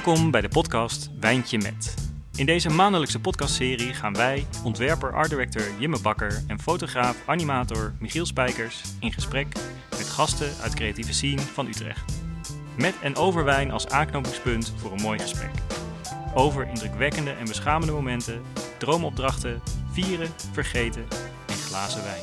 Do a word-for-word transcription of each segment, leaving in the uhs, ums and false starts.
Welkom bij de podcast Wijntje Met. In deze maandelijkse podcastserie gaan wij, ontwerper, art director Jimme Bakker en fotograaf, animator Michiel Spijkers in gesprek met gasten uit creatieve scene van Utrecht. Met en over wijn als aanknopingspunt voor een mooi gesprek. Over indrukwekkende en beschamende momenten, droomopdrachten, vieren, vergeten en glazen wijn.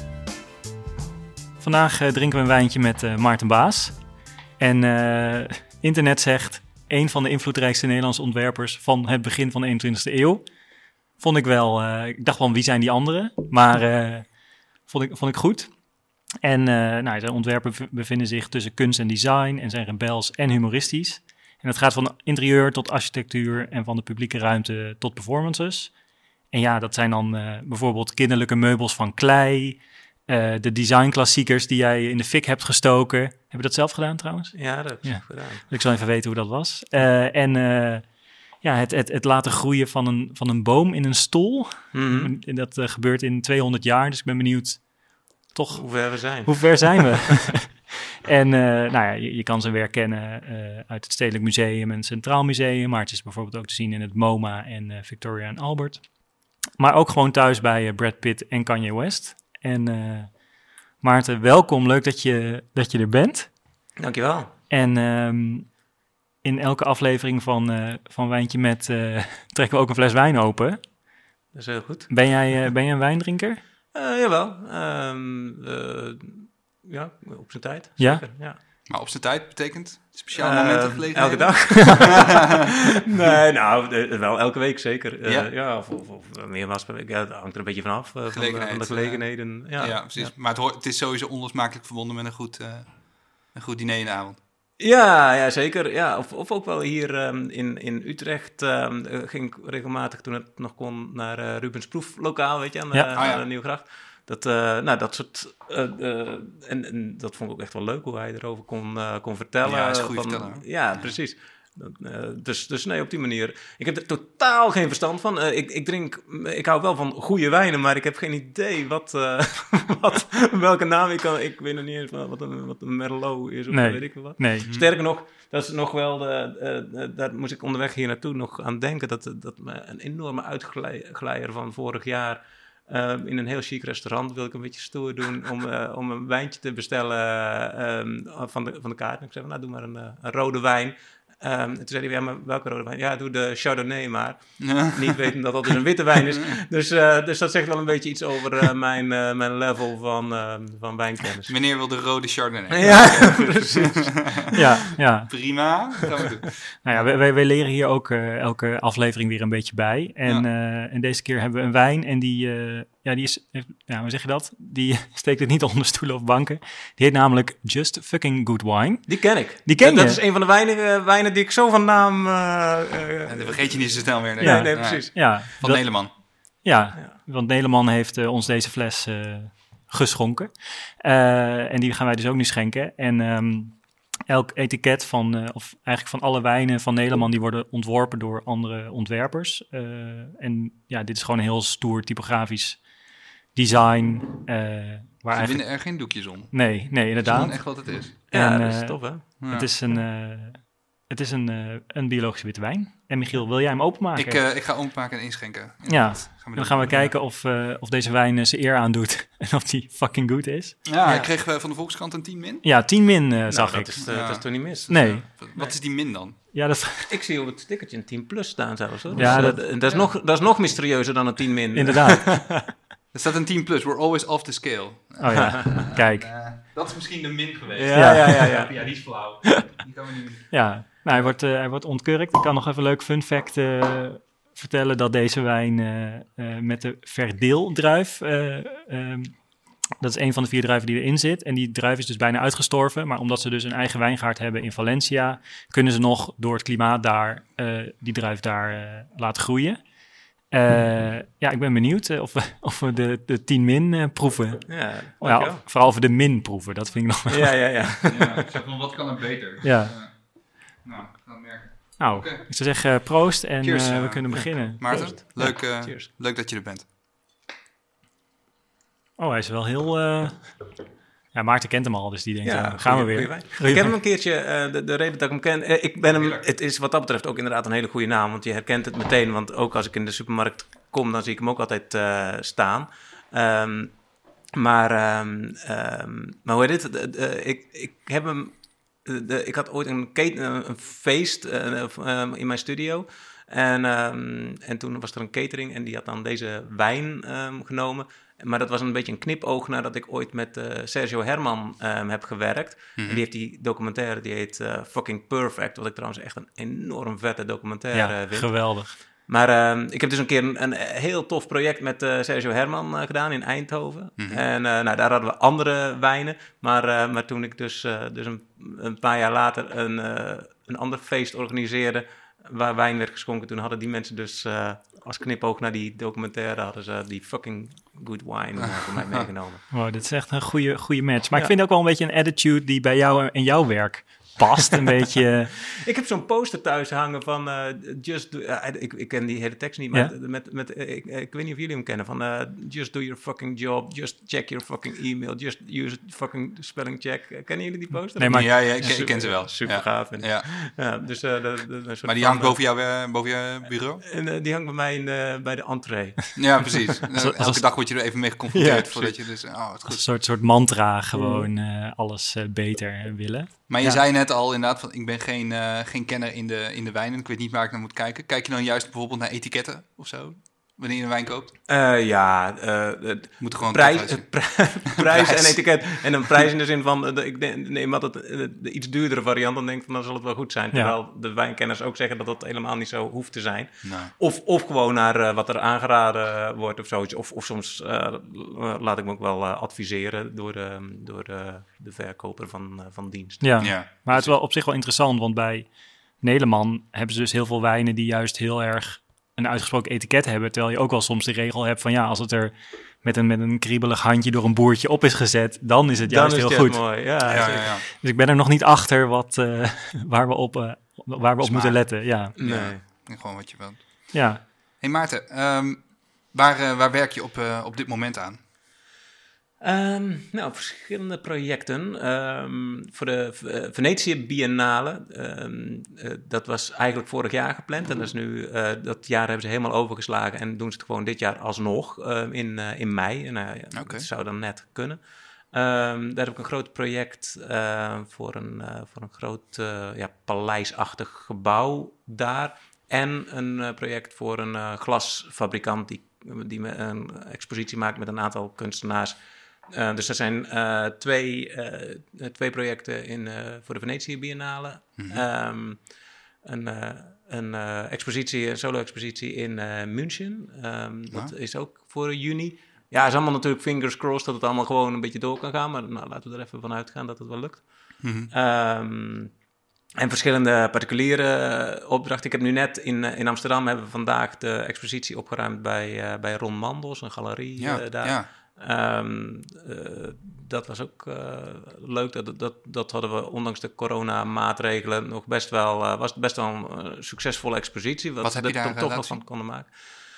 Vandaag uh, drinken we een wijntje met uh, Maarten Baas. En uh, internet zegt, een van de invloedrijkste Nederlandse ontwerpers van het begin van de eenentwintigste eeuw. Vond ik wel, uh, ik dacht wel, wie zijn die anderen? Maar uh, vond, ik, vond ik goed. En uh, nou, zijn ontwerpen bevinden zich tussen kunst en design en zijn rebels en humoristisch. En het gaat van interieur tot architectuur en van de publieke ruimte tot performances. En ja, dat zijn dan uh, bijvoorbeeld kinderlijke meubels van klei, uh, de designklassiekers die jij in de fik hebt gestoken. Heb je dat zelf gedaan trouwens? Ja, dat heb ik ja. gedaan. Ik zal even weten hoe dat was. Uh, en uh, ja, het, het, het laten groeien van een, van een boom in een stol. Mm-hmm. En dat uh, gebeurt in tweehonderd jaar, dus ik ben benieuwd toch hoe ver we zijn. Hoe ver zijn we? En uh, nou ja, je, je kan zijn werk kennen uh, uit het Stedelijk Museum en het Centraal Museum, maar het is bijvoorbeeld ook te zien in het MoMA en uh, Victoria en Albert. Maar ook gewoon thuis bij uh, Brad Pitt en Kanye West. En uh, Maarten, welkom. Leuk dat je, dat je er bent. Dankjewel. En um, in elke aflevering van, uh, van Wijntje Met uh, trekken we ook een fles wijn open. Dat is heel goed. Ben jij, uh, ben jij een wijndrinker? Uh, jawel. Um, uh, ja, op zijn tijd. Ja? Zeker, ja. Maar op zijn tijd betekent speciaal momenten uh, gelegen? Elke dag. Nee, nou, uh, wel elke week zeker. Uh, ja? ja, of, of, of meermaals per week. Ja, dat hangt er een beetje vanaf. Uh, van, van de gelegenheden. Ja, ja precies. Ja. Maar het, hoort, het is sowieso onlosmakelijk verbonden met een goed, uh, een goed diner in de avond. Ja, ja, zeker. Ja, of, of ook wel hier um, in, in Utrecht um, ging ik regelmatig, toen het nog kon, naar uh, Rubens Proeflokaal, weet je, aan de, ja. aan oh, ja. de Nieuwgracht. Dat, uh, nou, dat soort, uh, uh, en, en dat vond ik ook echt wel leuk, hoe hij erover kon, uh, kon vertellen. Ja, hij is een goede van, verteller. Ja, precies. Uh, dus, dus nee, op die manier. Ik heb er totaal geen verstand van. Uh, ik, ik drink, ik hou wel van goede wijnen, maar ik heb geen idee wat, uh, wat welke naam ik kan. Ik weet nog niet eens wat een, wat een Merlot is of nee. weet ik veel wat. Nee. Sterker nog, dat is nog wel, de, uh, uh, daar moest ik onderweg hier naartoe nog aan denken, dat, dat me een enorme uitglijer van vorig jaar. Uh, in een heel chic restaurant wil ik een beetje stoer doen om, uh, om een wijntje te bestellen uh, um, van, de, van de kaart. En ik zei, nou doe maar een, uh, een rode wijn. Um, en toen zei hij, ja, maar welke rode wijn? Ja, doe de Chardonnay maar. Ja. Niet weten dat dat dus een witte wijn is. Dus, uh, dus dat zegt wel een beetje iets over uh, mijn, uh, mijn level van, uh, van wijnkennis. Meneer wil de rode Chardonnay. Ja, precies. Ja, ja. Prima, dat gaan we doen. Nou ja, wij, wij leren hier ook uh, elke aflevering weer een beetje bij. En, ja. uh, en deze keer hebben we een wijn en die, uh, ja, die is, ja, hoe zeg je dat? Die steekt het niet onder stoelen of banken. Die heet namelijk Just Fucking Good Wine. Die ken ik. Die ken dat, je? Dat is een van de weinige wijnen die ik zo van naam... Uh, uh, en dan vergeet je niet zo snel meer. Nee, ja, nee, nee precies. Ja, van dat, Nederman. Ja, ja, want Nederman heeft uh, ons deze fles uh, geschonken. Uh, en die gaan wij dus ook nu schenken. En um, elk etiket van, uh, of eigenlijk van alle wijnen van Nederman, die worden ontworpen door andere ontwerpers. Uh, en ja, dit is gewoon een heel stoer typografisch design. Uh, waar Ze eigenlijk... winnen er geen doekjes om. Nee, nee, inderdaad. Dat is echt wat het is. Ja, en, dat is uh, tof, hè? Ja. Het is een... Uh, Het is een, uh, een biologische witte wijn. En Michiel, wil jij hem openmaken? Ik, uh, ik ga openmaken en inschenken. Ja, ja. Gaan we dan gaan we kijken of, uh, of deze wijn uh, zijn eer aandoet. En of die fucking good is. Ja, ja. Ik kreeg uh, van de Volkskrant een tien min. Ja, tien min uh, nou, zag dat ik. Is, uh, ja. Dat is toch niet mis? Nee. Uh, wat nee. is die min dan? Ja, dat... Ik zie op het stickertje een tien plus staan zelfs. Hoor. Ja, dus, dat, uh, dat, is ja. nog, dat is nog mysterieuzer dan een tien min. Inderdaad. Er staat een tien plus. We're always off the scale. Oh ja, kijk. Uh, dat is misschien de min geweest. Ja, ja, ja. ja. ja die is flauw. Die kan we niet... Ja. Nou, hij wordt, uh, hij wordt ontkurkt. Ik kan nog even een leuk fun fact uh, vertellen dat deze wijn uh, uh, met de verdeeldruif, uh, um, dat is een van de vier druiven die erin zit. En die druif is dus bijna uitgestorven. Maar omdat ze dus een eigen wijngaard hebben in Valencia, kunnen ze nog door het klimaat daar uh, die druif daar uh, laten groeien. Uh, ja, ik ben benieuwd uh, of we, of we de, de tien min uh, proeven. Ja, oh, ja, vooral of we de min proeven, dat vind ik nog wel. Ja, ja, ja. ja ik zeg van, wat kan er beter? Ja. Uh, nou, gaan we merken. Nou, okay. Ik zou zeggen uh, proost en Cheers, uh, we uh, kunnen ja. beginnen. Maarten, Proost. leuk, uh, ja, leuk dat je er bent. Oh, hij is wel heel... Uh, Ja, Maarten kent hem al, dus die denkt, Ja, ja, gaan goeie- we weer. goeie wijn. Goeie Ik heb hem wijn. een keertje, uh, de, de reden dat ik hem ken, uh, ik ben hem, Heerlijk. het is wat dat betreft ook inderdaad een hele goede naam, want je herkent het meteen, want ook als ik in de supermarkt kom, dan zie ik hem ook altijd uh, staan. Um, maar, um, um, maar hoe heet het? Uh, uh, ik, ik heb hem, uh, de, ik had ooit een, keten, een feest uh, uh, in mijn studio. En, um, en toen was er een catering en die had dan deze wijn um, genomen. Maar dat was een beetje een knipoog nadat ik ooit met uh, Sergio Herman um, heb gewerkt. Mm-hmm. En die heeft die documentaire, die heet uh, Fucking Perfect. Wat ik trouwens echt een enorm vette documentaire Ja, vind. geweldig. Maar uh, ik heb dus een keer een, een heel tof project met uh, Sergio Herman uh, gedaan in Eindhoven. Mm-hmm. En uh, nou, daar hadden we andere wijnen. Maar, uh, maar toen ik dus, uh, dus een, een paar jaar later een, uh, een ander feest organiseerde waar wijn werd geschonken, toen hadden die mensen dus uh, als knipoog naar die documentaire hadden ze die fucking good wine uh, voor mij meegenomen. Wow, dit is echt een goede, goede match. Maar Ja. ik vind ook wel een beetje een attitude die bij jou en jouw werk past. Een beetje... Ik heb zo'n poster thuis hangen van uh, Just Do... Uh, ik, ik ken die hele tekst niet, maar Ja? met, met, uh, ik, ik weet niet of jullie hem kennen. Van uh, Just do your fucking job, just check your fucking email, just use fucking spelling check. Uh, kennen jullie die poster? Nee, maar- ja, ja, ik, Super- ik ken ze wel. Super ja. gaaf. En, Ja. ja, dus, uh, de, de, een soort Maar die van, hangt boven, jou, uh, boven je bureau? En uh, die hangt bij mij in de, bij de entree. Ja, precies. Nou, als- Elke dag word je er even mee geconfronteerd Ja, voordat je dus... Oh, wat Als goed. een soort, soort mantra gewoon uh, alles uh, beter willen. Maar je Ja. zei net al inderdaad, van, ik ben geen, uh, geen kenner in de, in de wijnen. Ik weet niet waar ik naar moet kijken. Kijk je dan juist bijvoorbeeld naar etiketten of zo? Wanneer je een wijn koopt? Uh, ja, uh, het Moet er gewoon prijs, tof uitzien. prijs, prijs en Prijs. etiket. En een prijs in de zin van, uh, ik denk- neem altijd de, de iets duurdere variant, dan denk ik van, dan zal het wel goed zijn. Terwijl de wijnkenners ook zeggen dat dat helemaal niet zo hoeft te zijn. Nou. Of, of gewoon naar uh, wat er aangeraden wordt of zoiets. Of, of soms uh, laat ik me ook wel uh, adviseren door, uh, door uh, de verkoper van, uh, van dienst. Ja, Ja, maar het is wel op zich wel interessant, want bij Nederland hebben ze dus heel veel wijnen die juist heel erg een uitgesproken etiket hebben, terwijl je ook wel soms de regel hebt van ja, als het er met een, met een kriebelig handje door een boertje op is gezet, dan is het Dan juist is heel het goed. echt mooi. Ja, Ja, zeker. ja, ja. Dus ik ben er nog niet achter wat, uh, waar we op, uh, waar we op Smaak. moeten letten. Ja, Nee. En gewoon wat je wilt. ja. Hey Maarten, um, waar, uh, waar werk je op, uh, op dit moment aan? Um, nou, verschillende projecten. Um, voor de uh, Venetië Biennale, um, uh, dat was eigenlijk vorig jaar gepland. En dat is nu, uh, dat jaar hebben ze helemaal overgeslagen en doen ze het gewoon dit jaar alsnog uh, in, uh, in mei. En uh, ja, Okay. dat zou dan net kunnen. Um, daar heb ik een groot project uh, voor, een, uh, voor een groot uh, ja, paleisachtig gebouw daar. En een uh, project voor een uh, glasfabrikant die, die me een expositie maakt met een aantal kunstenaars. Uh, dus er zijn uh, twee, uh, twee projecten in, uh, voor de Venetië Biennale. Mhm. Um, een uh, een uh, expositie, een solo-expositie in uh, München. Um, dat Ja. is ook voor juni. Ja, het is allemaal natuurlijk fingers crossed dat het allemaal gewoon een beetje door kan gaan. Maar nou, laten we er even van uitgaan dat het wel lukt. Mhm. Um, en verschillende particuliere opdrachten. Ik heb nu net in, in Amsterdam hebben we vandaag de expositie opgeruimd bij, uh, bij Ron Mandels, een galerie Ja, uh, daar. ja. Um, uh, dat was ook uh, leuk. Dat, dat, dat hadden we ondanks de coronamaatregelen nog best wel, uh, was het best wel een uh, succesvolle expositie. Wat heb je we er daar, toch wel laten van zien? konden maken.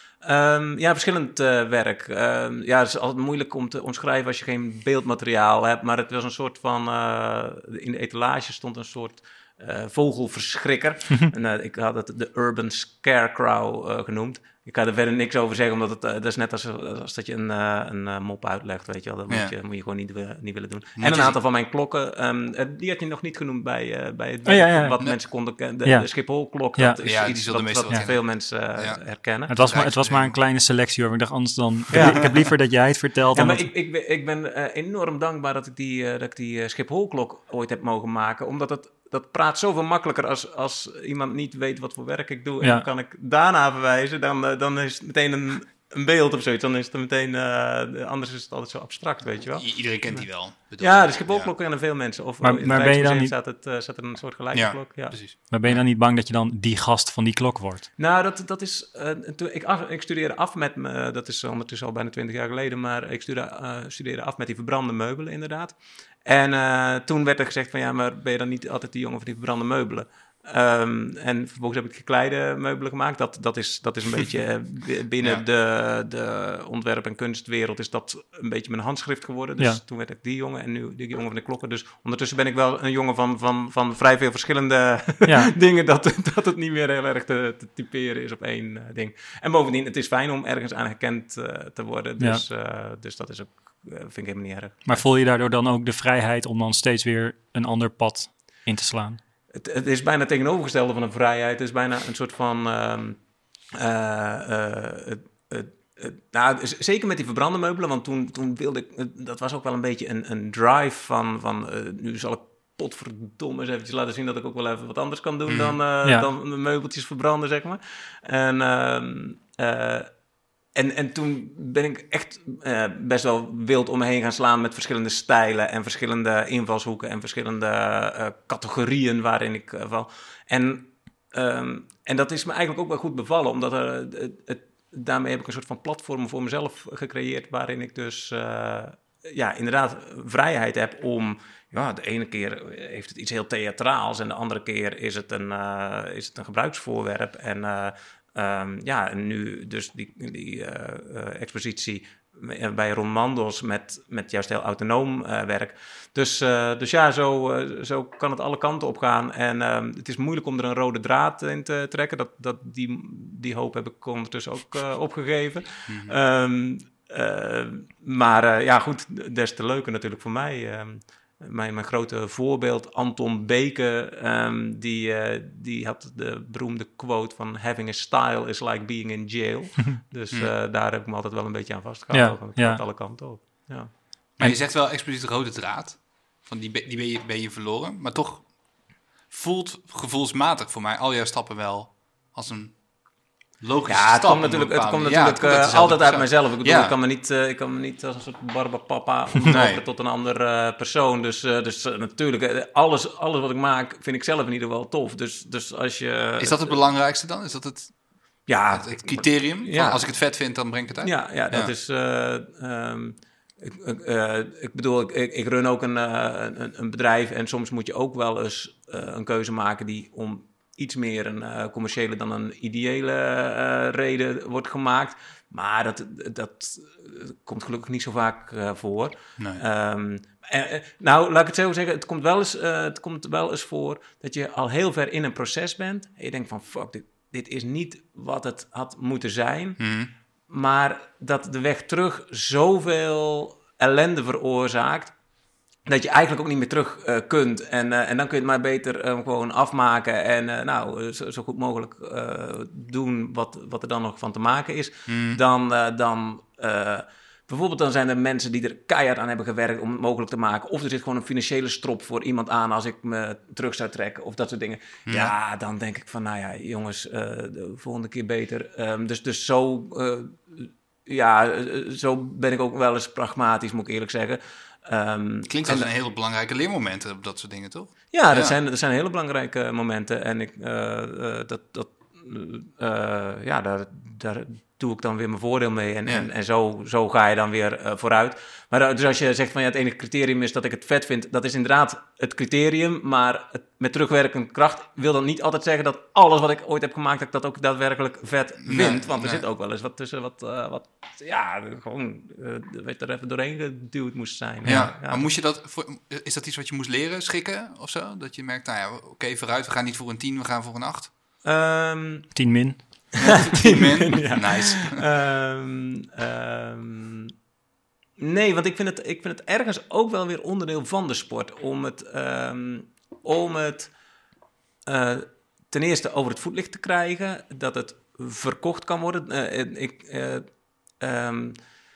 Um, ja, verschillend uh, werk. Um, ja, het is altijd moeilijk om te omschrijven als je geen beeldmateriaal hebt. Maar het was een soort van... Uh, in de etalage stond een soort uh, vogelverschrikker. en, uh, ik had het de Urban Scarecrow uh, genoemd. Ik ga er verder niks over zeggen, omdat het uh, dat is net als, als dat je een, uh, een uh, mop uitlegt, weet je wel. Dat moet, Ja. je, moet je gewoon niet, uh, niet willen doen. Moet en een je aantal zien. van mijn klokken, um, uh, die had je nog niet genoemd bij, uh, bij het Oh, ja, ja. wat Nee. mensen konden kennen. De, Ja. de Schiphol-klok, Ja. dat is Ja, die iets zullen wat, meestal wat wel veel mensen uh, Ja. herkennen. Het was, maar, het was maar een kleine selectie hoor. Ik dacht anders dan... Ja. Ik heb liever dat jij het vertelt. Ja, dan maar dat- ik, ik, ben- ik ben uh, enorm dankbaar dat ik die, uh, dat ik die uh, Schiphol-klok ooit heb mogen maken. Omdat het, dat praat zoveel makkelijker als, als iemand niet weet wat voor werk ik doe. En Ja. dan kan ik daarna verwijzen. Dan, uh, dan is het meteen een, een beeld of zoiets. Dan is het meteen... Uh, anders is het altijd zo abstract, weet je wel. I- iedereen kent die wel. bedoel Ja, ik. de Schiphol-klok kennen veel mensen. Of Maar- in het maar ben je dan Rijksmuseum niet- staat, het, uh, staat er een soort gelijke Ja, klok. Ja. precies. Maar ben je dan niet bang dat je dan die gast van die klok wordt? Nou, dat, dat is... Uh, toen ik, af, ik studeerde af met... me, dat is ondertussen al bijna twintig jaar geleden... maar ik studeerde, uh, studeerde af met die verbrande meubelen, inderdaad. En uh, toen werd er gezegd van... ja, maar ben je dan niet altijd die jongen van die verbrande meubelen? Um, en vervolgens heb ik gekleide meubelen gemaakt. Dat, dat, is, dat is een beetje binnen ja. de, de ontwerp- en kunstwereld is dat een beetje mijn handschrift geworden. Dus ja. toen werd ik die jongen en nu die jongen van de klokken. Dus ondertussen ben ik wel een jongen van, van, van vrij veel verschillende ja. dingen. Dat, dat het niet meer heel erg te, te typeren is op één uh, ding. En bovendien, het is fijn om ergens aan herkend uh, te worden. Dus, ja. uh, dus dat is ook, uh, vind ik helemaal niet erg. Maar voel je daardoor dan ook de vrijheid om dan steeds weer een ander pad in te slaan? Het, het is bijna tegenovergestelde van een vrijheid. Het is bijna een soort van... Uh, uh, uh, het, het, het, nou, zeker met die verbrande meubelen, want toen, toen wilde ik... Dat was ook wel een beetje een, een drive van... van uh, nu zal ik potverdomme eens eventjes laten zien dat ik ook wel even wat anders kan doen... Mm. dan, uh, ja. dan meubeltjes verbranden, zeg maar. En... Uh, uh, En, en toen ben ik echt uh, best wel wild om me heen gaan slaan met verschillende stijlen en verschillende invalshoeken en verschillende uh, categorieën waarin ik uh, val. En, um, en dat is me eigenlijk ook wel goed bevallen, omdat er, het, het, daarmee heb ik een soort van platform voor mezelf gecreëerd waarin ik dus uh, ja, inderdaad vrijheid heb om... Ja, de ene keer heeft het iets heel theatraals en de andere keer is het een, uh, is het een gebruiksvoorwerp en... Uh, Um, ja, en nu dus die, die uh, uh, expositie bij Ron Mandels met, met juist heel autonoom uh, werk. Dus, uh, dus ja, zo, uh, zo kan het alle kanten op gaan. En um, het is moeilijk om er een rode draad in te trekken. Dat, dat, die, die hoop heb ik ondertussen ook uh, opgegeven. Mm-hmm. Um, uh, maar uh, ja, goed, des te leuker natuurlijk voor mij... Um, Mijn, mijn grote voorbeeld, Anton Beke, um, die, uh, die had de beroemde quote van... having a style is like being in jail. Dus uh, daar heb ik me altijd wel een beetje aan vastgehouden. Ja, ja. Gaat alle kanten op. Ja. Maar je zegt wel expliciet rode draad. Van die die ben, je, ben je verloren. Maar toch voelt gevoelsmatig voor mij al jouw stappen wel als een... Logisch ja, het komt natuurlijk, het komt natuurlijk ja, het uh, altijd uit mezelf. Ik bedoel, ja. ik, kan me niet, uh, ik kan me niet als een soort barbapapa omlopen nee. tot een andere uh, persoon. Dus, uh, dus uh, natuurlijk, uh, alles, alles wat ik maak vind ik zelf in ieder geval tof. Dus, dus als je... Is dat het belangrijkste dan? Is dat het, ja, het, het criterium? Ja. Van, als ik het vet vind, dan breng ik het uit? Ja, ja dat ja. is... Uh, um, ik, uh, ik bedoel, ik, ik, ik run ook een, uh, een, een bedrijf en soms moet je ook wel eens uh, een keuze maken die om... iets meer een uh, commerciële dan een ideële uh, reden wordt gemaakt. Maar dat, dat uh, komt gelukkig niet zo vaak uh, voor. Nee. Um, uh, nou, laat ik het zo zeggen. Het komt, wel eens, uh, het komt wel eens voor dat je al heel ver in een proces bent. En je denkt van, fuck, dit, dit is niet wat het had moeten zijn. Mm. Maar dat de weg terug zoveel ellende veroorzaakt... dat je eigenlijk ook niet meer terug uh, kunt. En, uh, en dan kun je het maar beter uh, gewoon afmaken... en uh, nou, zo, zo goed mogelijk uh, doen wat, wat er dan nog van te maken is. Mm. Dan, uh, dan uh, bijvoorbeeld dan zijn er mensen die er keihard aan hebben gewerkt... om het mogelijk te maken. Of er zit gewoon een financiële strop voor iemand aan... als ik me terug zou trekken of dat soort dingen. Mm. Ja, dan denk ik van, nou ja, jongens, uh, de volgende keer beter. Um, dus, dus zo, uh, ja, zo ben ik ook wel eens pragmatisch, moet ik eerlijk zeggen... Um, Klinkt als en, een hele belangrijke leermomenten op dat soort dingen, toch? Ja, dat, ja. Zijn, dat zijn hele belangrijke momenten. En ik, uh, uh, dat, dat, uh, ja, daar, daar doe ik dan weer mijn voordeel mee. En, ja. en, en zo, zo ga je dan weer uh, vooruit. Maar uh, dus als je zegt van ja, het enige criterium is dat ik het vet vind... dat is inderdaad het criterium. Maar het, met terugwerkende kracht wil dat niet altijd zeggen... dat alles wat ik ooit heb gemaakt, dat ik dat ook daadwerkelijk vet vind. Nee, want er nee. zit ook wel eens wat tussen wat... Uh, wat ja, gewoon uh, weet er even doorheen geduwd moest zijn. Ja, ja, ja. Maar moest je dat... Voor, is dat iets wat je moest leren, schikken of zo? Dat je merkt, nou ja, oké, okay, vooruit. We gaan niet voor een tien, we gaan voor een acht. Um, tien min. tien min, ja. Nice. Um, um, nee, want ik vind, het, ik vind het ergens ook wel weer onderdeel van de sport. Om het, um, om het uh, ten eerste over het voetlicht te krijgen. Dat het verkocht kan worden. Uh, ik, uh, um,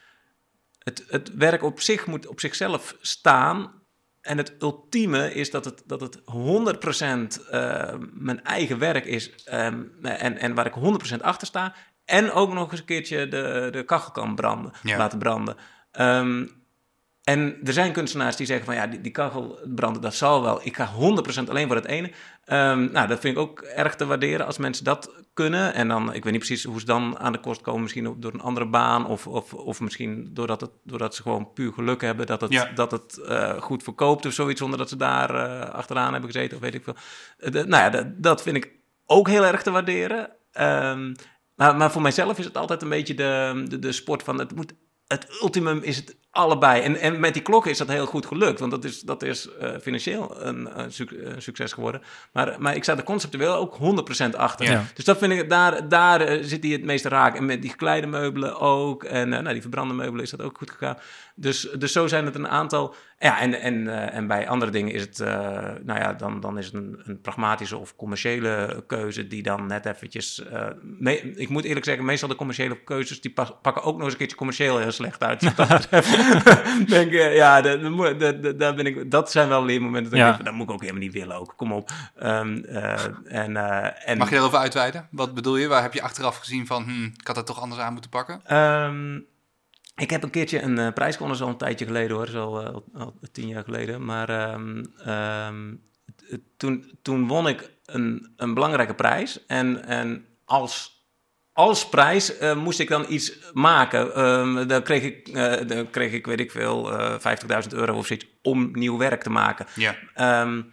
het, het werk op zich moet op zichzelf staan... En het ultieme is dat het, dat het honderd procent uh, mijn eigen werk is um, en, en waar ik honderd procent achter sta. En ook nog eens een keertje de, de kachel kan branden, ja. laten branden. Um, en er zijn kunstenaars die zeggen van ja, die, die kachel branden, dat zal wel. Ik ga honderd procent alleen voor het ene. Um, nou, dat vind ik ook erg te waarderen als mensen dat kunnen. En dan, ik weet niet precies hoe ze dan aan de kost komen. Misschien door een andere baan. Of, of, of misschien doordat, het, doordat ze gewoon puur geluk hebben. Dat het, Ja. dat het uh, goed verkoopt of zoiets. Zonder dat ze daar uh, achteraan hebben gezeten. Of weet ik veel. Uh, de, nou ja, de, dat vind ik ook heel erg te waarderen. Um, maar, maar voor mijzelf is het altijd een beetje de, de, de sport van... Het, moet, het ultimum is het allebei. En, en met die klokken is dat heel goed gelukt. Want dat is, dat is uh, financieel een, een, suc- een succes geworden. Maar, maar ik sta er conceptueel ook honderd procent achter. Ja. Dus dat vind ik, daar, daar uh, zit hij het meeste raak. En met die gekleide meubelen ook. En uh, nou, die verbrande meubelen is dat ook goed gegaan. Dus, dus zo zijn het een aantal. Ja, en, en, uh, en bij andere dingen is het, uh, nou ja, dan, dan is het een, een pragmatische of commerciële keuze die dan net eventjes... Uh, me, ik moet eerlijk zeggen, meestal de commerciële keuzes, die pas, pakken ook nog eens een keertje commercieel heel slecht uit. Dat denk, uh, ja, de, de, de, de, daar ben ik, dat zijn wel leermomenten. Dat, Ja. ik denk, dat moet ik ook helemaal niet willen ook. Kom op. Um, uh, en, uh, en, Mag je daarover uitweiden? Wat bedoel je? Waar heb je achteraf gezien van, hm, ik had dat toch anders aan moeten pakken? Um, ik heb een keertje een uh, prijs gewonnen, al een tijdje geleden hoor, zo uh, al, al tien jaar geleden. Maar um, um, t- toen, toen won ik een, een belangrijke prijs. En, en als, als prijs uh, moest ik dan iets maken. Um, dan, kreeg ik, uh, dan kreeg ik, weet ik veel, uh, vijftigduizend euro of zoiets om nieuw werk te maken. Ja. Um,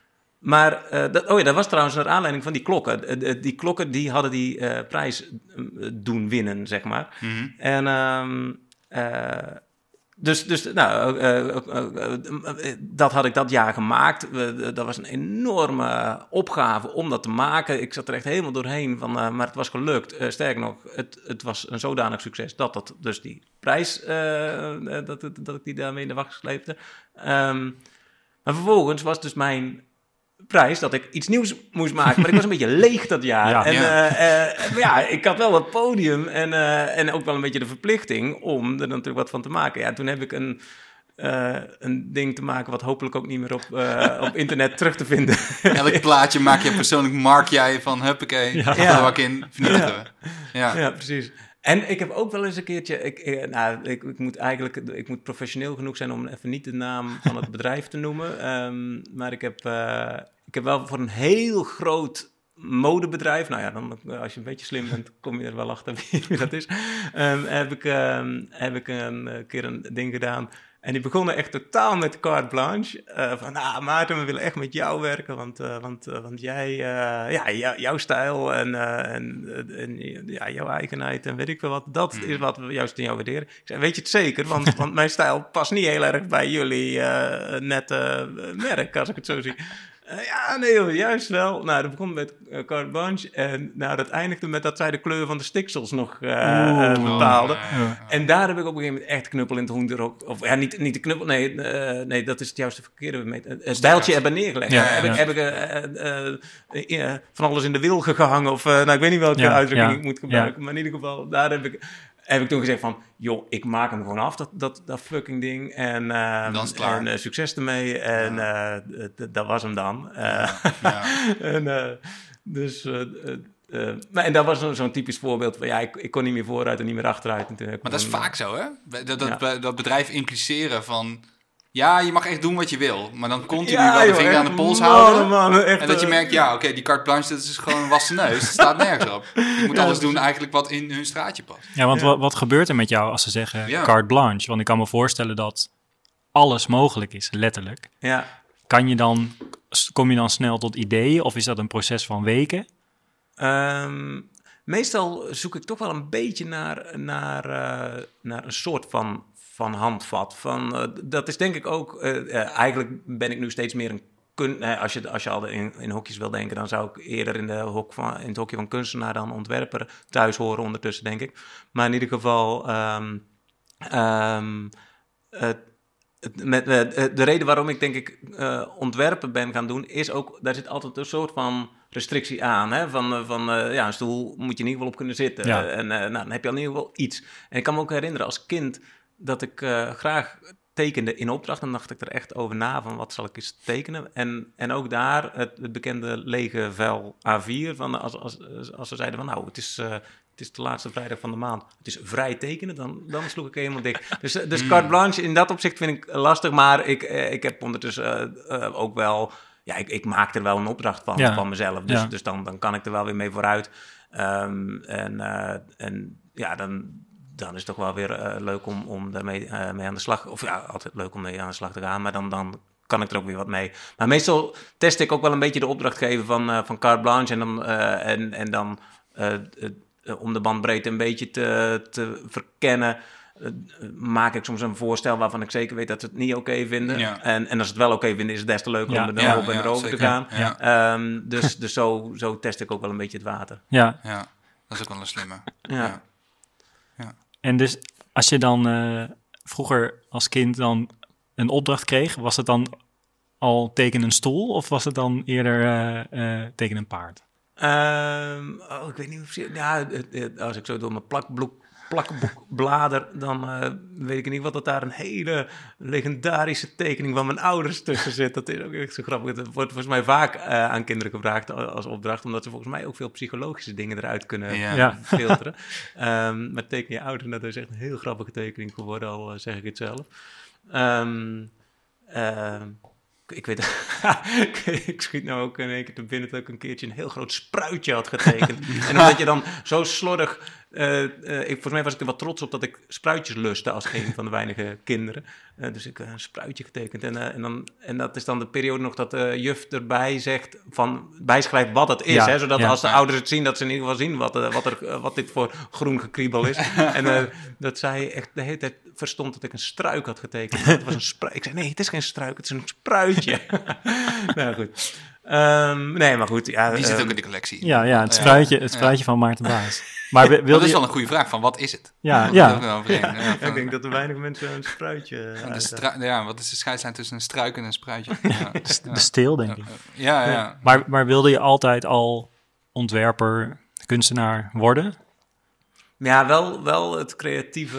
Maar, uh, dat, oh ja, dat was trouwens naar aanleiding van die klokken. Uh, die klokken die hadden die uh, prijs uh, doen winnen, zeg maar. Mm-hmm. En um, uh, dus, dus nou, uh, uh, uh, uh, dat had ik dat jaar gemaakt. Uh, dat was een enorme opgave om dat te maken. Ik zat er echt helemaal doorheen, van, uh, maar het was gelukt. Uh, sterker nog, het, het was een zodanig succes dat dat dus die prijs, uh, uh, dat, dat ik die daarmee in de wacht sleepte. Um, maar vervolgens was dus mijn... prijs dat ik iets nieuws moest maken, maar ik was een beetje leeg dat jaar. Ja, en ja. uh, uh, ja, ik had wel het podium en, uh, en ook wel een beetje de verplichting om er natuurlijk wat van te maken. Ja, toen heb ik een, uh, een ding te maken wat hopelijk ook niet meer op, uh, op internet terug te vinden. Elk plaatje maak je persoonlijk, mark jij van, huppakee, Ja. ja. bak in, vernietigen we. Ja. Ja, precies. En ik heb ook wel eens een keertje... Ik, ik, nou, ik, ik moet eigenlijk... Ik moet professioneel genoeg zijn om even niet de naam van het bedrijf te noemen. Um, maar ik heb, uh, ik heb wel voor een heel groot modebedrijf... Nou ja, dan, als je een beetje slim bent, kom je er wel achter wie, wie dat is. Um, heb ik, um, heb ik een uh, keer een ding gedaan... En die begonnen echt totaal met carte blanche. Uh, van, nou Maarten, we willen echt met jou werken. Want, uh, want, uh, want jij, uh, ja, jou, jouw stijl en, uh, en, en ja, jouw eigenheid en weet ik veel wat. Dat is wat we juist in jou waarderen. Ik zei, weet je het zeker? Want, want mijn stijl past niet heel erg bij jullie uh, nette merk, als ik het zo zie. Uh, ja, nee, juist wel. Nou, dat begon met uh, carte blanche. En nou, dat eindigde met dat zij de kleur van de stiksels nog uh, uh, bepaalde. Oh, En daar heb ik op een gegeven moment echt knuppel in het hoender ook. Of ja, niet, niet de knuppel, nee, uh, nee, dat is het juiste verkeerde. Met, uh, het bijltje hebben neergelegd. Ja, heb ja. ik, heb ik uh, uh, uh, uh, van alles in de wilgen gehangen. Of uh, nou, ik weet niet welke Ja, uitdrukking ja, ik moet gebruiken. ja. Maar in ieder geval, daar heb ik... Heb ik toen gezegd van, joh, ik maak hem gewoon af, dat, dat, dat fucking ding. En, uh, Dan is het klaar. en uh, succes ermee. En ja. uh, d- d- dat was hem dan. Uh, Ja. Ja. en, uh, dus, uh, uh, uh, maar, en dat was zo, zo'n typisch voorbeeld van, ja, ik, ik kon niet meer vooruit en niet meer achteruit. En toen heb ik Maar dat is gewoon, vaak zo, hè? Dat, dat, Ja. dat bedrijf impliceren van... Ja, je mag echt doen wat je wil. Maar dan continu Ja, wel de joh, vinger aan echt, de pols man, houden. man, echt, en dat je uh, merkt, ja, oké, okay, die carte blanche, dat is gewoon een wassen neus. Het staat nergens op. Je moet Ja, alles doen precies. eigenlijk wat in hun straatje past. Ja, want Ja. Wat, wat gebeurt er met jou als ze zeggen Ja. carte blanche? Want ik kan me voorstellen dat alles mogelijk is, letterlijk. Ja. Kan je dan, kom je dan snel tot ideeën of is dat een proces van weken? Um, meestal zoek ik toch wel een beetje naar, naar, uh, naar een soort van, van handvat. Van, uh, dat is denk ik ook... Uh, uh, eigenlijk ben ik nu steeds meer een... Kun, uh, als, je, als je al in, in hokjes wil denken... dan zou ik eerder in, de hok van, in het hokje van kunstenaar dan ontwerper thuis horen ondertussen, denk ik. Maar in ieder geval... Um, um, uh, Met, uh, de reden waarom ik denk ik uh, ontwerpen ben gaan doen, is ook, daar zit altijd een soort van restrictie aan. Hè? Van, uh, van uh, ja, een stoel moet je in ieder geval op kunnen zitten. Ja. Uh, en uh, nou, dan heb je al in ieder geval iets. En ik kan me ook herinneren als kind dat ik uh, graag tekende in opdracht. Dan dacht ik er echt over na van wat zal ik eens tekenen. En, en ook daar het, het bekende lege vel A vier. Van als, als, als ze zeiden van nou, het is... Uh, Het is de laatste vrijdag van de maand. Het is vrij tekenen, dan, dan sloeg ik helemaal dicht. Dus, dus carte blanche in dat opzicht vind ik lastig. Maar ik, ik heb ondertussen uh, uh, ook wel... Ja, ik, ik maak er wel een opdracht van, Ja. van mezelf. Dus, Ja. dus dan, dan kan ik er wel weer mee vooruit. Um, en, uh, en ja, dan, dan is het toch wel weer uh, leuk om, om daarmee uh, mee aan de slag... Of ja, altijd leuk om mee aan de slag te gaan, maar dan... dan kan ik er ook weer wat mee. Maar meestal test ik ook wel een beetje de opdrachtgever van, uh, van carte blanche. En dan, uh, en, en dan uh, uh, om de bandbreedte een beetje te, te verkennen... Uh, maak ik soms een voorstel waarvan ik zeker weet dat ze het niet oké okay vinden. Ja. En, en als het wel oké okay vinden, is het des te leuker ja. om er dan ja, op en ja, erover zeker. te gaan. Ja. Ja. Um, dus dus zo, zo test ik ook wel een beetje het water. Ja, ja dat is ook wel een slimme. Ja. Ja. Ja. En dus als je dan uh, vroeger als kind dan een opdracht kreeg, was het dan al teken een stoel of was het dan eerder uh, uh, teken een paard? Um, oh, ik weet niet of ja, als ik zo door mijn plakboek plakboek blader, dan uh, weet ik niet wat dat daar een hele legendarische tekening van mijn ouders tussen zit. Dat is ook echt zo grappig. Dat wordt volgens mij vaak uh, aan kinderen gevraagd als opdracht, omdat ze volgens mij ook veel psychologische dingen eruit kunnen ja. Ja. filteren. Um, maar teken je ouders, dat is echt een heel grappige tekening geworden, al uh, zeg ik het zelf. Um, uh, Ik weet ik schiet nou ook in één keer te binnen dat ik een keertje een heel groot spruitje had getekend. En omdat je dan zo slordig... Uh, uh, ik, volgens mij was ik er wat trots op dat ik spruitjes lustte als een van de weinige kinderen. Uh, dus ik heb uh, een spruitje getekend. En, uh, en, dan, en dat is dan de periode nog dat de uh, juf erbij zegt, van bijschrijft wat het is. Ja, hè, zodat ja, als de ja. ouders het zien, dat ze in ieder geval zien wat, uh, wat, er, uh, wat dit voor groen gekriebel is. En uh, dat zij echt de hele tijd verstond dat ik een struik had getekend. Het was een struik. Ik zei, nee, het is geen struik, het is een spruitje. Nou goed. Um, nee, maar goed. Ja, Die zit um, ook in de collectie. Ja, ja het spruitje, het spruitje ja. van Maarten Baas. Maar wilde dat is je... wel een goede vraag, van wat is het? Ja, ja. ja. ja, ja van... Ik denk dat er weinig mensen een spruitje... Ja, stru- ja, wat is de scheidslijn tussen een struik en een spruitje? Ja. de, de steel, denk ik. Ja, ja. ja. Maar, maar wilde je altijd al ontwerper, kunstenaar worden? Ja, wel, wel het creatieve,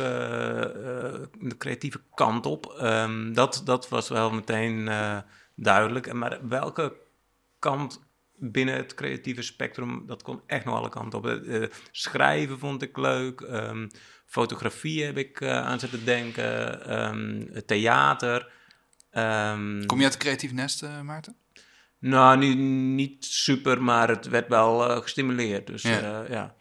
uh, de creatieve kant op. Um, dat, dat was wel meteen uh, duidelijk. Maar welke kant binnen het creatieve spectrum, dat kon echt nog alle kanten op. Uh, schrijven vond ik leuk. Um, fotografie heb ik uh, aan zitten denken. Um, theater. Um, Kom je uit het creatief nest, uh, Maarten? Nou, nu, niet super, maar het werd wel uh, gestimuleerd. Dus ja... Uh, ja.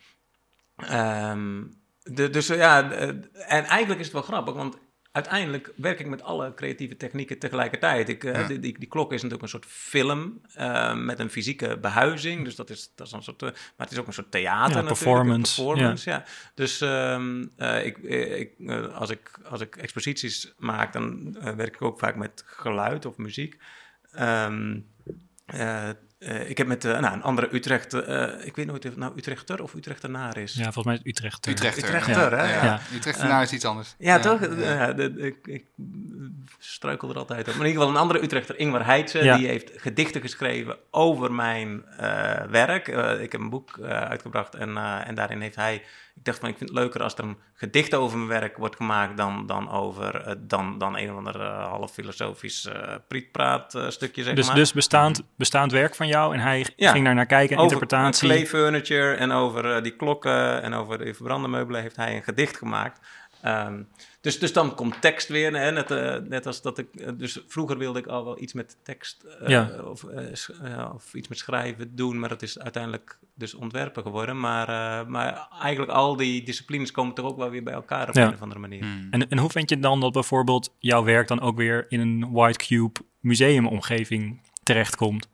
Um, de, dus ja, de, en eigenlijk is het wel grappig, want uiteindelijk werk ik met alle creatieve technieken tegelijkertijd. Ik, uh, ja. die, die, die klok is natuurlijk een soort film uh, met een fysieke behuizing, dus dat is, dat is een soort, uh, maar het is ook een soort theater, ja, performance. performance ja. Ja. Dus um, uh, ik, ik, uh, als, ik, als ik exposities maak, dan uh, werk ik ook vaak met geluid of muziek. Um, uh, Uh, ik heb met uh, nou, een andere Utrecht... Uh, ik weet nooit of het nou Utrechter of Utrechtenaar is. Ja, volgens mij is het Utrechter. Utrechter, Utrechter ja. hè? Ja. Ja. Utrechtenaar uh, is iets anders. Ja, ja. toch? Ja. Ja, de, de, ik, ik struikel er altijd op. Maar in ieder geval een andere Utrechter, Ingmar Heitse... Ja. Die heeft gedichten geschreven over mijn uh, werk. Uh, ik heb een boek uh, uitgebracht en, uh, en daarin heeft hij... Ik dacht van, ik vind het leuker als er een gedicht over mijn werk wordt gemaakt... dan, dan over uh, dan, dan een of ander uh, half filosofisch uh, prietpraat uh, stukje, zeg dus, maar. Dus bestaand, bestaand werk van jou en hij ja. ging daar naar kijken, over interpretatie... Over clay furniture en over uh, die klokken en over de verbrande meubelen heeft hij een gedicht gemaakt... Um, dus, dus dan komt tekst weer, hè, net, uh, net als dat ik... Uh, dus vroeger wilde ik al wel iets met tekst uh, ja. of, uh, sch- uh, of iets met schrijven doen... maar dat is uiteindelijk dus ontwerpen geworden. Maar, uh, maar eigenlijk al die disciplines komen toch ook wel weer bij elkaar op ja. een of andere manier. Hmm. En, en hoe vind je dan dat bijvoorbeeld jouw werk dan ook weer... in een White Cube museumomgeving terechtkomt?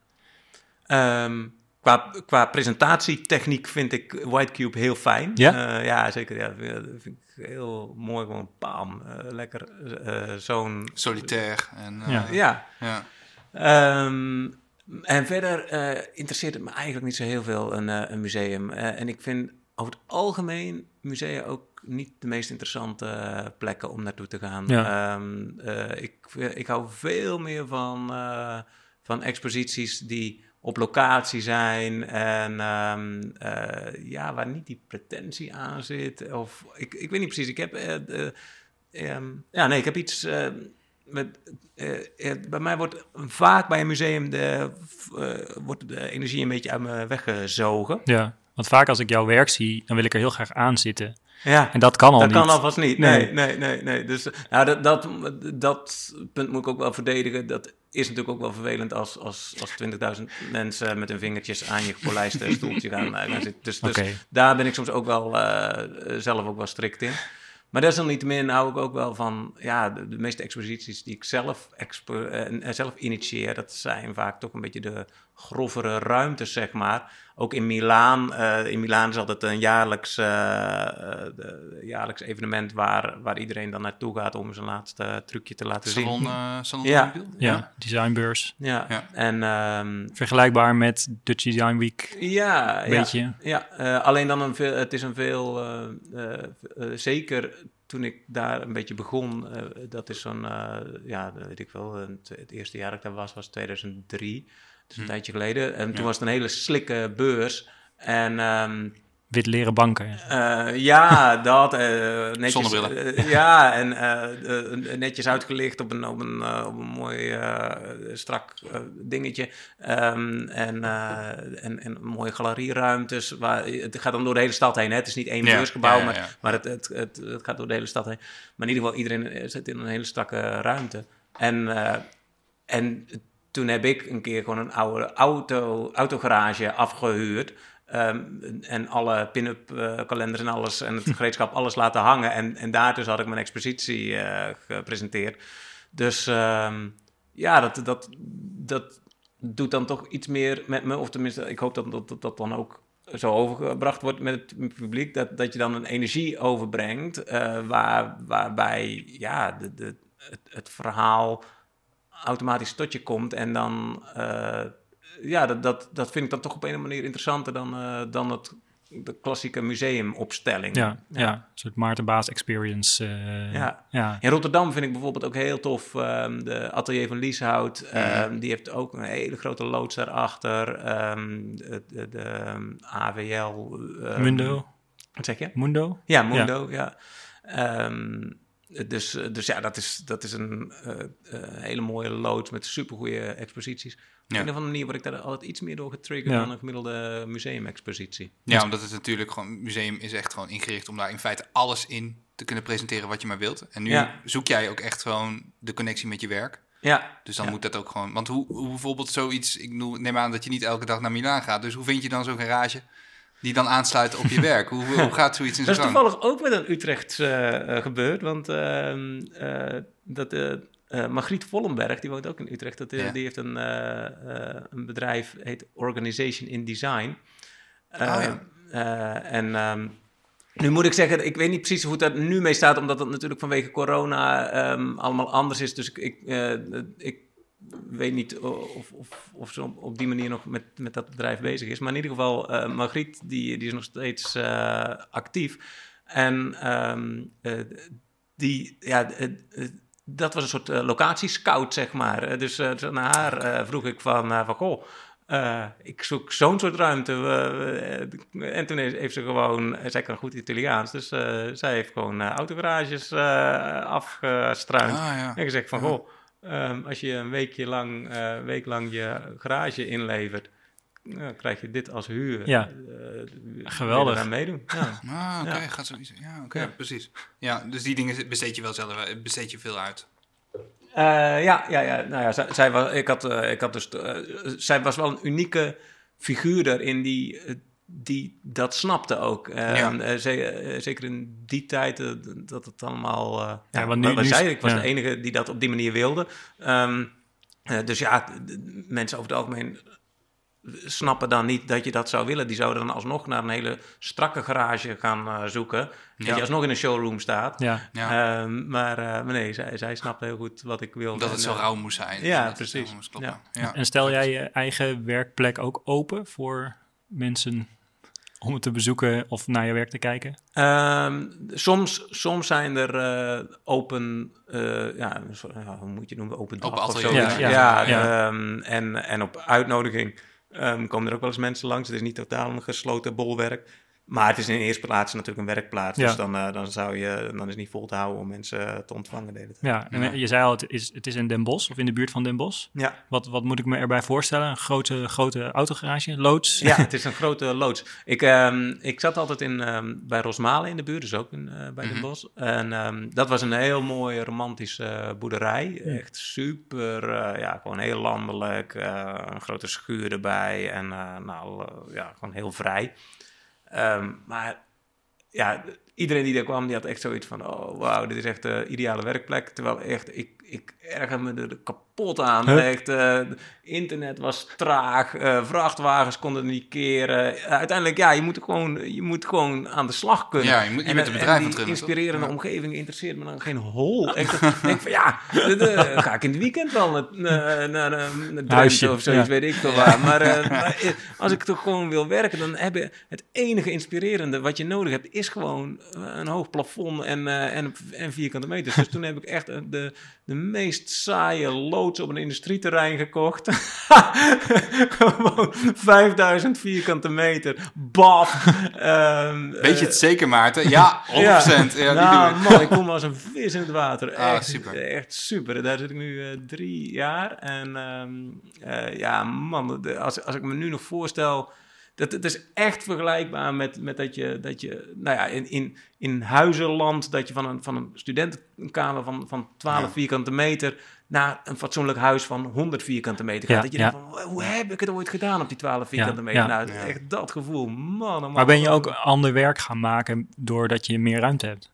Um, Qua, qua presentatietechniek vind ik White Cube heel fijn. Ja? Uh, ja, zeker. Ja, dat vind ik heel mooi. Gewoon bam, uh, lekker uh, zo'n... Solitair. En, uh, ja. ja. ja. Um, en verder uh, interesseert het me eigenlijk niet zo heel veel een, uh, een museum. Uh, en ik vind over het algemeen musea ook niet de meest interessante uh, plekken om naartoe te gaan. Ja. Um, uh, ik, ik hou veel meer van, uh, van exposities die... op locatie zijn en um, uh, ja, waar niet die pretentie aan zit. Of ik, ik weet niet precies. Ik heb uh, uh, um, ja, nee, ik heb iets uh, met. Uh, uh, bij mij wordt vaak bij een museum de, uh, wordt de energie een beetje uit me weggezogen. Ja, want vaak als ik jouw werk zie, dan wil ik er heel graag aan zitten. Ja, en dat kan al dat niet. Dat kan alvast niet. Nee, nee, nee, nee. nee. Dus nou, dat, dat, dat punt moet ik ook wel verdedigen. Dat is natuurlijk ook wel vervelend als, als, als twintigduizend mensen met hun vingertjes aan je gepolijste stoeltje gaan, uh, gaan zitten. Dus, dus Oké. daar ben ik soms ook wel uh, zelf ook wel strikt in. Maar desalniettemin hou ik ook wel van, ja, de, de meeste exposities die ik zelf, expo- uh, zelf initieer, dat zijn vaak toch een beetje de grovere ruimtes, zeg maar. Ook in Milaan. Uh, in Milaan is altijd een jaarlijks, uh, de, jaarlijks evenement waar, waar iedereen dan naartoe gaat om zijn laatste trucje te laten Salon, zien. uh, Salon Ja. Automobile? Ja, designbeurs. Ja, Ja. en... Um, Vergelijkbaar met Dutch Design Week. Ja, Een beetje. Ja, ja uh, alleen dan een veel, het is een veel, uh, uh, uh, zeker toen ik daar een beetje begon, uh, dat is zo'n, uh, ja, weet ik wel, het, het eerste jaar dat ik daar was, was tweeduizend drie, dus een hm. tijdje geleden. En Ja. toen was het een hele slikke beurs en... Um, Wit leren banken. Uh, ja, dat. Uh, netjes, Zonnebrillen. Uh, ja, en uh, uh, netjes uitgelicht op een, op een, uh, op een mooi uh, strak uh, dingetje. Um, en, uh, en, en mooie galerieruimtes. Waar, het gaat dan door de hele stad heen. Hè? Het is niet één Ja, beursgebouw, ja, ja, ja. maar, maar het, het, het, het gaat door de hele stad heen. Maar in ieder geval, iedereen zit in een hele strakke ruimte. En, uh, en toen heb ik een keer gewoon een oude auto, autogarage afgehuurd. Um, en alle pin-up uh, kalenders en alles en het gereedschap alles laten hangen. En, en daar dus had ik mijn expositie uh, gepresenteerd. Dus um, ja, dat, dat, dat doet dan toch iets meer met me. Of tenminste, ik hoop dat dat, dat, dat dan ook zo overgebracht wordt met het publiek. Dat, dat je dan een energie overbrengt uh, waar, waarbij ja, de, de, het, het verhaal automatisch tot je komt en dan... Uh, Ja, dat, dat, dat vind ik dan toch op een manier interessanter dan, uh, dan het, de klassieke museumopstelling. Ja, ja. ja, een soort Maarten Baas experience. Uh, ja. ja. In Rotterdam vind ik bijvoorbeeld ook heel tof um, de Atelier van Lieshout. Um, mm. Die heeft ook een hele grote loods daarachter. Um, de de, de um, A W L. Um, Mundo. Wat zeg je? Mundo? Ja, Mundo, ja. ja. Um, dus, dus ja, dat is, dat is een uh, uh, hele mooie loods met supergoeie exposities. Op ja. een of andere manier word ik daar altijd iets meer door getriggerd ja. dan een gemiddelde museumexpositie. Ja, omdat het natuurlijk gewoon... Een museum is echt gewoon ingericht om daar in feite alles in te kunnen presenteren wat je maar wilt. En nu ja. zoek jij ook echt gewoon de connectie met je werk. Ja. Dus dan ja. moet dat ook gewoon... Want hoe, hoe bijvoorbeeld zoiets... Ik neem aan dat je niet elke dag naar Milaan gaat. Dus hoe vind je dan zo'n garage die dan aansluit op je werk? Hoe, hoe gaat zoiets in zijn gang? Dat is toevallig ook met een Utrecht uh, uh, gebeurd. Want uh, uh, dat... Uh, Uh, Margriet Vollenberg, die woont ook in Utrecht. Dat, ja. Die heeft een, uh, uh, een bedrijf, heet Organization in Design. Uh, oh, ja. uh, en um, nu moet ik zeggen, ik weet niet precies hoe dat nu mee staat, omdat het natuurlijk vanwege corona um, allemaal anders is. Dus ik, ik, uh, ik weet niet of, of, of ze op, op die manier nog met, met dat bedrijf bezig is. Maar in ieder geval, uh, Margriet, die, die is nog steeds uh, actief. En um, uh, die, ja... Uh, uh, dat was een soort uh, locatiescout, zeg maar. Uh, dus, uh, dus aan haar uh, vroeg ik van, uh, van goh, uh, ik zoek zo'n soort ruimte. Uh, uh, en toen heeft ze gewoon, uh, zij kan goed Italiaans, dus uh, zij heeft gewoon uh, autogarages uh, afgestruind. Ah, ja. En gezegd van, ja. goh, um, als je een weekje lang, uh, week lang je garage inlevert, dan krijg je dit als huur. Ja, uh, geweldig. Daar meedoen. Ja. Ah, oké, okay. ja. gaat zoiets. Ja, oké, okay. ja. precies. Ja, dus die dingen besteed je wel zelf, besteed je veel uit. Uh, ja, ja, ja, nou ja, zij, zij was, ik had, uh, ik had dus, uh, zij was wel een unieke figuur daarin die, uh, die dat snapte ook. Uh, ja. uh, ze, uh, zeker in die tijd uh, dat het allemaal, uh, ja, ja, want nu, nu zei ik was ja. de enige die dat op die manier wilde. Um, uh, dus ja, de mensen over het algemeen snappen dan niet dat je dat zou willen. Die zouden dan alsnog naar een hele strakke garage gaan uh, zoeken. Ja. Dat je alsnog in een showroom staat. Ja. Ja. Uh, maar, uh, maar nee, zij, zij snapte heel goed wat ik wilde. Dat het zo rauw moest zijn. Ja, dat precies. Moest kloppen. Ja. Ja. En stel jij je eigen werkplek ook open voor mensen om het te bezoeken of naar je werk te kijken? Um, soms, soms zijn er uh, open, uh, ja, hoe moet je het noemen, open dag open of zo. Ja, ja, ja, ja. Um, en, en op uitnodiging um, komen er ook wel eens mensen langs. Het is niet totaal een gesloten bolwerk. Maar het is in de eerste plaats natuurlijk een werkplaats. Ja. Dus dan, uh, dan, zou je, dan is het niet vol te houden om mensen te ontvangen. De hele tijd. Ja, en Ja. je zei al, het is, het is in Den Bosch of in de buurt van Den Bosch. Ja. Wat, wat moet ik me erbij voorstellen? Een grote, grote autogarage, loods? Ja, het is een grote loods. Ik, um, ik zat altijd in, um, bij Rosmalen in de buurt, dus ook in, uh, bij Den Mhm. Bosch. En um, dat was een heel mooie romantische uh, boerderij. Ja. Echt super, uh, ja, gewoon heel landelijk. Uh, een grote schuur erbij en uh, nou, uh, ja, gewoon heel vrij. Um, maar ja, iedereen die daar kwam, die had echt zoiets van... oh, wauw, dit is echt de ideale werkplek. Terwijl echt, ik, ik erger me er kapot aan. Huh? Echt, uh, internet was traag, uh, vrachtwagens konden niet keren. Uh, uiteindelijk, ja, je moet, gewoon, je moet gewoon aan de slag kunnen. Ja, je, moet, je en, bent een en bedrijf die aan het runnen, inspirerende toch? omgeving interesseert me dan geen hol. Echt, ik denk van, ja, de, de, ga ik in het weekend wel naar, naar, naar, naar Drenthe of zoiets, ja. weet ik veel waar. Maar, uh, maar als ik toch gewoon wil werken, dan heb je het enige inspirerende wat je nodig hebt, is gewoon een hoog plafond en, uh, en, en vierkante meters. Dus toen heb ik echt de, de meest saaie loods op een industrieterrein gekocht. Gewoon vijfduizend vierkante meter. Baf. Um, Weet je het zeker, Maarten? Ja, honderd procent. Ja, Ja, die nou, doen we. man, ik voel me als een vis in het water. Ah, Echt, super. echt super. Daar zit ik nu uh, drie jaar. En um, uh, ja, man, de, als, als ik me nu nog voorstel... Dat, het is echt vergelijkbaar met, met dat je, dat je nou ja, in, in, in huizenland... dat je van een, van een studentenkamer van, van twaalf Ja. vierkante meter... naar een fatsoenlijk huis van honderd vierkante meter gaat. Ja, dat je ja. denkt van, hoe heb ik het ooit gedaan op die twaalf vierkante Ja, meter? ja. Nou, Ja. echt dat gevoel. Man, oh man. Maar ben je ook ander werk gaan maken doordat je meer ruimte hebt?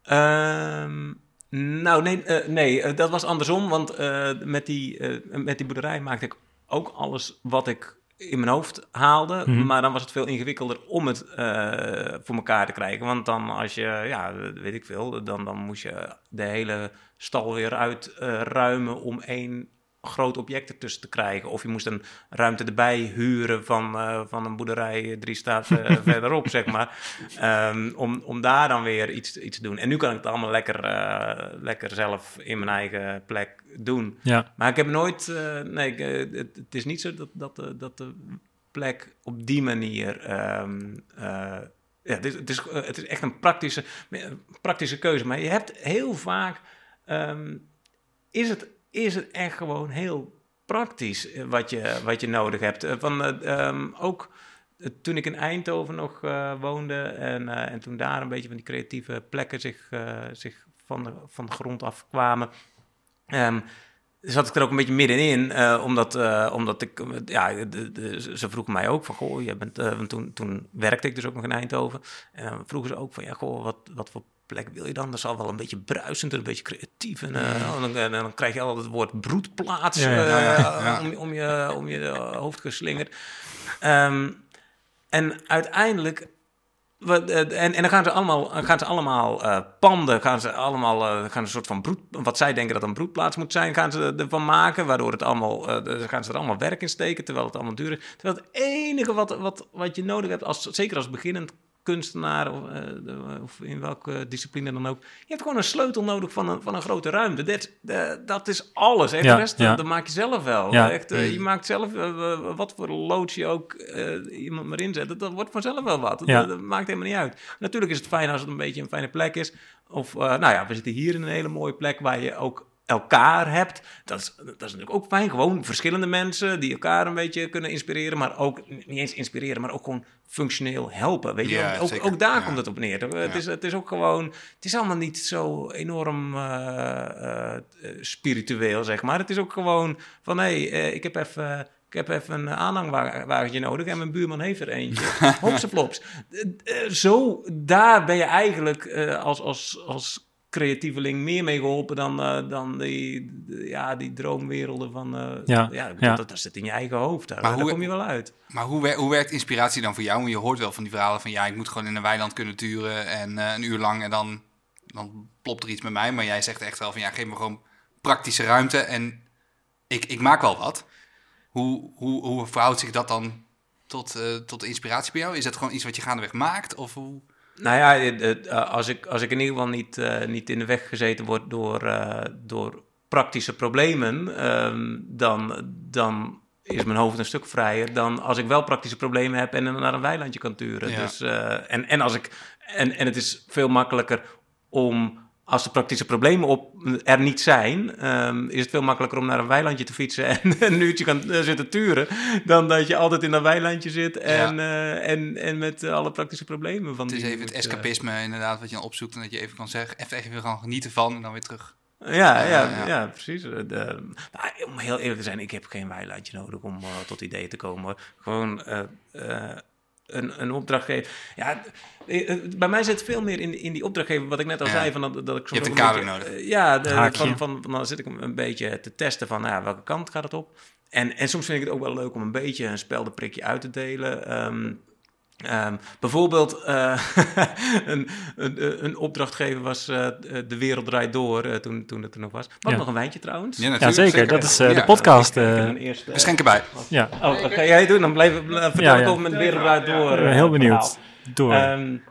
Um, nou, nee, uh, nee uh, dat was andersom. Want uh, met, die, uh, met die boerderij maakte ik ook alles wat ik in mijn hoofd haalde. Mm-hmm. Maar dan was het veel ingewikkelder om het uh, voor elkaar te krijgen. Want dan als je, ja, weet ik veel... dan, dan moest je de hele stal weer uitruimen uh, om één... groot object ertussen te krijgen. Of je moest een ruimte erbij huren van, uh, van een boerderij drie straten uh, verderop, zeg maar. Um, om, om daar dan weer iets, iets te doen. En nu kan ik het allemaal lekker, uh, lekker zelf in mijn eigen plek doen. Ja. Maar ik heb nooit... Uh, nee, ik, uh, het, het is niet zo dat, dat, uh, dat de plek op die manier... Um, uh, ja, het is, het, is, uh, het is echt een praktische, praktische keuze. Maar je hebt heel vaak... Um, is het is het echt gewoon heel praktisch wat je, wat je nodig hebt. Van, uh, um, ook uh, toen ik in Eindhoven nog uh, woonde... En, uh, en toen daar een beetje van die creatieve plekken zich, uh, zich van, de, van de grond af kwamen... Um, zat ik er ook een beetje middenin, uh, omdat, uh, omdat ik... Uh, ja, de, de, ze vroegen mij ook van... Goh, je bent, uh, want toen, toen werkte ik dus ook nog in Eindhoven. En dan vroegen ze ook van... Ja, goh, wat, wat voor plek wil je dan? Dat zal wel een beetje bruisend en een beetje creatief. En, uh, en, dan, en dan krijg je al het woord broedplaats Ja, ja, uh, ja, ja, ja. Om, om, je, om je uh, hoofd geslingerd. Um, en uiteindelijk... Wat, uh, en, en dan gaan ze allemaal, gaan ze allemaal uh, panden, gaan ze allemaal uh, gaan ze een soort van broed, wat zij denken dat een broedplaats moet zijn, gaan ze ervan maken, waardoor het allemaal, uh, gaan ze er allemaal werk in steken, terwijl het allemaal duur is. Terwijl het enige wat, wat, wat je nodig hebt, als, zeker als beginnend kunstenaar of, uh, of in welke discipline dan ook, je hebt gewoon een sleutel nodig van een, van een grote ruimte. Dat, uh, dat is alles. Hè? Ja, de rest, ja. dat maak je zelf wel. Ja. Echt, uh, je maakt zelf, uh, wat voor loods je ook uh, iemand maar inzet, dat, dat wordt vanzelf wel wat. Ja. Dat, dat maakt helemaal niet uit. Natuurlijk is het fijn als het een beetje een fijne plek is. Of, uh, nou ja, we zitten hier in een hele mooie plek waar je ook elkaar hebt. Dat is, dat is natuurlijk ook fijn. Gewoon verschillende mensen die elkaar een beetje kunnen inspireren. Maar ook, niet eens inspireren, maar ook gewoon functioneel helpen. Weet je? Ja, ook, zeker. ook daar Ja. komt het op neer. Het, Ja. is, het is ook gewoon... Het is allemaal niet zo enorm uh, uh, spiritueel, zeg maar. Het is ook gewoon van... Hé, hey, uh, ik heb even... Ik heb even een aanhangwagentje nodig en mijn buurman heeft er eentje. Hopse plops. Uh, uh, zo, daar ben je eigenlijk uh, als, als, als creatieveling meer mee geholpen dan, uh, dan die, de, ja, die droomwerelden van... Uh, Ja, ja, ja. Dat, dat zit in je eigen hoofd. Daar, Maar daar hoe- kom je wel uit. Maar hoe, wer- hoe werkt inspiratie dan voor jou? Want je hoort wel van die verhalen van... ja, ik moet gewoon in een weiland kunnen turen en uh, een uur lang... en dan, dan plopt er iets met mij. Maar jij zegt echt wel van... ja, geef me gewoon praktische ruimte en ik, ik maak wel wat. Hoe, hoe, hoe verhoudt zich dat dan tot, uh, tot inspiratie bij jou? Is dat gewoon iets wat je gaandeweg maakt? Of hoe... Nou ja, het, het, uh, als, ik, als ik in ieder geval niet, uh, niet in de weg gezeten word door, uh, door praktische problemen... Um, dan... dan is mijn hoofd een stuk vrijer dan als ik wel praktische problemen heb en naar een weilandje kan turen. Ja. Dus, uh, en, en, als ik, en, en het is veel makkelijker om, als de praktische problemen op, er niet zijn, um, is het veel makkelijker om naar een weilandje te fietsen en een uurtje kan uh, zitten turen, dan dat je altijd in dat weilandje zit en, ja. uh, en, en met uh, alle praktische problemen. Van het is die even het moet, escapisme uh, inderdaad wat je dan opzoekt en dat je even kan zeggen, even, even gaan genieten van en dan weer terug. Ja, ja, ja, ja. ja, precies. De, maar om heel eerlijk te zijn, ik heb geen weilandje nodig om uh, tot ideeën te komen. Gewoon uh, uh, een, een opdrachtgever. Ja, uh, bij mij zit veel meer in, in die opdrachtgever, wat ik net al ja. zei. Van dat, dat ik je hebt een, een kader beetje, nodig. Uh, ja, de, van, van, van, van, dan zit ik een beetje te testen van nou, welke kant gaat het op. En, en soms vind ik het ook wel leuk om een beetje een speldenprikje uit te delen. Um, Um, bijvoorbeeld uh, een, een, een opdrachtgever was uh, De Wereld Draait Door uh, toen, toen het er nog was. Mag ja. nog een wijntje trouwens? Ja, ja zeker. zeker. Dat is uh, ja. de podcast. Uh... Eerste, uh, We schenken bij. Ja. Oh, dat ga jij doen. Dan blijf ik uh, vertel ja, ja. over met De Wereld Draait Door. Uh, heel benieuwd. Door. Um,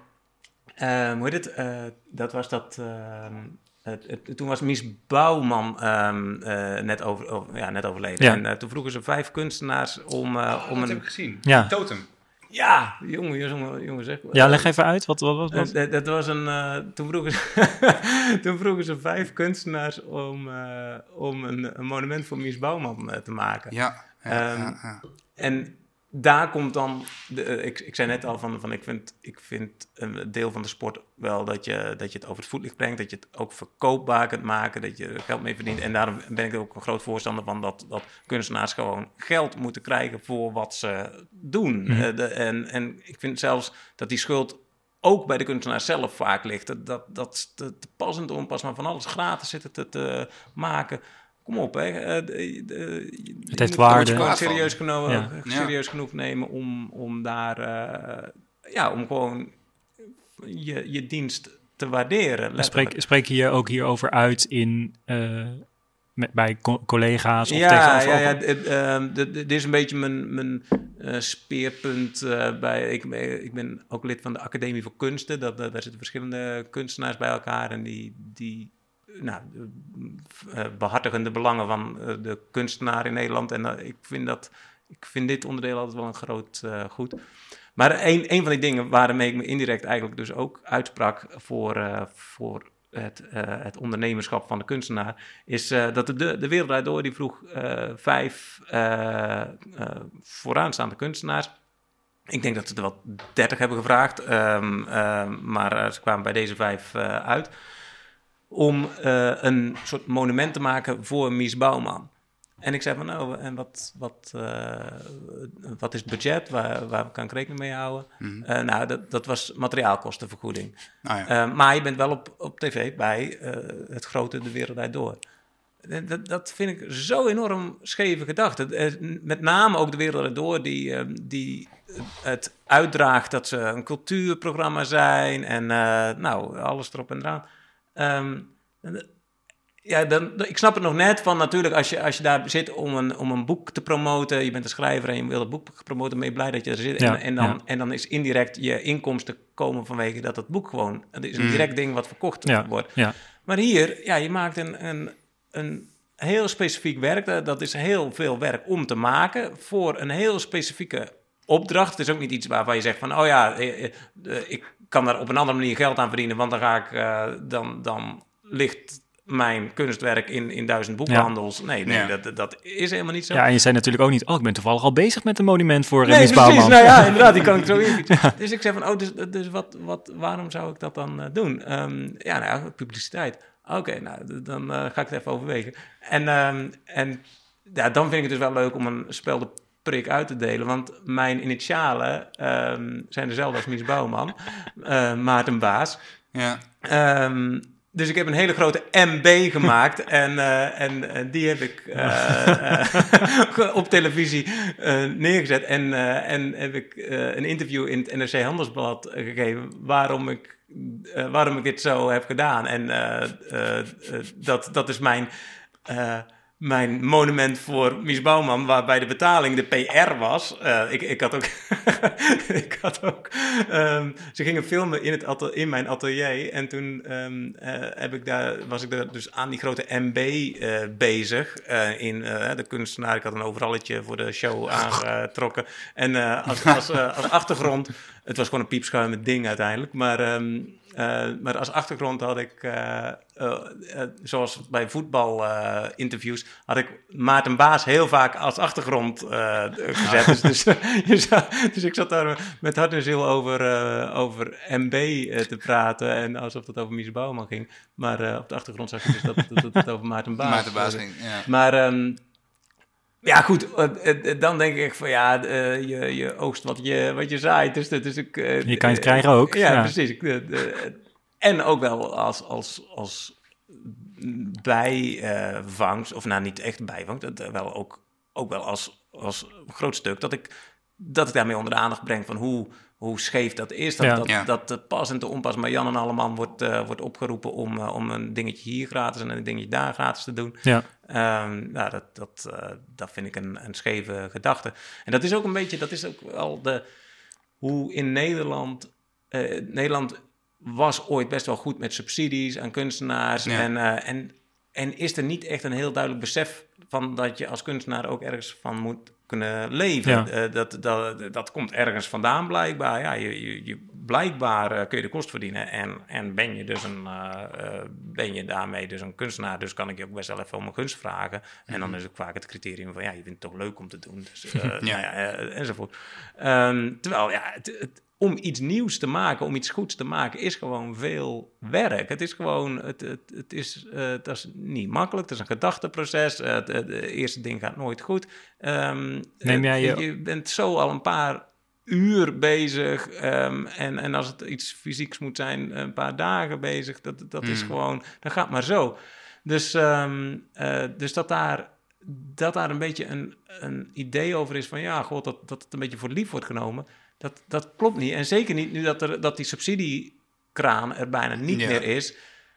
uh, hoe heet het? Uh, dat was dat... Uh, Het, het, toen was Mies Bouwman um, uh, net, over, over, ja, net overleden. Ja. En uh, toen vroegen ze vijf kunstenaars om, uh, oh, om dat een... heb ik gezien. Ja. Totem. Ja, jongen, jongen, jongen zeg. Ja, leg even uit. Wat was wat, wat? Uh, dat was een... Uh, toen, vroegen ze, toen vroegen ze vijf kunstenaars om, uh, om een, een monument voor Mies Bouwman uh, te maken. Ja. ja, um, ja, ja. En daar komt dan... De, uh, ik, ik zei net al van, van ik vind, ik vind een deel van de sport wel dat je, dat je het over het voetlicht brengt. Dat je het ook verkoopbaar kunt maken. Dat je er geld mee verdient. En daarom ben ik er ook een groot voorstander van dat, dat kunstenaars gewoon geld moeten krijgen voor wat ze doen. Mm-hmm. Uh, de, en, en ik vind zelfs dat die schuld ook bij de kunstenaar zelf vaak ligt. Dat, dat, dat te, te passend om pas maar van alles gratis zitten te, te maken... Kom op, hè. Uh, de, de, het heeft waarde. Het serieus, genomen, ja. serieus genoeg nemen om, om daar... Uh, ja, om gewoon je, je dienst te waarderen. Spreek, spreek je je ook hierover uit in... Uh, met, bij co- collega's of ja, tegenover... Ja, ja, dit uh, is een beetje mijn, mijn uh, speerpunt uh, bij... Ik, ik ben ook lid van de Academie voor Kunsten. Dat, dat, daar zitten verschillende kunstenaars bij elkaar en die... die Nou, uh, behartigen de belangen van uh, de kunstenaar in Nederland. En uh, ik, vind dat, ik vind dit onderdeel altijd wel een groot uh, goed. Maar een, een van die dingen waarmee ik me indirect eigenlijk dus ook uitsprak voor, uh, voor het, uh, het ondernemerschap van de kunstenaar, is uh, dat de, de Wereld Draait Door die vroeg uh, vijf uh, uh, vooraanstaande kunstenaars. Ik denk dat ze er wel dertig hebben gevraagd, um, uh, maar uh, ze kwamen bij deze vijf uh, uit. Om uh, een soort monument te maken voor Mies Bouwman. En ik zei van, nou, en wat, wat, uh, wat is het budget? Waar, waar kan ik rekening mee houden? Mm-hmm. Uh, nou, dat, dat was materiaalkostenvergoeding. Oh ja. uh, maar je bent wel op, op tv bij uh, het grote De Wereld Draait Door. Dat, dat vind ik zo enorm scheve gedachte. Met name ook De Wereld Draait Door, die, uh, die het uitdraagt dat ze een cultuurprogramma zijn. En uh, nou, alles erop en eraan. Um, ja, dan, ik snap het nog net van natuurlijk als je, als je daar zit om een, om een boek te promoten, je bent een schrijver en je wil het boek promoten, ben je blij dat je er zit. Ja, en, en, dan, ja. en dan is indirect je inkomsten komen vanwege dat het boek gewoon, het is een direct ding wat verkocht ja, wordt. Ja. Maar hier, ja, je maakt een, een, een heel specifiek werk, dat is heel veel werk om te maken voor een heel specifieke opdracht. Het is ook niet iets waarvan je zegt van, oh ja, ik kan daar op een andere manier geld aan verdienen, want dan ga ik, uh, dan, dan ligt mijn kunstwerk in, in duizend boekhandels. Ja. Nee, nee ja. dat, dat is helemaal niet zo. Ja, en je zei natuurlijk ook niet, oh, ik ben toevallig al bezig met een monument voor nee, Mies Bouwman. Nou ja, inderdaad, die kan ik zo infietsen. Ja. Dus ik zei van, oh, dus, dus wat, wat, waarom zou ik dat dan uh, doen? Um, ja, nou ja, publiciteit. Oké, okay, nou, dan uh, ga ik het even overwegen. En, um, en ja, dan vind ik het dus wel leuk om een spel de prik uit te delen, want mijn initialen um, zijn dezelfde als Mies Bouwman, uh, Maarten Baas. Ja. Um, dus ik heb een hele grote M B gemaakt en, uh, en, en die heb ik uh, uh, op televisie uh, neergezet en, uh, en heb ik uh, een interview in het N R C Handelsblad uh, gegeven waarom ik, uh, waarom ik dit zo heb gedaan. En uh, uh, uh, dat, dat is mijn... Uh, mijn monument voor Mies Bouwman, waarbij de betaling de P R was. Uh, ik, ik had ook... ik had ook um, ze gingen filmen in, het atel- in mijn atelier. En toen um, uh, heb ik daar, was ik daar dus aan die grote M B uh, bezig. Uh, in uh, de kunstenaar. Ik had een overalletje voor de show aangetrokken. En uh, als, als, uh, als achtergrond... Het was gewoon een piepschuimend ding uiteindelijk. Maar, um, uh, maar als achtergrond had ik, uh, uh, uh, zoals bij voetbalinterviews, uh, had ik Maarten Baas heel vaak als achtergrond uh, gezet. dus, dus, dus, dus ik zat daar met hart en ziel over, uh, over M B uh, te praten. En alsof het over Mies Bouwman ging. Maar uh, op de achtergrond zag je dus dat, dat, dat het over Maarten Baas, Maarten Baas ging. Ja. Maar... Um, Ja, goed, uh, dan denk ik van ja, uh, je, je oogst wat je, wat je zaait. Dus, dus ik, uh, je kan het uh, krijgen ook. Ja, ja. precies. Ik, uh, uh, en ook wel als, als, als bijvangst, uh, of nou niet echt bijvangst, dat, uh, wel ook, ook wel als, als groot stuk, dat ik, dat ik daarmee onder de aandacht breng van hoe... hoe scheef dat is, dat, ja. dat, Ja. dat te pas en te onpas maar Jan en Alleman wordt, uh, wordt opgeroepen om, uh, om een dingetje hier gratis en een dingetje daar gratis te doen. Ja. Um, nou, dat, dat, uh, dat vind ik een, een scheve gedachte. En dat is ook een beetje, dat is ook wel de, hoe in Nederland, uh, Nederland was ooit best wel goed met subsidies aan kunstenaars Ja. en, uh, en, en is er niet echt een heel duidelijk besef van dat je als kunstenaar ook ergens van moet kunnen leven. Ja. Uh, dat, dat, dat komt ergens vandaan blijkbaar. Ja, je, je, je, blijkbaar uh, kun je de kost verdienen en, en ben je dus een uh, uh, ben je daarmee dus een kunstenaar, dus kan ik je ook best wel even om een gunst vragen. Mm-hmm. En dan is ook vaak het criterium van ja, je vindt het toch leuk om te doen. Dus, uh, ja. Nou ja, uh, enzovoort. Um, terwijl ja, het, het, om iets nieuws te maken, om iets goeds te maken, is gewoon veel werk. Het is gewoon, het, het, het is, uh, dat is niet makkelijk. Het is een gedachteproces. Uh, het, het eerste ding gaat nooit goed. Um, Neem jij je... je bent zo al een paar uur bezig. Um, en, en als het iets fysieks moet zijn, een paar dagen bezig. Dat, dat mm. is gewoon, dat gaat maar zo. Dus, um, uh, dus dat daar... dat daar een beetje een, een idee over is van ja, god, dat, dat het een beetje voor lief wordt genomen, dat, dat klopt niet. En zeker niet nu dat, er, dat die subsidiekraan er bijna niet ja. meer is.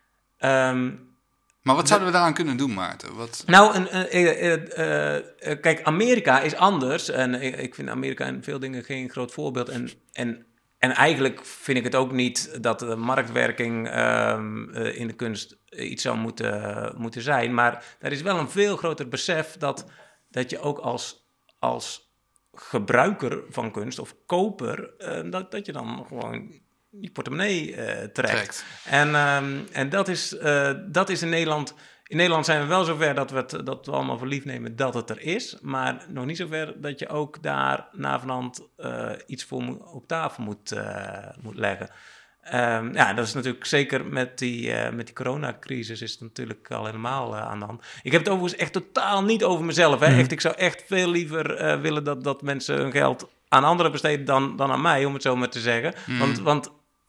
Um, maar wat zouden we daaraan kunnen doen, Maarten? Wat... Nou, een, uh, uh, uh, uh, kijk, Amerika is anders. En ik, ik vind Amerika in veel dingen geen groot voorbeeld. En, en, en eigenlijk vind ik het ook niet dat de marktwerking um, uh, in de kunst iets zou moeten, uh, moeten zijn. Maar er is wel een veel groter besef dat, dat je ook als, als gebruiker van kunst of koper, uh, dat, dat je dan gewoon die portemonnee uh, trekt. trekt. En, um, en dat, is, uh, dat is in Nederland... In Nederland zijn we wel zover dat we, het, dat we allemaal voor lief nemen dat het er is. Maar nog niet zover dat je ook daar navenant uh, iets voor mo- op tafel moet, uh, moet leggen. Um, ja, dat is natuurlijk zeker met die, uh, met die coronacrisis is het natuurlijk al helemaal uh, aan de hand. Ik heb het overigens echt totaal niet over mezelf. Hè? Mm. Echt, ik zou echt veel liever uh, willen dat, dat mensen hun geld aan anderen besteden dan, dan aan mij, om het zo maar te zeggen. Mm. Want... want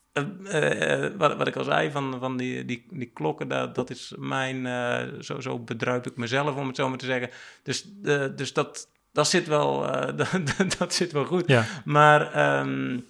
Uh, uh, wat, wat ik al zei, van, van die, die, die klokken, dat, dat is mijn... Uh, zo, zo bedruip ik mezelf, om het zo maar te zeggen. Dus, uh, dus dat, dat, zit wel, uh, dat, dat zit wel goed. Ja. Maar, um,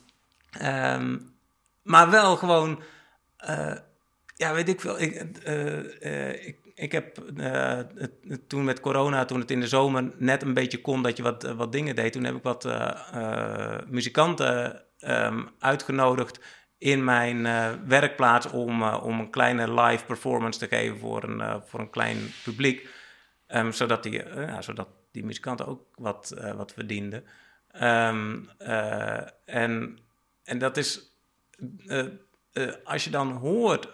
um, maar wel gewoon... Uh, ja, weet ik veel. Ik, uh, uh, ik, ik heb uh, het, toen met corona, toen het in de zomer net een beetje kon... dat je wat, uh, wat dingen deed, toen heb ik wat uh, uh, muzikanten um, uitgenodigd... in mijn uh, werkplaats om, uh, om een kleine live performance te geven voor een, uh, voor een klein publiek. Um, zodat, die, uh, ja, zodat die muzikanten ook wat, uh, wat verdienden. Um, uh, en, en dat is... Uh, uh, als je dan hoort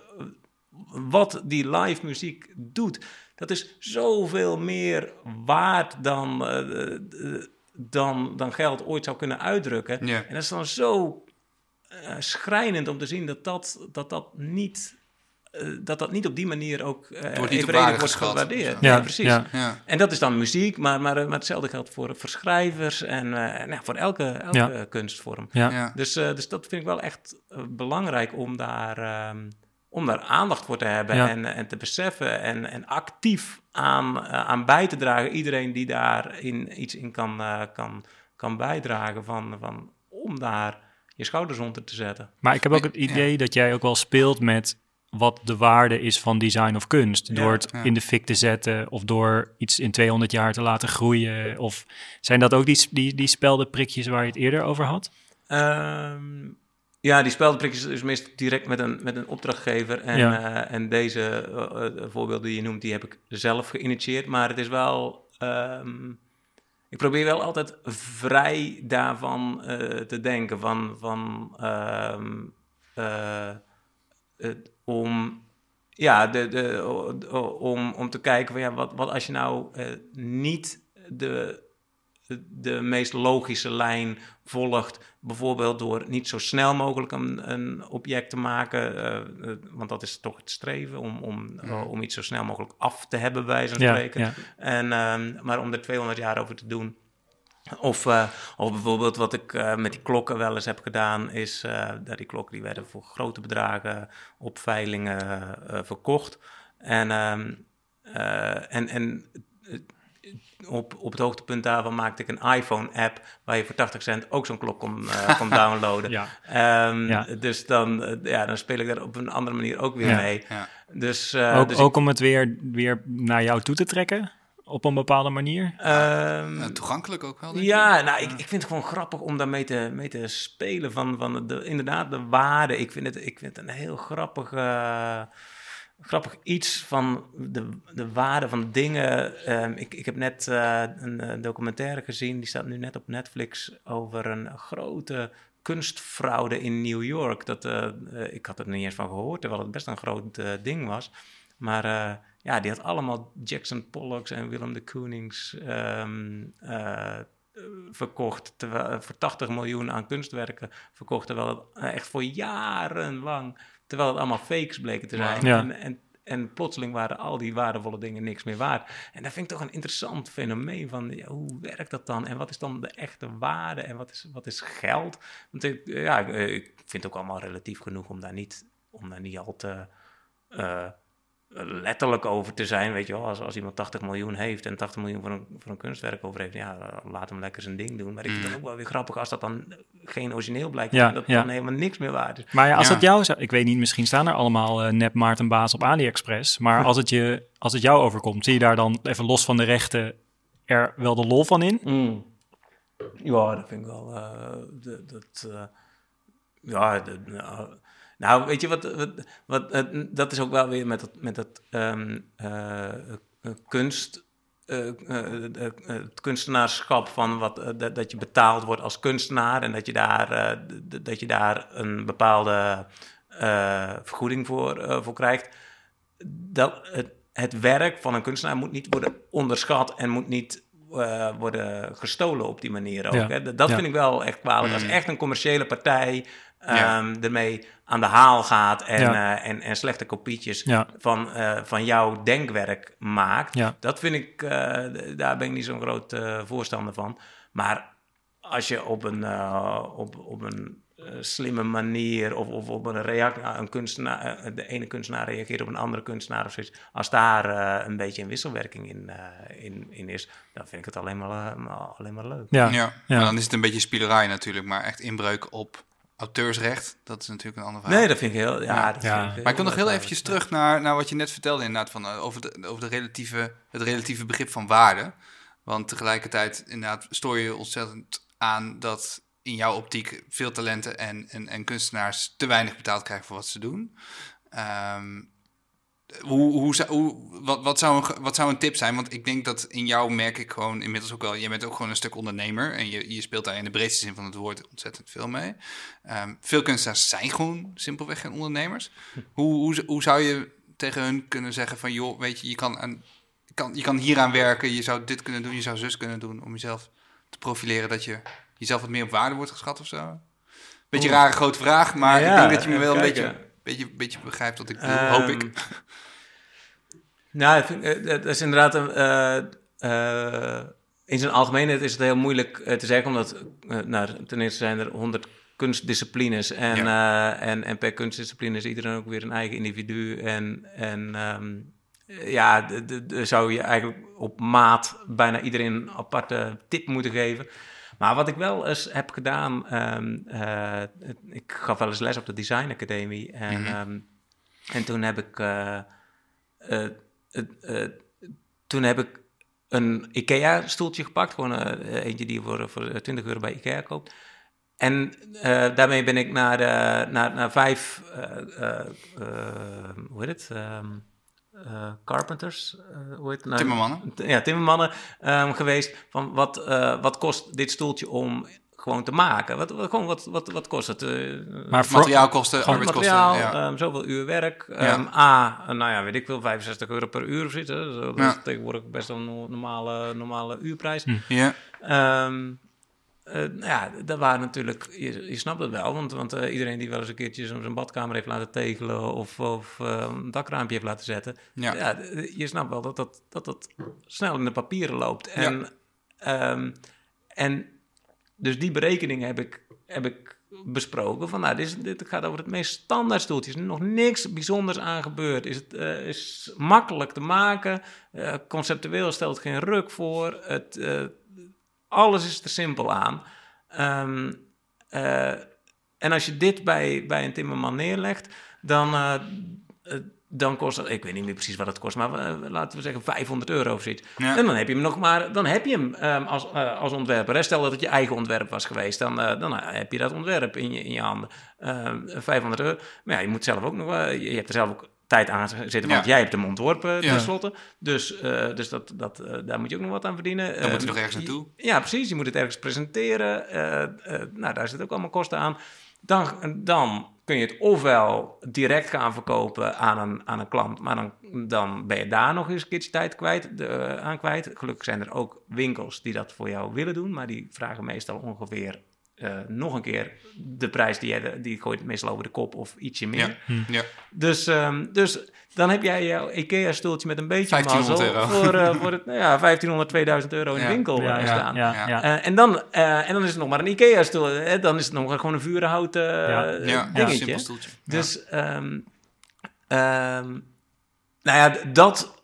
wat die live muziek doet... dat is zoveel meer waard dan, uh, uh, dan, dan geld ooit zou kunnen uitdrukken. Yeah. En dat is dan zo... Uh, schrijnend om te zien dat dat, dat, dat, niet, uh, dat dat niet op die manier ook uh, evenredig wordt gewaardeerd. Ja, ja, precies. Ja. Ja. En dat is dan muziek, maar, maar, maar hetzelfde geldt voor, voor schrijvers en uh, nou, voor elke, elke ja. kunstvorm. Ja. Ja. Dus, uh, dus dat vind ik wel echt uh, belangrijk om daar, um, om daar aandacht voor te hebben ja. en, en te beseffen en, en actief aan, uh, aan bij te dragen. Iedereen die daar in, iets in kan, uh, kan, kan bijdragen van, van, om daar... je schouders onder te zetten. Maar ik heb ook het idee ja. dat jij ook wel speelt met wat de waarde is van design of kunst. Ja, door het ja. in de fik te zetten of door iets in tweehonderd jaar te laten groeien. Of zijn dat ook die, die, die speldenprikjes waar je het eerder over had? Um, ja, die speldenprikjes is meestal direct met een, met een opdrachtgever. En, Ja. uh, en deze uh, uh, voorbeelden die je noemt, die heb ik zelf geïnitieerd. Maar het is wel... Um, ik probeer wel altijd vrij daarvan uh, te denken. Van... van um, uh, uh, om... Ja, de, de, om, om te kijken van ja, wat, wat als je nou uh, niet de... de meest logische lijn volgt, bijvoorbeeld door niet zo snel mogelijk een, een object te maken, uh, uh, want dat is toch het streven, om, om, Mm. uh, om iets zo snel mogelijk af te hebben, bij zo'n Ja, spreken. ja. En, uh, maar om er tweehonderd jaar over te doen. Of, uh, of bijvoorbeeld wat ik uh, met die klokken wel eens heb gedaan, is uh, dat die klokken die werden voor grote bedragen op veilingen uh, verkocht. En, uh, uh, en, en uh, Op, op het hoogtepunt daarvan maakte ik een iPhone-app waar je voor tachtig cent ook zo'n klok kon, uh, kon downloaden. Ja. Um, Ja. Dus dan, uh, ja, dan speel ik daar op een andere manier ook weer Ja. mee. Ja. Dus, uh, ook dus ook om het weer, weer naar jou toe te trekken? Op een bepaalde manier? ik, um, Uh, toegankelijk ook wel, denk ja, ik. nou, ik, ik vind het gewoon grappig om daarmee te, mee te spelen. Van, van de, inderdaad, de waarde. Ik vind het, ik vind het een heel grappig... Uh, Grappig iets van de, de waarde van dingen. Um, ik, ik heb net uh, een, een documentaire gezien, die staat nu net op Netflix, over een grote kunstfraude in New York. Dat, uh, uh, ik had er niet eens van gehoord, terwijl het best een groot uh, ding was. Maar uh, ja, die had allemaal Jackson Pollocks en Willem de Koonings um, uh, verkocht. Terwijl, uh, voor tachtig miljoen aan kunstwerken verkocht. Terwijl het uh, echt voor jarenlang... Terwijl het allemaal fakes bleken te zijn. Ja. En, en, en plotseling waren al die waardevolle dingen niks meer waard. En dat vind ik toch een interessant fenomeen van... Ja, hoe werkt dat dan? En wat is dan de echte waarde? En wat is, wat is geld? Want ik, ja, ik, ik vind het ook allemaal relatief genoeg om daar niet, om daar niet al te... Uh, letterlijk over te zijn, weet je wel. Als, als iemand tachtig miljoen heeft en tachtig miljoen voor een, voor een kunstwerk over heeft, ja, laat hem lekker zijn ding doen. Maar ik vind het ook wel weer grappig als dat dan geen origineel blijkt, Ja, en dat ja. dan helemaal niks meer waard is. Maar ja, als Ja. het jou zou... Ik weet niet, misschien staan er allemaal uh, nep Maarten Baas op AliExpress. Maar als het, je, als het jou overkomt, zie je daar dan even los van de rechten er wel de lol van in? Mm. Ja, dat vind ik wel... Uh, de, dat, uh, ja, de, uh, nou, weet je wat... wat, wat uh, dat is ook wel weer met dat, met dat um, uh, uh, kunst... Uh, uh, uh, uh, het kunstenaarschap van wat, uh, dat, dat je betaald wordt als kunstenaar... en dat je daar, uh, d- dat je daar een bepaalde uh, vergoeding voor, uh, voor krijgt. Dat, het, het werk van een kunstenaar moet niet worden onderschat... en moet niet uh, worden gestolen op die manier ook. Ja. Hè? Dat Ja. vind ik wel echt kwalijk. Mm. Als echt een commerciële partij... Um, Ja. ermee aan de haal gaat en, Ja. uh, en, en slechte kopietjes Ja. van, uh, van jouw denkwerk maakt. Ja. Dat vind ik, uh, daar ben ik niet zo'n groot uh, voorstander van. Maar als je op een, uh, op, op een uh, slimme manier of, of op een reactie, een kunstenaar, uh, de ene kunstenaar reageert op een andere kunstenaar of zoiets, als daar uh, een beetje een wisselwerking in, uh, in, in is, dan vind ik het alleen maar, uh, alleen maar leuk. Ja, Ja. ja. Maar dan is het een beetje spielerij natuurlijk, maar echt inbreuk op auteursrecht, dat is natuurlijk een ander verhaal. Nee, dat vind ik heel... Ja, Ja. dat Ja. vind ik Maar ik wil nog heel leuk. eventjes terug naar, naar wat je net vertelde inderdaad, van, uh, over, de, over de relatieve, het relatieve begrip van waarde. Want tegelijkertijd inderdaad stoor je ontzettend aan dat in jouw optiek veel talenten en, en, en kunstenaars te weinig betaald krijgen voor wat ze doen. Um, hoe, hoe, zou- hoe, wat, wat, zou een, wat zou een tip zijn? Want ik denk dat in jou merk ik gewoon inmiddels ook wel... Jij bent ook gewoon een stuk ondernemer. En je, je speelt daar in de breedste zin van het woord ontzettend veel mee. Um, veel kunstenaars zijn gewoon simpelweg geen ondernemers. Hoe, hoe, hoe zou je tegen hun kunnen zeggen van... joh, weet je, je kan, aan, je, kan, je kan hieraan werken. Je zou dit kunnen doen, je zou zus kunnen doen... om jezelf te profileren dat je jezelf wat meer op waarde wordt geschat of zo? Beetje een rare grote vraag, maar Ja, ik denk dat je me even wel een kijken. beetje, beetje, beetje begrijpt wat ik bedoel, Um, hoop ik. Nou, ik vind, uh, dat is inderdaad een... Uh, uh, in zijn algemeenheid is het heel moeilijk uh, te zeggen, omdat uh, nou, ten eerste zijn er honderd kunstdisciplines en, Ja. uh, en, en per kunstdiscipline is iedereen ook weer een eigen individu. En, en um, ja, de, de, de zou je eigenlijk op maat bijna iedereen een aparte tip moeten geven. Maar wat ik wel eens heb gedaan, um, uh, ik gaf wel eens les op de Design Academie en... Mm-hmm. Um, En toen heb ik... Uh, uh, uh, uh, toen heb ik een IKEA-stoeltje gepakt. Gewoon uh, eentje die je voor, voor twintig euro bij IKEA koopt. En uh, daarmee ben ik naar, uh, naar, naar vijf... Uh, uh, uh, hoe heet het? Um, Uh, carpenters, uh, hoe heet het nou? Timmermannen. Ja, timmermannen um, geweest. Van wat, uh, wat kost dit stoeltje om gewoon te maken? Wat, wat, gewoon wat, wat, wat kost het? Uh, maar materiaalkosten, arbeidskosten. Materiaal, ja. um, zoveel uur werk. Um, ja. A, uh, nou ja, weet ik veel, vijfenzestig euro per uur of zoiets. Dat ja. is tegenwoordig best wel een normale, normale uurprijs. Hm. Ja. Um, Uh, nou ja, dat waren natuurlijk, je, je snapt het wel, want, want uh, iedereen die wel eens een keertje zo'n zijn badkamer heeft laten tegelen of, of uh, een dakraampje heeft laten zetten, ja. Ja, je snapt wel dat dat, dat dat snel in de papieren loopt. En, ja. um, en dus die berekeningen heb ik, heb ik besproken van, nou, dit, is, dit gaat over het meest standaard stoeltje. Er is nog niks bijzonders aan gebeurd. Is het uh, is makkelijk te maken, uh, conceptueel stelt geen ruk voor, het... Uh, Alles is er simpel aan. Um, uh, en als je dit bij, bij een timmerman neerlegt, dan, uh, uh, dan kost het... Ik weet niet meer precies wat het kost, maar uh, laten we zeggen vijfhonderd euro of zoiets. Ja. En dan heb je hem nog maar... Dan heb je hem um, als, uh, als ontwerper. Hè? Stel dat het je eigen ontwerp was geweest. Dan, uh, dan heb je dat ontwerp in je, in je handen. Uh, vijfhonderd euro. Maar ja, je moet zelf ook nog... Uh, je hebt er zelf ook... tijd aan zitten, want ja. jij hebt hem ontworpen ja. tenslotte. Dus, uh, dus dat, dat, uh, daar moet je ook nog wat aan verdienen. Dan uh, moet je nog ergens naartoe. Ja, precies. Je moet het ergens presenteren. Uh, uh, nou, daar zitten ook allemaal kosten aan. Dan, dan kun je het ofwel direct gaan verkopen aan een, aan een klant, maar dan, dan ben je daar nog eens een keertje tijd kwijt, de, uh, aan kwijt. Gelukkig zijn er ook winkels die dat voor jou willen doen, maar die vragen meestal ongeveer Uh, nog een keer de prijs die jij die gooit meestal over de kop of ietsje meer. Ja. Hm. Ja. Dus, um, dus dan heb jij jouw IKEA-stoeltje met een beetje mazzel voor, uh, voor het, nou ja, vijftienhonderd, tweeduizend euro in de ja. winkel ja, uh, staan. Ja, ja, ja. Uh, en, dan, uh, en dan is het nog maar een IKEA-stoel. Hè? Dan is het nog gewoon een vurenhouten uh, ja. Ja. dingetje. Ja, stoeltje. Dus, ja. um, um, nou ja, dat...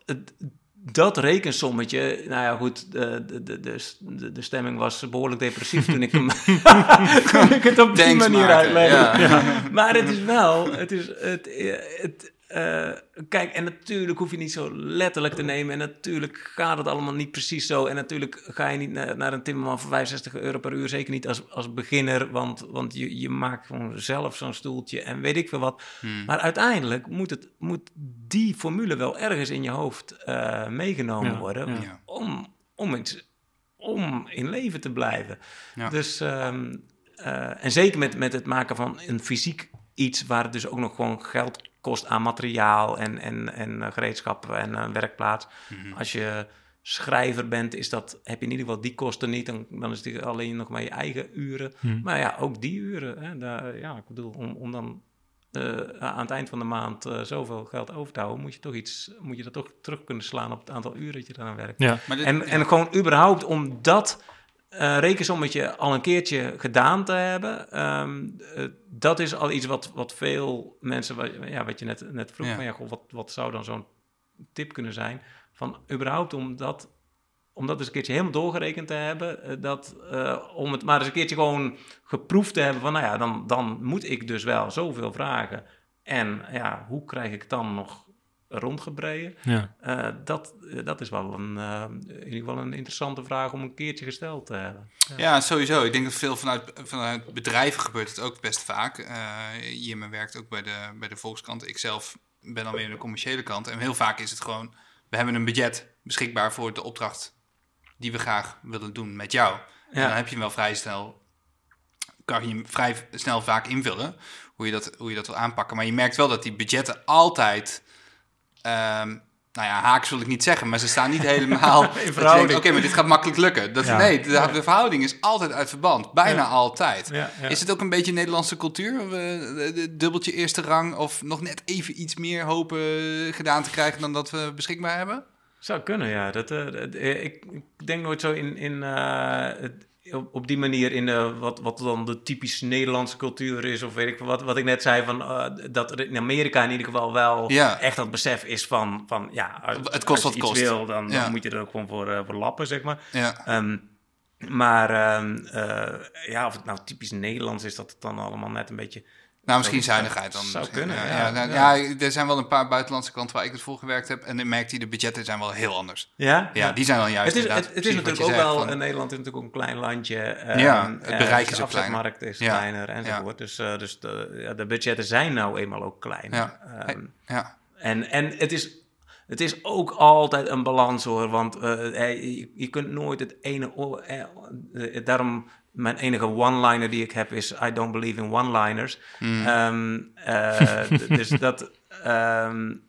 Dat rekensommetje, nou ja goed, de, de, de, de, de stemming was behoorlijk depressief toen ik, hem, toen ik het op die Thanks manier Maarten, uitlegde. Ja. Ja. Maar het is wel, het is, het, het, uh, kijk, en natuurlijk hoef je niet zo letterlijk te nemen en natuurlijk gaat het allemaal niet precies zo en natuurlijk ga je niet naar, naar een timmerman voor vijfenzestig euro per uur, zeker niet als, als beginner, want, want je, je maakt gewoon zelf zo'n stoeltje en weet ik veel wat. Hmm. Maar uiteindelijk moet, het, moet die formule wel ergens in je hoofd uh, meegenomen ja, worden ja. om, om, iets, om in leven te blijven. Ja. Dus, um, uh, en zeker met, met het maken van een fysiek iets waar het dus ook nog gewoon geld kost aan materiaal en, en, en gereedschap en een werkplaats. Mm-hmm. Als je schrijver bent, is dat, heb je in ieder geval die kosten niet. Dan, dan is het alleen nog maar je eigen uren. Mm. Maar ja, ook die uren. Hè, daar, ja, ik bedoel, om, om dan uh, aan het eind van de maand uh, zoveel geld over te houden, moet je toch iets, moet je dat toch terug kunnen slaan op het aantal uren dat je eraan werkt. Ja. Maar dit, en, ja. en gewoon überhaupt om dat Uh, rekensommetje al een keertje gedaan te hebben, um, uh, dat is al iets wat, wat veel mensen, wat, ja, wat je net, net vroeg, ja. Van, ja, goh, wat, wat zou dan zo'n tip kunnen zijn? Van überhaupt om dat, om dat eens een keertje helemaal doorgerekend te hebben, uh, dat, uh, om het maar eens een keertje gewoon geproefd te hebben van, nou ja, dan, dan moet ik dus wel zoveel vragen. En ja, hoe krijg ik dan nog rondgebreien? Ja. Uh, dat, uh, dat is wel een, uh, in ieder geval een interessante vraag om een keertje gesteld te hebben. Ja, ja sowieso. Ik denk dat veel vanuit, vanuit bedrijven gebeurt het ook best vaak. Uh, Jim werkt ook bij de, bij de Volkskrant. Ik zelf ben alweer aan de commerciële kant. En heel vaak is het gewoon, we hebben een budget beschikbaar voor de opdracht die we graag willen doen met jou. Ja. En dan heb je hem wel vrij snel, kan je hem vrij snel vaak invullen, hoe je dat, hoe je dat wil aanpakken. Maar je merkt wel dat die budgetten altijd... Um, nou ja, haaks wil ik niet zeggen, maar ze staan niet helemaal... in verhouding. Oké, okay, maar dit gaat makkelijk lukken. Dat, ja. Nee, de, de verhouding is altijd uit verband. Bijna ja. altijd. Ja, ja. Is het ook een beetje Nederlandse cultuur? Uh, dubbeltje eerste rang of nog net even iets meer hopen gedaan te krijgen dan dat we beschikbaar hebben? Zou kunnen, ja. Dat, uh, dat, uh, ik, ik denk nooit zo in... in uh, Op, op die manier in uh, wat, wat dan de typische Nederlandse cultuur is, of weet ik wat, wat ik net zei, van, uh, dat er in Amerika in ieder geval wel ja. echt dat besef is van, van ja, als, het kost als je wat iets kost. wil, dan, ja. dan moet je er ook gewoon voor, uh, voor lappen, zeg maar. Ja. Um, maar um, uh, ja, of het nou typisch Nederlands is, dat het dan allemaal net een beetje... Nou, misschien Zou- zuinigheid dan. zou misschien. kunnen, Ja, ja. ja, nou, Ja. ja, er zijn wel een paar buitenlandse klanten waar ik het voor gewerkt heb. En dan merkte je, de budgetten zijn wel heel anders. Ja? Ja, die zijn dan juist Het is, inderdaad het, het is precies wat natuurlijk je ook zegt, wel, van- Nederland is natuurlijk ook een klein landje. Ja, ehm, het eh, bereik dus is de ook kleiner. afzetmarkt is Ja. kleiner enzovoort. Ja. Dus, uh, dus de, ja, de budgetten zijn nou eenmaal ook klein. Ja. Ehm, Hey, ja. En, en het, is, het is ook altijd een balans hoor, want uh, je, je kunt nooit het ene... o- eh, eh, daarom, mijn enige one-liner die ik heb is I don't believe in one-liners. Mm. Um, uh, d- dus dat... Um,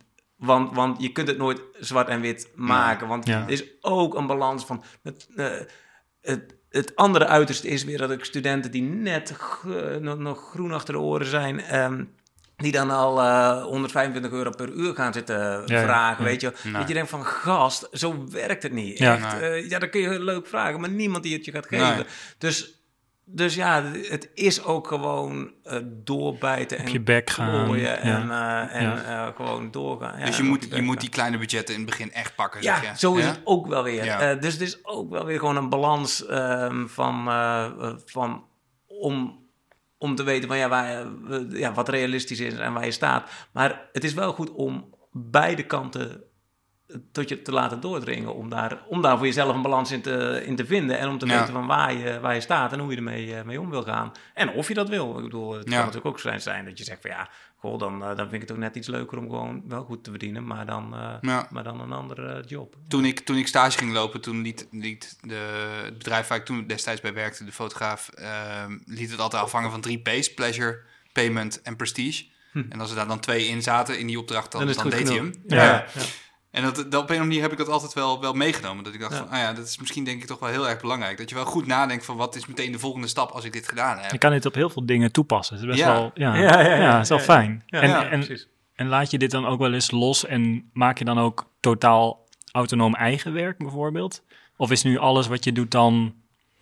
want, want je kunt het nooit zwart en wit maken, want Ja. er is ook een balans van... Het, uh, het, het andere uiterste is weer dat ik studenten die net g- nog, nog groen achter de oren zijn... Um, die dan al uh, honderdvijfentwintig euro per uur gaan zitten Ja, ja, vragen, ja. weet je. Nee. Dat je denkt van, gast, zo werkt het niet. Ja. Echt, Nee. uh, ja, dan kun je leuk vragen, maar niemand die het je gaat geven. Nee. Dus, dus ja, het is ook gewoon uh, doorbijten en Op je bek gaan. klooien Ja. en, uh, en Ja. uh, gewoon doorgaan. Ja, Dus je en op moet, je je bek moet gaan. die kleine budgetten in het begin echt pakken, Ja, zeg je. zo is Ja? het ook wel weer. Ja. Uh, dus het is ook wel weer gewoon een balans um, van, uh, uh, van om, om te weten van, ja, waar, uh, ja, wat realistisch is en waar je staat. Maar het is wel goed om beide kanten tot je te laten doordringen. Om daar, om daar voor jezelf een balans in te, in te vinden. En om te Ja. weten van waar je, waar je staat en hoe je ermee uh, mee om wil gaan. En of je dat wil. Ik bedoel, het Ja. kan natuurlijk ook zijn, zijn dat je zegt van ja, goh, dan, uh, dan vind ik het ook net iets leuker om gewoon wel goed te verdienen. Maar dan, uh, Ja. maar dan een andere job. Toen ik, toen ik stage ging lopen, toen liet, liet de, het bedrijf waar ik toen destijds bij werkte, de fotograaf, ehm, liet het altijd afhangen van drie P's. Pleasure, payment en prestige. Hm. En als er daar dan twee in zaten in die opdracht, dan, Dan dan, is het goed deed hij genoeg. hem. Ja. Ja. Ja. En dat, dat, op een of andere manier heb ik dat altijd wel, wel meegenomen. Dat ik dacht Ja. van, ah ja, dat is misschien denk ik toch wel heel erg belangrijk. Dat je wel goed nadenkt van, wat is meteen de volgende stap als ik dit gedaan heb. Je kan dit op heel veel dingen toepassen. Het is best Ja. wel, ja, Ja, ja, ja, ja, het is wel ja, ja. fijn. Ja, en, ja, en, precies. en laat je dit dan ook wel eens los en maak je dan ook totaal autonoom eigen werk bijvoorbeeld? Of is nu alles wat je doet dan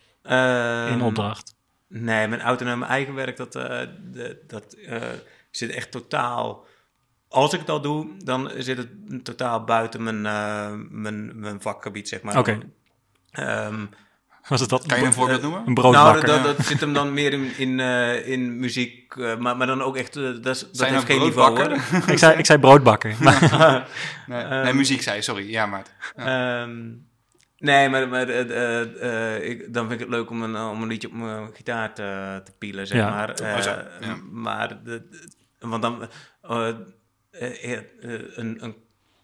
Ehm, in opdracht? Nee, mijn autonome eigen werk, dat, uh, de, dat uh, zit echt totaal... Als ik het al doe, dan zit het totaal buiten mijn, uh, mijn, mijn vakgebied, zeg maar. Oké. Um, Was het dat? Kan je een voorbeeld uh, noemen? Een nou, broodbakker? dat, dat, dat zit hem dan meer in, in, uh, in muziek, uh, maar, maar dan ook echt... Uh, dat dat Zijn heeft er geen niveau, broodbakker? hoor. ik, zei, ik zei broodbakker. Maar, Nee, Ehm, nee, muziek zei je, sorry. Ja, maar... Ja. Um, nee, maar, maar uh, uh, uh, ik, dan vind ik het leuk om een, om een liedje op mijn gitaar te, te pielen, zeg Ja. maar. Uh, Oh, zo, ja. Maar, de, de- want dan... Uh, uh, uh, een, een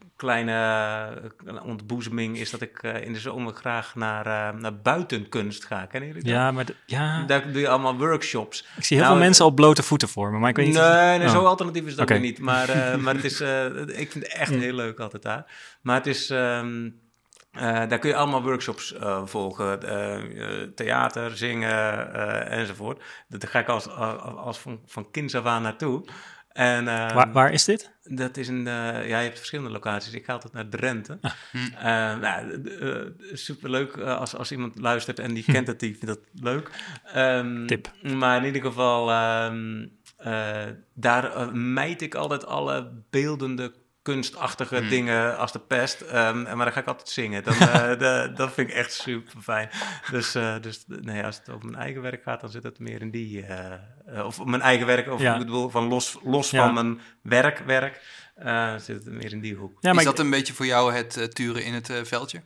kleine ontboezeming is dat ik uh, in de zomer graag naar, uh, naar buitenkunst ga. Kennen jullie dat? ja, maar d- ja, Daar doe je allemaal workshops. ik zie heel Nou, veel mensen op blote voeten voor me, maar ik weet niet... Nee, nee, Oh. zo alternatief is het Oké. ook weer niet. Maar, uh, maar het is, uh, ik vind het echt Mm. heel leuk altijd daar. Maar het is, um, uh, daar kun je allemaal workshops uh, volgen. Uh, uh, theater, zingen uh, enzovoort. Daar ga ik als, als, als van, van kinds af aan naartoe. En, uh, Waar, waar is dit? dat is een, uh, ja, je hebt verschillende locaties. Ik ga altijd naar Drenthe. Ah. Hm. Uh, nou, uh, superleuk uh, als, als iemand luistert en die kent het, die vindt dat leuk. Um, Tip. Maar in ieder geval, um, uh, daar uh, mijt ik altijd alle beeldende, kunstachtige Hmm. dingen als de pest. Um, maar dan ga ik altijd zingen. Dan, uh, de, dat vind ik echt super fijn. Dus, uh, dus nee, als het over mijn eigen werk gaat, dan zit het meer in die... Uh, uh, of mijn eigen werk, of Ja. ik bedoel, van los, los Ja. van mijn werk, werk uh, zit het meer in die hoek. Ja, maar is ik- dat een beetje voor jou het uh, turen in het uh, veldje?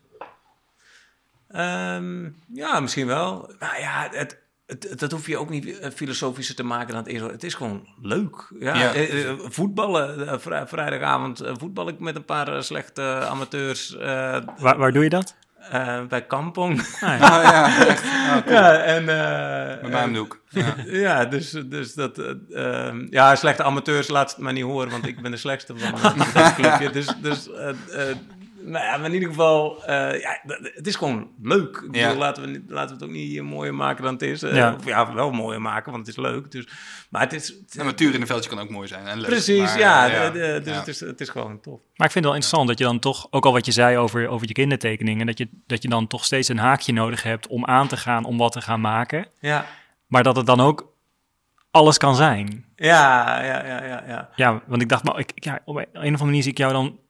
Um, ja, misschien wel. Nou ja, het, het, dat hoef je ook niet uh, filosofischer te maken dan het is. Het is gewoon leuk. Ja, Ja. Uh, uh, voetballen, uh, vrij, vrijdagavond uh, voetbal ik met een paar uh, slechte amateurs uh, waar, waar doe je dat? uh, bij Kampong. Ah, ja. Oh ja, echt. Oh, cool. Ja, en... Uh, Bij mij om de hoek. Ja. Ja, dus, dus dat... Uh, um, ja, slechte amateurs, laat het maar niet horen, want ik ben de slechtste van, uh, van dat clubje. Dus... dus uh, uh, nou ja, maar in ieder geval, uh, ja, d- het is gewoon leuk. Ik bedoel, Ja. laten, we, niet- laten we het ook niet uh, mooier maken dan het is. Uh, Ja. Of ja, wel mooier maken, want het is leuk. Dus, maar het is... Het, Ja, maar turen in een veldje kan ook mooi zijn en leuk. precies, maar, ja. uh, de- de- dus ja. Het, is, het is gewoon tof. Maar ik vind het wel interessant dat je dan toch, ook al wat je zei over, over je kindertekeningen, dat je, dat je dan toch steeds een haakje nodig hebt om aan te gaan, om wat te gaan maken. Ja, Maar dat het dan ook alles kan zijn. ja, ja, ja, ja. ja. Ja, want ik dacht, maar ik, ja, op een of andere manier zie ik jou dan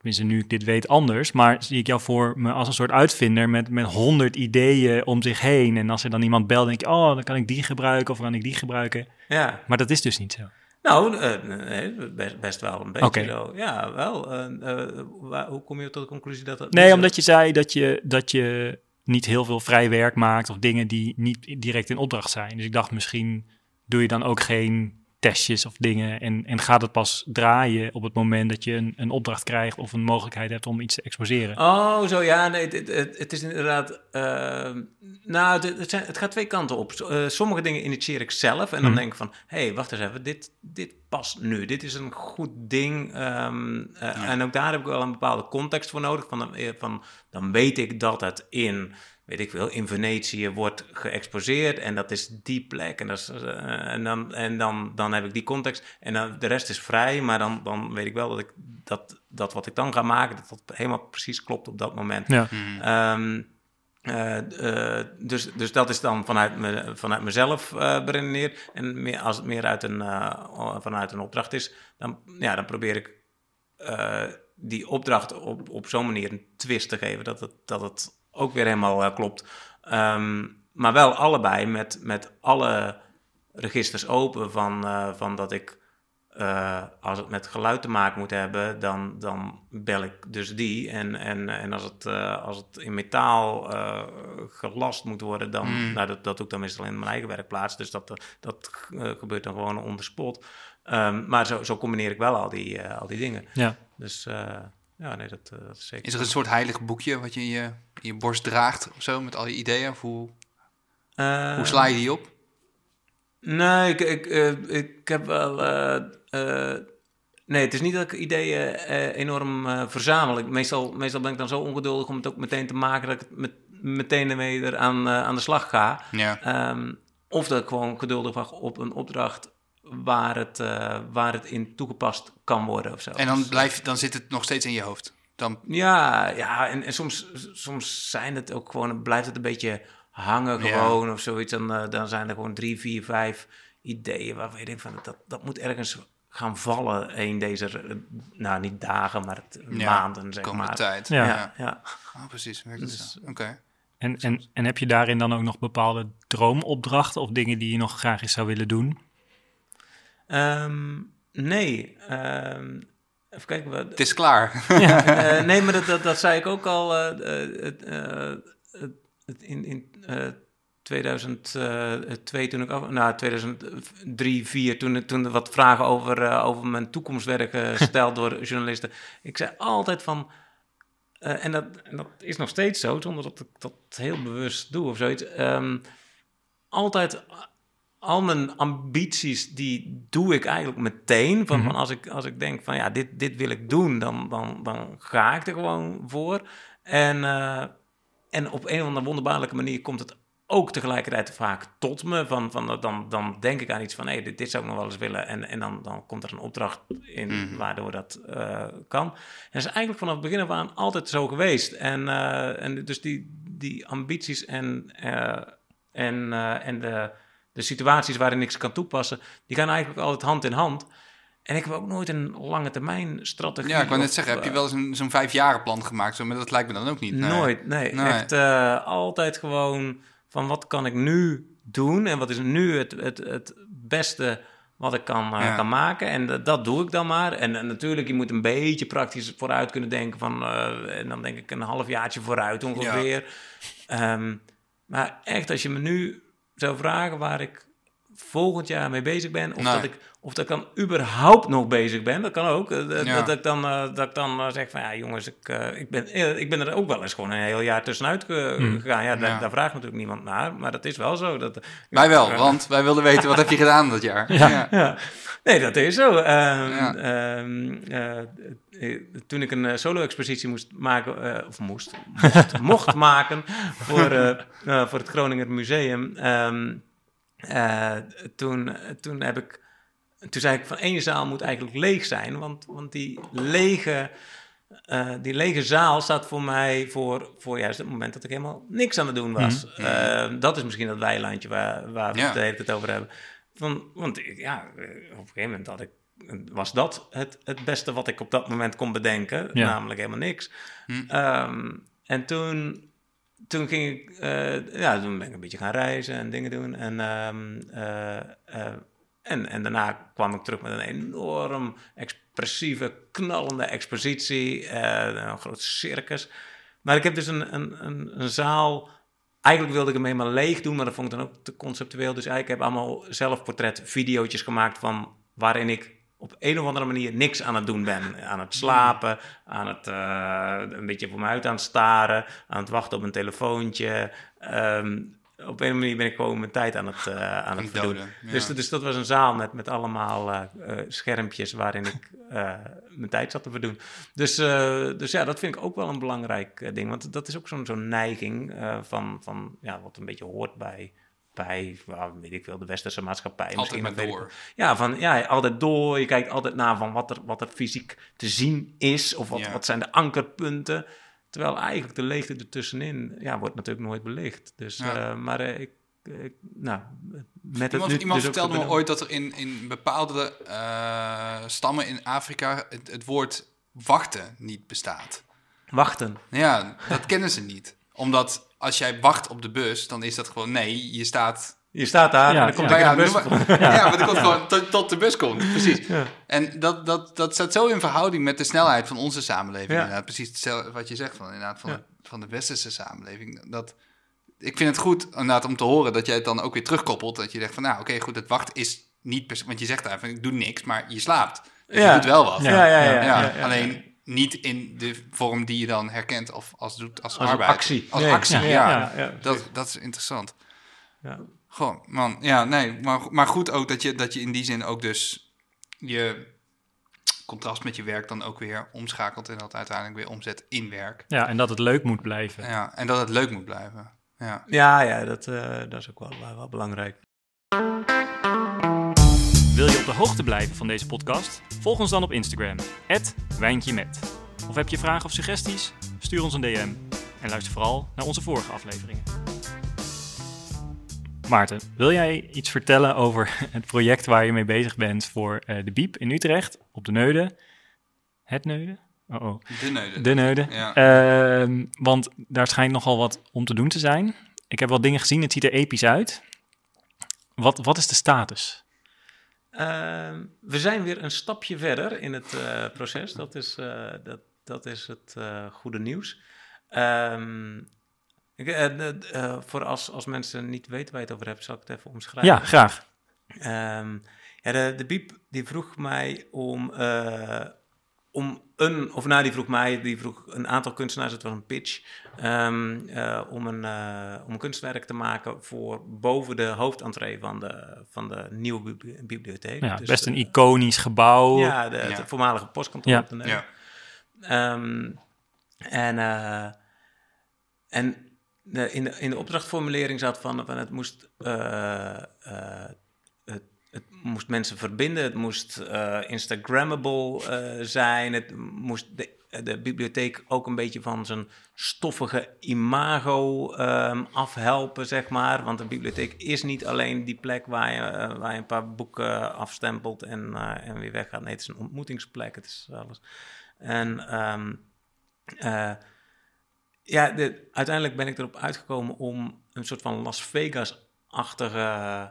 tenminste nu ik dit weet anders, maar zie ik jou voor me als een soort uitvinder met met honderd ideeën om zich heen. En als er dan iemand belt, denk je, oh, dan kan ik die gebruiken of kan ik die gebruiken. Ja. Maar dat is dus niet zo. Nou, uh, nee, best, best wel een beetje Okay. zo. Ja, wel. Uh, uh, waar, hoe kom je tot de conclusie dat dat... Nee, zo... omdat je zei dat je, dat je niet heel veel vrij werk maakt of dingen die niet direct in opdracht zijn. Dus ik dacht, misschien doe je dan ook geen testjes of dingen en, en gaat het pas draaien op het moment dat je een, een opdracht krijgt of een mogelijkheid hebt om iets te exposeren. Oh, zo ja. Nee, het, het, het is inderdaad... Uh, nou, het, het, zijn, het gaat twee kanten op. Uh, sommige dingen initieer ik zelf en dan Hmm. denk ik van... hé, hey, wacht eens even, dit, dit past nu. Dit is een goed ding. Um, uh, ja. En ook daar heb ik wel een bepaalde context voor nodig. Van, van, dan weet ik dat het in... weet ik veel, in Venetië wordt geëxposeerd en dat is die plek en, dat is, uh, en, dan, en dan, dan heb ik die context en dan, de rest is vrij, maar dan, dan weet ik wel dat, ik, dat, dat wat ik dan ga maken, dat dat helemaal precies klopt op dat moment. Ja. Mm-hmm. Um, uh, uh, dus, dus dat is dan vanuit, me, vanuit mezelf uh, beredeneerd en meer, als het meer uit een, uh, vanuit een opdracht is, dan, ja, dan probeer ik uh, die opdracht op, op zo'n manier een twist te geven dat het, dat het ook weer helemaal uh, klopt. Um, maar wel allebei met, met alle registers open van, uh, van dat ik... Uh, als het met geluid te maken moet hebben, dan, dan bel ik dus die. En, en, en als, het, uh, als het in metaal uh, gelast moet worden, dan... Mm. Nou, dat, dat doe ik dan meestal in mijn eigen werkplaats. Dus dat, dat uh, gebeurt dan gewoon on the spot. Um, maar zo, zo combineer ik wel al die, uh, al die dingen. Ja. Dus... Uh, Ja, nee, dat, dat is zeker. Is er een soort heilig boekje wat je in je, in je borst draagt of zo, met al je ideeën? Of hoe, uh, hoe sla je die op? Nee, ik, ik, uh, ik heb wel... Uh, uh, nee, het is niet dat ik ideeën uh, enorm uh, verzamel. Ik, meestal, meestal ben ik dan zo ongeduldig om het ook meteen te maken... dat ik het met, meteen ermee er aan, uh, aan de slag ga. Ja. Um, of dat ik gewoon geduldig wacht op een opdracht... Waar het, uh, waar het in toegepast kan worden of zo. En dan, blijf, dan zit het nog steeds in je hoofd? Dan... Ja, ja en, en soms, soms zijn het ook gewoon, blijft het een beetje hangen gewoon ja. of zoiets. Dan, uh, dan zijn er gewoon drie, vier, vijf ideeën waarvan je denkt van dat, dat moet ergens gaan vallen in deze, nou niet dagen, maar het, ja, maanden zeg komende maar. tijd. Ja, ja. ja. Oh, precies. Dus, Oké. Okay. En, en, en heb je daarin dan ook nog bepaalde droomopdrachten of dingen die je nog graag eens zou willen doen? Um, nee. Um, even kijken. Wat... Het is klaar. Ja, uh, nee, maar dat, dat, dat zei ik ook al uh, uh, uh, uh, in, in uh, tweeduizend twee, toen ik af, nou, tweeduizend drie, vier, toen, toen er wat vragen over, uh, over mijn toekomstwerk gesteld uh, door journalisten. Ik zei altijd van, uh, en, dat, en dat is nog steeds zo, zonder dat ik dat heel bewust doe of zoiets. Um, altijd... Al mijn ambities, die doe ik eigenlijk meteen. Van, mm-hmm. van als, ik, als ik denk van ja, dit, dit wil ik doen, dan, dan, dan ga ik er gewoon voor. En, uh, en op een of andere wonderbaarlijke manier komt het ook tegelijkertijd vaak tot me. Van, van, dan, dan denk ik aan iets van, hé, hey, dit, dit zou ik nog wel eens willen. En, en dan, dan komt er een opdracht in, mm-hmm. waardoor dat uh, kan. En dat is eigenlijk vanaf het begin af aan altijd zo geweest. En, uh, en dus die, die ambities en, uh, en, uh, en de... De situaties waarin ik ze kan toepassen, die gaan eigenlijk altijd hand in hand. En ik heb ook nooit een lange termijn strategie. Ja, ik wou net of, zeggen, heb je wel eens een, zo'n vijfjarenplan gemaakt? Zo, maar dat lijkt me dan ook niet. Nee. Nooit, nee. nee. Echt uh, altijd gewoon van wat kan ik nu doen? En wat is nu het, het, het beste wat ik kan, uh, ja. kan maken? En uh, dat doe ik dan maar. En uh, natuurlijk, je moet een beetje praktisch vooruit kunnen denken. Van, uh, en dan denk ik een halfjaartje vooruit ongeveer. Ja. Um, maar echt, als je me nu... zou vragen waar ik volgend jaar mee bezig ben, of, nee. dat, ik, of dat ik dan überhaupt nog bezig ben, dat kan ook. Dat, ja. dat ik dan, uh, dat ik dan uh, zeg van, ja jongens, ik, uh, ik, ben, uh, ik ben er ook wel eens gewoon een heel jaar tussenuit ge- hmm. gegaan. Ja, daar, ja. daar vraagt natuurlijk niemand naar, maar dat is wel zo. Dat, wij wel, uh, want wij wilden weten, wat heb je gedaan dat jaar? Ja, ja. ja. Nee, dat is zo. Um, ja. um, uh, toen ik een uh, solo-expositie moest maken, uh, of moest, mocht, mocht maken voor, uh, uh, voor het Groninger Museum, um, uh, toen, toen heb ik, toen zei ik van één zaal moet eigenlijk leeg zijn, want, want die lege... Uh, die lege zaal staat voor mij voor, voor juist het moment dat ik helemaal niks aan het doen was. Mm-hmm. Uh, dat is misschien dat weilandje waar, waar we ja. het de hele tijd over hebben. Van, want ja, op een gegeven moment had ik was dat het, het beste wat ik op dat moment kon bedenken. Ja. Namelijk helemaal niks. Hm. Um, en toen, toen ging ik... Uh, ja, toen ben ik een beetje gaan reizen en dingen doen. En, um, uh, uh, en, en daarna kwam ik terug met een enorm expressieve, knallende expositie. Uh, een groot circus. Maar ik heb dus een, een, een, een zaal... Eigenlijk wilde ik hem helemaal leeg doen, maar dat vond ik dan ook te conceptueel. Dus eigenlijk heb ik allemaal zelfportret-videootjes gemaakt van waarin ik op een of andere manier niks aan het doen ben. Aan het slapen, aan het uh, een beetje voor me uit aan het staren, aan het wachten op een telefoontje. Um, op een of andere manier ben ik gewoon mijn tijd aan het, uh, aan het verdoen. Ja. Dus, dus dat was een zaal met, met allemaal uh, uh, schermpjes waarin ik uh, mijn tijd zat te verdoen. Dus, uh, dus ja, dat vind ik ook wel een belangrijk uh, ding. Want dat is ook zo'n, zo'n neiging uh, van, van ja, wat een beetje hoort bij... bij, well, weet ik veel, de westerse maatschappij. Altijd maar door. Ik, ja, van, ja, altijd door. Je kijkt altijd naar van wat er, wat er fysiek te zien is. Of wat, ja. wat zijn de ankerpunten. Terwijl eigenlijk de leegte ertussenin, ja, wordt natuurlijk nooit belicht. Dus, ja. uh, maar uh, ik, ik, nou, met iemand, het nu... Iemand dus vertelde me ooit dat er in, in bepaalde uh, stammen in Afrika het, het woord wachten niet bestaat. Wachten? Ja, dat kennen ze niet. Omdat als jij wacht op de bus, dan is dat gewoon nee, je staat... Je staat daar ja, en dan komt ja, ja, de bus. Maar, ja, ja, maar dan komt gewoon tot, tot de bus komt, precies. Ja. En dat, dat, dat staat zo in verhouding met de snelheid van onze samenleving. Ja. Inderdaad, precies hetzelfde wat je zegt van, inderdaad, van, ja. de, van de westerse samenleving. Dat, ik vind het goed inderdaad, om te horen dat jij het dan ook weer terugkoppelt. Dat je zegt van, nou oké, okay, goed, het wachten is niet... Per, want je zegt daar van, ik doe niks, maar je slaapt. Dus ja. je doet wel wat. Ja, ja, ja. ja, ja, ja, ja alleen... Ja. Niet in de vorm die je dan herkent of als, doet, als, als arbeid. actie. Als nee. actie, ja. ja, ja. ja, ja dat, dat is interessant. Ja. Goh, man. Ja, nee. Maar, maar goed ook dat je, dat je in die zin ook dus je contrast met je werk dan ook weer omschakelt en dat uiteindelijk weer omzet in werk. Ja, en dat het leuk moet blijven. Ja, en dat het leuk moet blijven. Ja, ja, ja dat, uh, dat is ook wel, wel, wel belangrijk. Wil je op de hoogte blijven van deze podcast? Volg ons dan op Instagram, at wijntjemet. Of heb je vragen of suggesties? Stuur ons een D M. En luister vooral naar onze vorige afleveringen. Maarten, wil jij iets vertellen over het project waar je mee bezig bent voor uh, de Biep in Utrecht, op de Neude? Het Neude? Oh oh. De Neude. De Neude. Ja. Uh, want daar schijnt nogal wat om te doen te zijn. Ik heb wat dingen gezien, het ziet er episch uit. Wat, wat is de status? Uh, we zijn weer een stapje verder in het uh, proces. Dat is, uh, dat, dat is het uh, goede nieuws. Um, ik, uh, uh, uh, voor als, als mensen niet weten waar je het over hebt, zal ik het even omschrijven. Ja, graag. Um, ja, de, de Biep die vroeg mij om, uh, om een, of nou die vroeg mij, die vroeg een aantal kunstenaars, het was een pitch, um, uh, om, een, uh, om een kunstwerk te maken voor boven de hoofdentree van de, van de nieuwe bibliotheek. Ja, dus, best een uh, iconisch gebouw. Ja, de, ja. het voormalige postkantoor. Ja. Op de Neude. Ja. Um, en uh, en de, in, de, in de opdrachtformulering zat van, van het moest... Uh, uh, het, Het moest mensen verbinden, het moest uh, Instagrammable uh, zijn, het moest de, de bibliotheek ook een beetje van zijn stoffige imago um, afhelpen, zeg maar. Want een bibliotheek is niet alleen die plek waar je, uh, waar je een paar boeken afstempelt en, uh, en weer weggaat. Nee, het is een ontmoetingsplek, het is alles. En um, uh, ja, de, uiteindelijk ben ik erop uitgekomen om een soort van Las Vegas-achtige uh,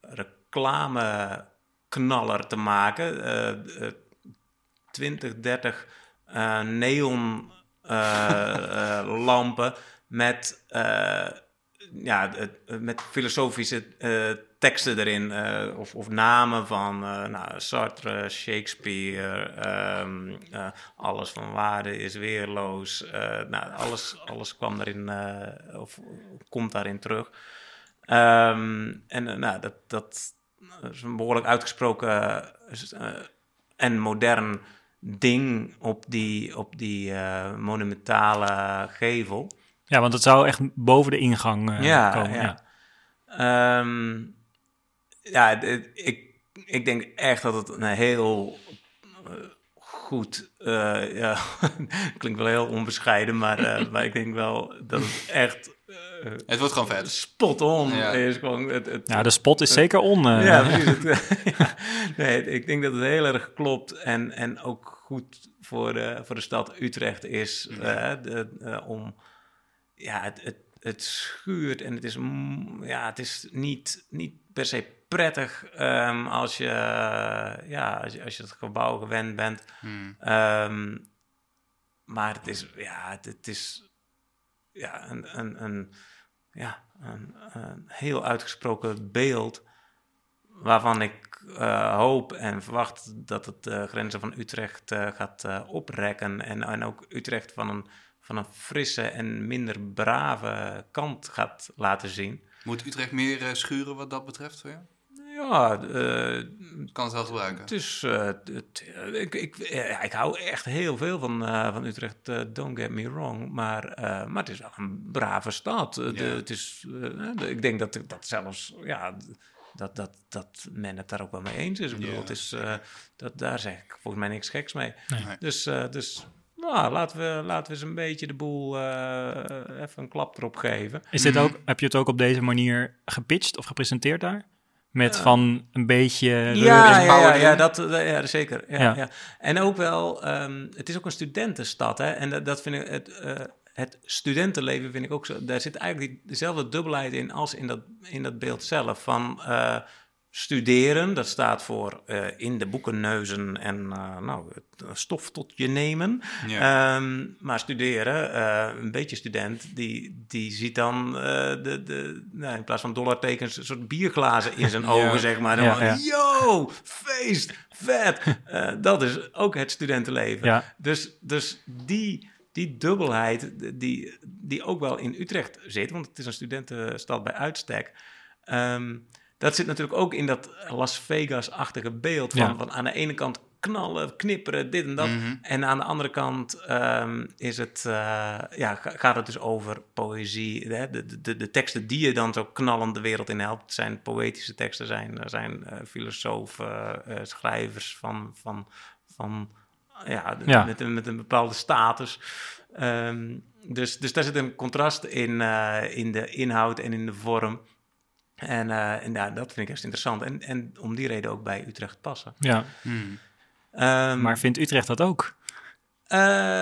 reclameknaller te maken. Uh, uh, twintig, dertig uh, neon uh, uh, lampen met, uh, ja, uh, met filosofische uh, teksten erin. Uh, of, of namen van uh, nou, Sartre, Shakespeare, um, uh, alles van waarde is weerloos. Uh, nou, alles, alles kwam daarin, uh, of komt daarin terug. Um, en uh, nou, dat, dat is een behoorlijk uitgesproken uh, en modern ding op die, op die uh, monumentale gevel. Ja, want het zou echt boven de ingang uh, ja, komen. Ja, ja. Um, ja d- ik, ik denk echt dat het een heel uh, goed... Uh, ja, klinkt wel heel onbescheiden, maar, uh, maar ik denk wel dat het echt... Uh, uh, Het wordt gewoon vet. Spot on. Ja. Is gewoon het, het, Ja, de spot is zeker on. Uh. Ja, precies. Het, ja, nee, ik denk dat het heel erg klopt en, en ook goed voor de, voor de stad Utrecht is uh, de, uh, om... Ja, het, het, het schuurt en het is, mm, ja, het is niet, niet per se prettig um, als, je, uh, ja, als, je, als je het gebouw gewend bent. Hmm. Um, maar het is, ja, het, het is ja, een, een, een, ja, een, een heel uitgesproken beeld waarvan ik uh, hoop en verwacht dat het de uh, grenzen van Utrecht uh, gaat uh, oprekken en, en ook Utrecht van een, van een frisse en minder brave kant gaat laten zien. Moet Utrecht meer uh, schuren wat dat betreft voor jou? Ja, uh, kan het wel gebruiken. Het is, uh, het, uh, ik, ik, uh, ik hou echt heel veel van, uh, van Utrecht, uh, don't get me wrong. Maar, uh, maar het is wel een brave stad. Uh, de, Ja. het is, uh, de, ik denk dat, dat zelfs, ja, dat, dat, dat men het daar ook wel mee eens is. Ik bedoel, Ja, het is, uh, dat, daar zeg ik volgens mij niks geks mee. Nee. Nee. Dus, uh, dus nou, laten, we, laten we eens een beetje de boel uh, even een klap erop geven. Is dit Mhm. ook, heb je het ook op deze manier gepitcht of gepresenteerd daar? Met Ja. van een beetje... Ja, is ja, ja, power ja, erin. dat, dat- ja, zeker. Ja, Ja. ja. En ook wel, um, het is ook een studentenstad, hè? En dat, dat vind ik, het, uh, het studentenleven vind ik ook zo. Daar zit eigenlijk die, dezelfde dubbelheid in als in dat, in dat beeld zelf. Van uh, studeren, dat staat voor uh, in de boeken neuzen en uh, nou, het stof tot je nemen. Ja. Um, maar studeren, uh, een beetje student, die, die ziet dan uh, de, de, nou, in plaats van dollartekens een soort bierglazen in zijn ogen, Ja. zeg maar. Dan Ja, van, ja. yo, feest, vet. Uh, dat is ook het studentenleven. Ja. Dus, dus die, die dubbelheid, die, die ook wel in Utrecht zit, want het is een studentenstad bij uitstek. Um, dat zit natuurlijk ook in dat Las Vegas-achtige beeld van, Ja. van aan de ene kant knallen, knipperen, dit en dat. Mhm. En aan de andere kant um, is het, uh, ja, ga- gaat het dus over poëzie. Hè? De, de, de teksten die je dan zo knallend de wereld in helpt, zijn poëtische teksten, zijn, zijn uh, filosofen, uh, schrijvers van, van, van ja, de- Ja. Met, een, met een bepaalde status. Um, dus, dus daar zit een contrast in, uh, in de inhoud en in de vorm. En, uh, en ja, dat vind ik echt interessant. En, en om die reden ook bij Utrecht passen. ja. Hmm. Um, Maar vindt Utrecht dat ook? Uh,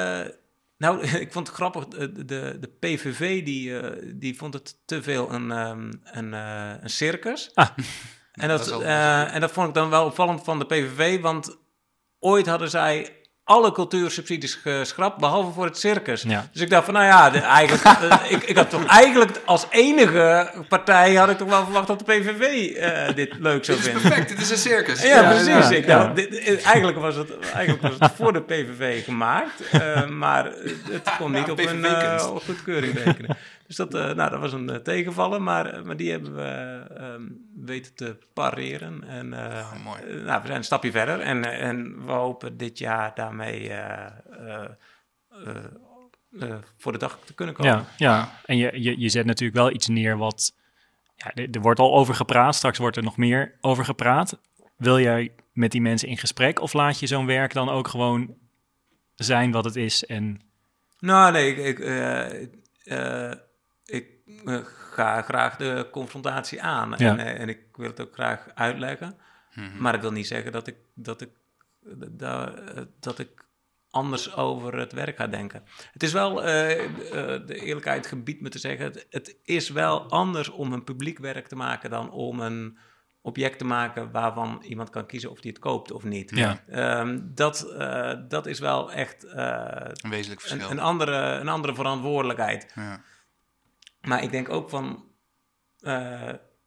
nou, ik vond het grappig. De, de, de P V V die, uh, die vond het te veel een, um, een, uh, een circus. Ah. En, dat, Dat is wel- uh, en dat vond ik dan wel opvallend van de P V V. Want ooit hadden zij alle cultuursubsidies geschrapt, behalve voor het circus. Ja. Dus ik dacht van, nou ja, de, eigenlijk, uh, ik, ik had toch eigenlijk als enige partij had ik toch wel verwacht dat de P V V uh, dit leuk zou Dit is vinden. perfect, dit is een circus. Ja, Ja, precies. ja, ik ja. dacht, dit, eigenlijk, was het, eigenlijk was het voor de P V V gemaakt, uh, maar het kon niet Ja, op een P V V-kunst. uh, goedkeuring rekenen. Dus dat, uh, nou, dat was een uh, tegenvaller, maar, maar die hebben we um, weten te pareren. En uh, Oh, mooi. uh, nou, we zijn een stapje verder en, uh, en we hopen dit jaar daarmee uh, uh, uh, uh, voor de dag te kunnen komen. Ja, ja. En je, je, je zet natuurlijk wel iets neer wat... Ja, er, er wordt al over gepraat, straks wordt er nog meer over gepraat. Wil jij met die mensen in gesprek of laat je zo'n werk dan ook gewoon zijn wat het is? En Nou, nee, ik, ik, uh, uh, ik uh, ga graag de confrontatie aan. Ja. En, uh, en ik wil het ook graag uitleggen. Mhm. Maar dat wil niet zeggen dat ik, dat ik, dat, dat ik anders over het werk ga denken. Het is wel, uh, uh, de eerlijkheid gebiedt me te zeggen, het, het is wel anders om een publiek werk te maken dan om een object te maken waarvan iemand kan kiezen of hij het koopt of niet. Ja. Um, dat, uh, dat is wel echt uh, Een wezenlijk verschil. een, een, andere, een andere verantwoordelijkheid. Ja. Maar ik denk ook van... Uh,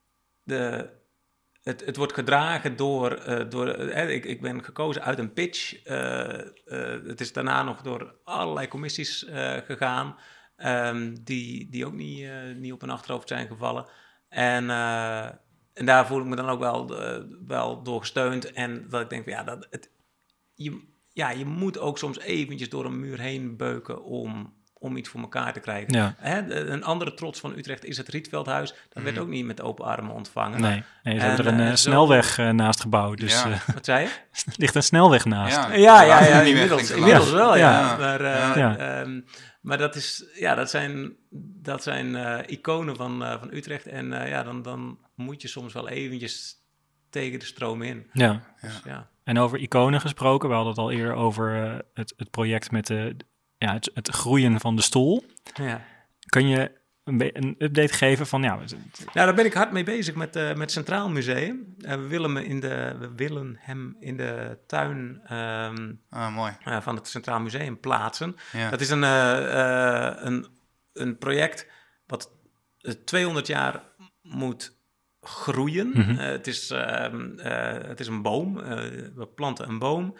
de, het, het wordt gedragen door... Uh, door uh, ik, ik ben gekozen uit een pitch. Uh, uh, het is daarna nog door allerlei commissies uh, gegaan... Um, die, die ook niet, uh, niet op hun achterhoofd zijn gevallen. En... Uh, En daar voel ik me dan ook wel, uh, wel door gesteund. En dat ik denk van ja, dat het, je, ja, je moet ook soms eventjes door een muur heen beuken om, om iets voor elkaar te krijgen. Ja. Hè, de- een andere trots van Utrecht is het Rietveldhuis. Dat Mhm. werd ook niet met open armen ontvangen. nee, nee ze En, hebben er een uh, eh, zo- snelweg eh, naast gebouwd. Dus Ja. eh, Wat zei je? er ligt een snelweg naast. Ja, Ja, ja, laten we ja, niet inmiddels, weg, inmiddels wel, ja. Ja. Maar, uh, Ja. ehm, maar dat, is, ja, dat zijn, dat zijn uh, iconen van, uh, van Utrecht. En uh, ja, dan, dan moet je soms wel eventjes tegen de stroom in. Ja. Dus, ja. En over iconen gesproken, we hadden het al eerder over uh, het, het project met de, ja, het, het groeien van de stoel. Ja. Kun je een, be- een update geven van... Ja, het, Nou, daar ben ik hard mee bezig met, uh, met het Centraal Museum. Uh, we, willen me in de, we willen hem in de tuin um, Ah, mooi. uh, van het Centraal Museum plaatsen. Ja. Dat is een, uh, uh, een, een project wat tweehonderd jaar moet groeien. Mm-hmm. Uh, het, is, uh, uh, het is een boom. Uh, we planten een boom.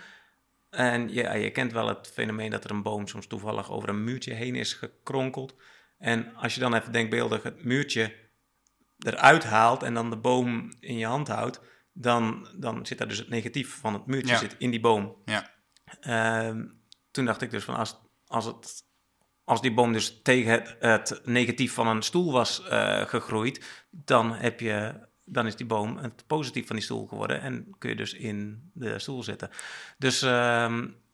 En ja, je kent wel het fenomeen dat er een boom soms toevallig over een muurtje heen is gekronkeld. En als je dan even denkbeeldig het muurtje eruit haalt en dan de boom in je hand houdt, dan, dan zit daar dus het negatief van het muurtje Ja. zit in die boom. Ja. Uh, toen dacht ik dus van als, als, het, als die boom dus tegen het, het negatief van een stoel was uh, gegroeid, dan, heb je, dan is die boom het positief van die stoel geworden en kun je dus in de stoel zitten. Dus uh,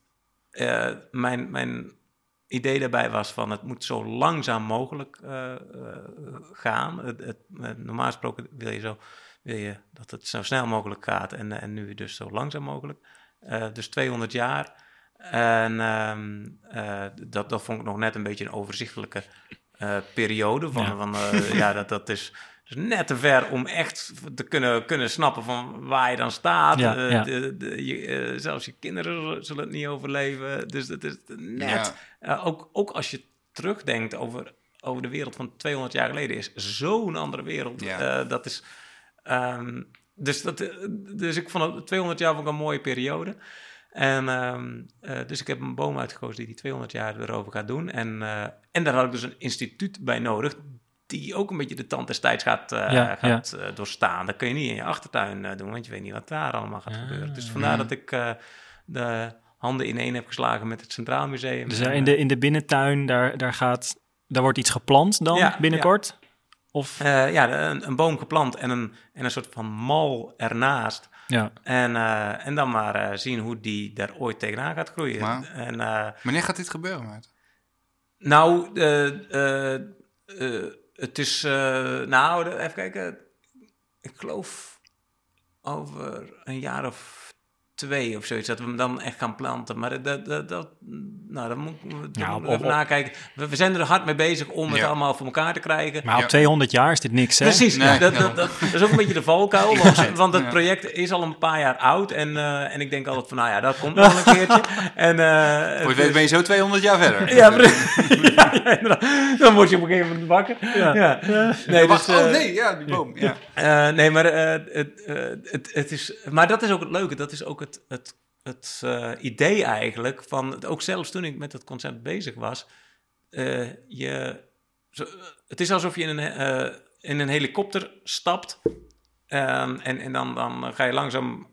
uh, mijn... mijn idee daarbij was van het moet zo langzaam mogelijk uh, uh, gaan. Het, het, het, normaal gesproken wil je, zo, wil je dat het zo snel mogelijk gaat en, en nu dus zo langzaam mogelijk. Uh, dus tweehonderd jaar. En um, uh, dat, dat vond ik nog net een beetje een overzichtelijke uh, periode. Van, Ja, van, uh, ja dat, dat is... Dus net te ver om echt te kunnen, kunnen snappen van waar je dan staat. Ja, uh, ja. de, de, je, uh, zelfs je kinderen zullen het niet overleven. Dus het is net... Ja. Uh, ook, ook als je terugdenkt over, over de wereld van tweehonderd jaar geleden... is zo'n andere wereld. Ja. Uh, dat is... Um, dus, dat, dus ik vond het tweehonderd jaar vond ik een mooie periode. En, um, uh, dus ik heb een boom uitgekozen die die tweehonderd jaar erover gaat doen. En, uh, en daar had ik dus een instituut bij nodig... die ook een beetje de tand des tijds gaat, uh, Ja, gaat ja. uh, doorstaan. Dat kun je niet in je achtertuin uh, doen, want je weet niet wat daar allemaal gaat Ah, gebeuren. Dus vandaar ja. dat ik uh, de handen ineen heb geslagen met het Centraal Museum. Dus en, uh, in, de, in de binnentuin, daar, daar, gaat, daar wordt iets geplant dan Ja, binnenkort? Of? Uh, ja, een, een boom geplant en een, en een soort van mal ernaast. Ja. En, uh, en dan maar uh, zien hoe die daar ooit tegenaan gaat groeien. Maar, en, uh, wanneer gaat dit gebeuren, Maarten? Nou, uh, uh, uh, het is... Uh, nou, de, even kijken. Ik geloof over een jaar of twee of zoiets... dat we hem dan echt gaan planten. Maar dat... dat, dat nou, dan moeten we Ja, op, even op, nakijken. We, we zijn er hard mee bezig om het ja. allemaal voor elkaar te krijgen. Maar op Ja. tweehonderd jaar is dit niks, hè? Precies, Nee, dat, ja. dat, dat, dat is ook een beetje de valkuil. Want, want het Ja. project is al een paar jaar oud. En, uh, en ik denk altijd van, nou ja, dat komt wel een keertje. En, uh, Voor je weet ben je zo tweehonderd jaar verder. Ja, precies. ja, ja, inderdaad. Dan word je op een gegeven moment wakker. Ja. Ja. Nee, Wacht, dus, uh, oh nee, ja, die boom. Ja. uh, nee, maar, uh, het, uh, het, het is, maar dat is ook het leuke. Dat is ook het, het, het uh, idee eigenlijk. Van, ook zelfs toen ik met het concept bezig was. Uh, je, zo, het is alsof je in een, uh, in een helikopter stapt. Um, en en dan, dan ga je langzaam...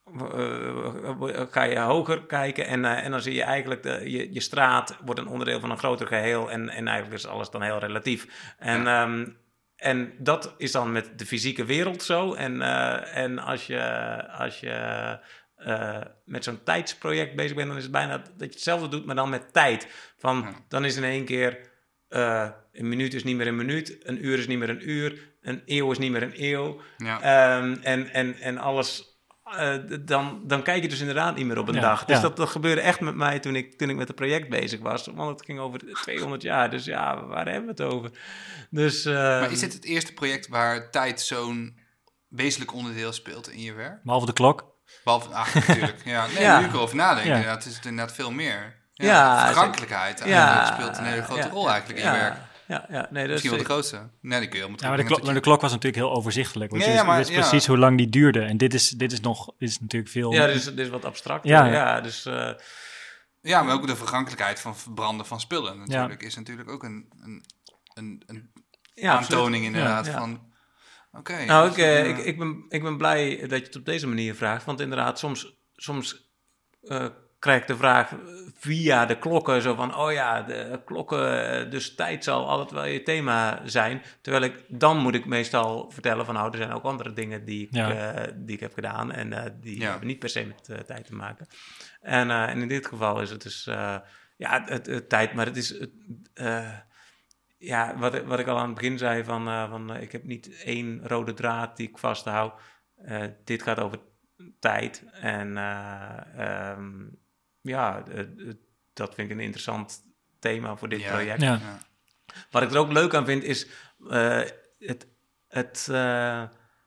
Uh, ga je hoger kijken en, uh, en dan zie je eigenlijk de, je, je straat wordt een onderdeel van een groter geheel en, en eigenlijk is alles dan heel relatief. En, ja. um, en dat is dan met de fysieke wereld zo. En, uh, en als je, als je uh, met zo'n tijdsproject bezig bent, dan is het bijna dat je hetzelfde doet, maar dan met tijd. Van, ja. Dan is in één keer uh, een minuut is niet meer een minuut, een uur is niet meer een uur, een eeuw is niet meer een eeuw. Ja. Um, en, en, en alles... Uh, dan, dan kijk je dus inderdaad niet meer op een ja, dag. Dus ja. dat, dat gebeurde echt met mij toen ik, toen ik met het project bezig was. Want het ging over tweehonderd jaar. Dus ja, waar hebben we het over? Dus, uh, maar is dit het eerste project waar tijd zo'n wezenlijk onderdeel speelt in je werk? Behalve de klok? Behalve, ach, natuurlijk. Ja, nee, ja. nu ik erover nadenk, ja. inderdaad, is het inderdaad veel meer. Ja, ja, vergankelijkheid ja, speelt een hele grote ja, rol eigenlijk in je werk. Ja, ja, nee, dat misschien is wel de grootste. Nee, die kun je ja, maar, de klok, maar de klok was natuurlijk heel overzichtelijk. Want ja, ja, maar, je wist precies ja. hoe lang die duurde. En dit is, dit is nog dit is natuurlijk veel... Ja, dit is, dit is wat abstract. Ja, ja. ja dus, uh, ja, maar ook de vergankelijkheid van verbranden van spullen natuurlijk... Ja. is natuurlijk ook een, een, een, een ja, aantoning inderdaad ja, ja. van... Oké. Okay, nou, ik, uh, ik, ik, ben, ik ben blij dat je het op deze manier vraagt. Want inderdaad, soms... soms uh, krijg ik de vraag via de klokken, zo van, oh ja, de klokken, dus tijd zal altijd wel je thema zijn. Terwijl ik, dan moet ik meestal vertellen van, nou, er zijn ook andere dingen die ik, ja. uh, die ik heb gedaan en uh, die ja. hebben niet per se met uh, tijd te maken. En, uh, en in dit geval is het dus, uh, ja, het, het tijd, maar het is... Het, uh, ja, wat, wat ik al aan het begin zei, van, uh, van uh, ik heb niet één rode draad die ik vasthoud. Uh, dit gaat over tijd. En uh, um, ja, uh, uh, dat vind ik een interessant thema voor dit ja. project. Ja. Ja. Wat ik er ook leuk aan vind, is uh, het... het uh,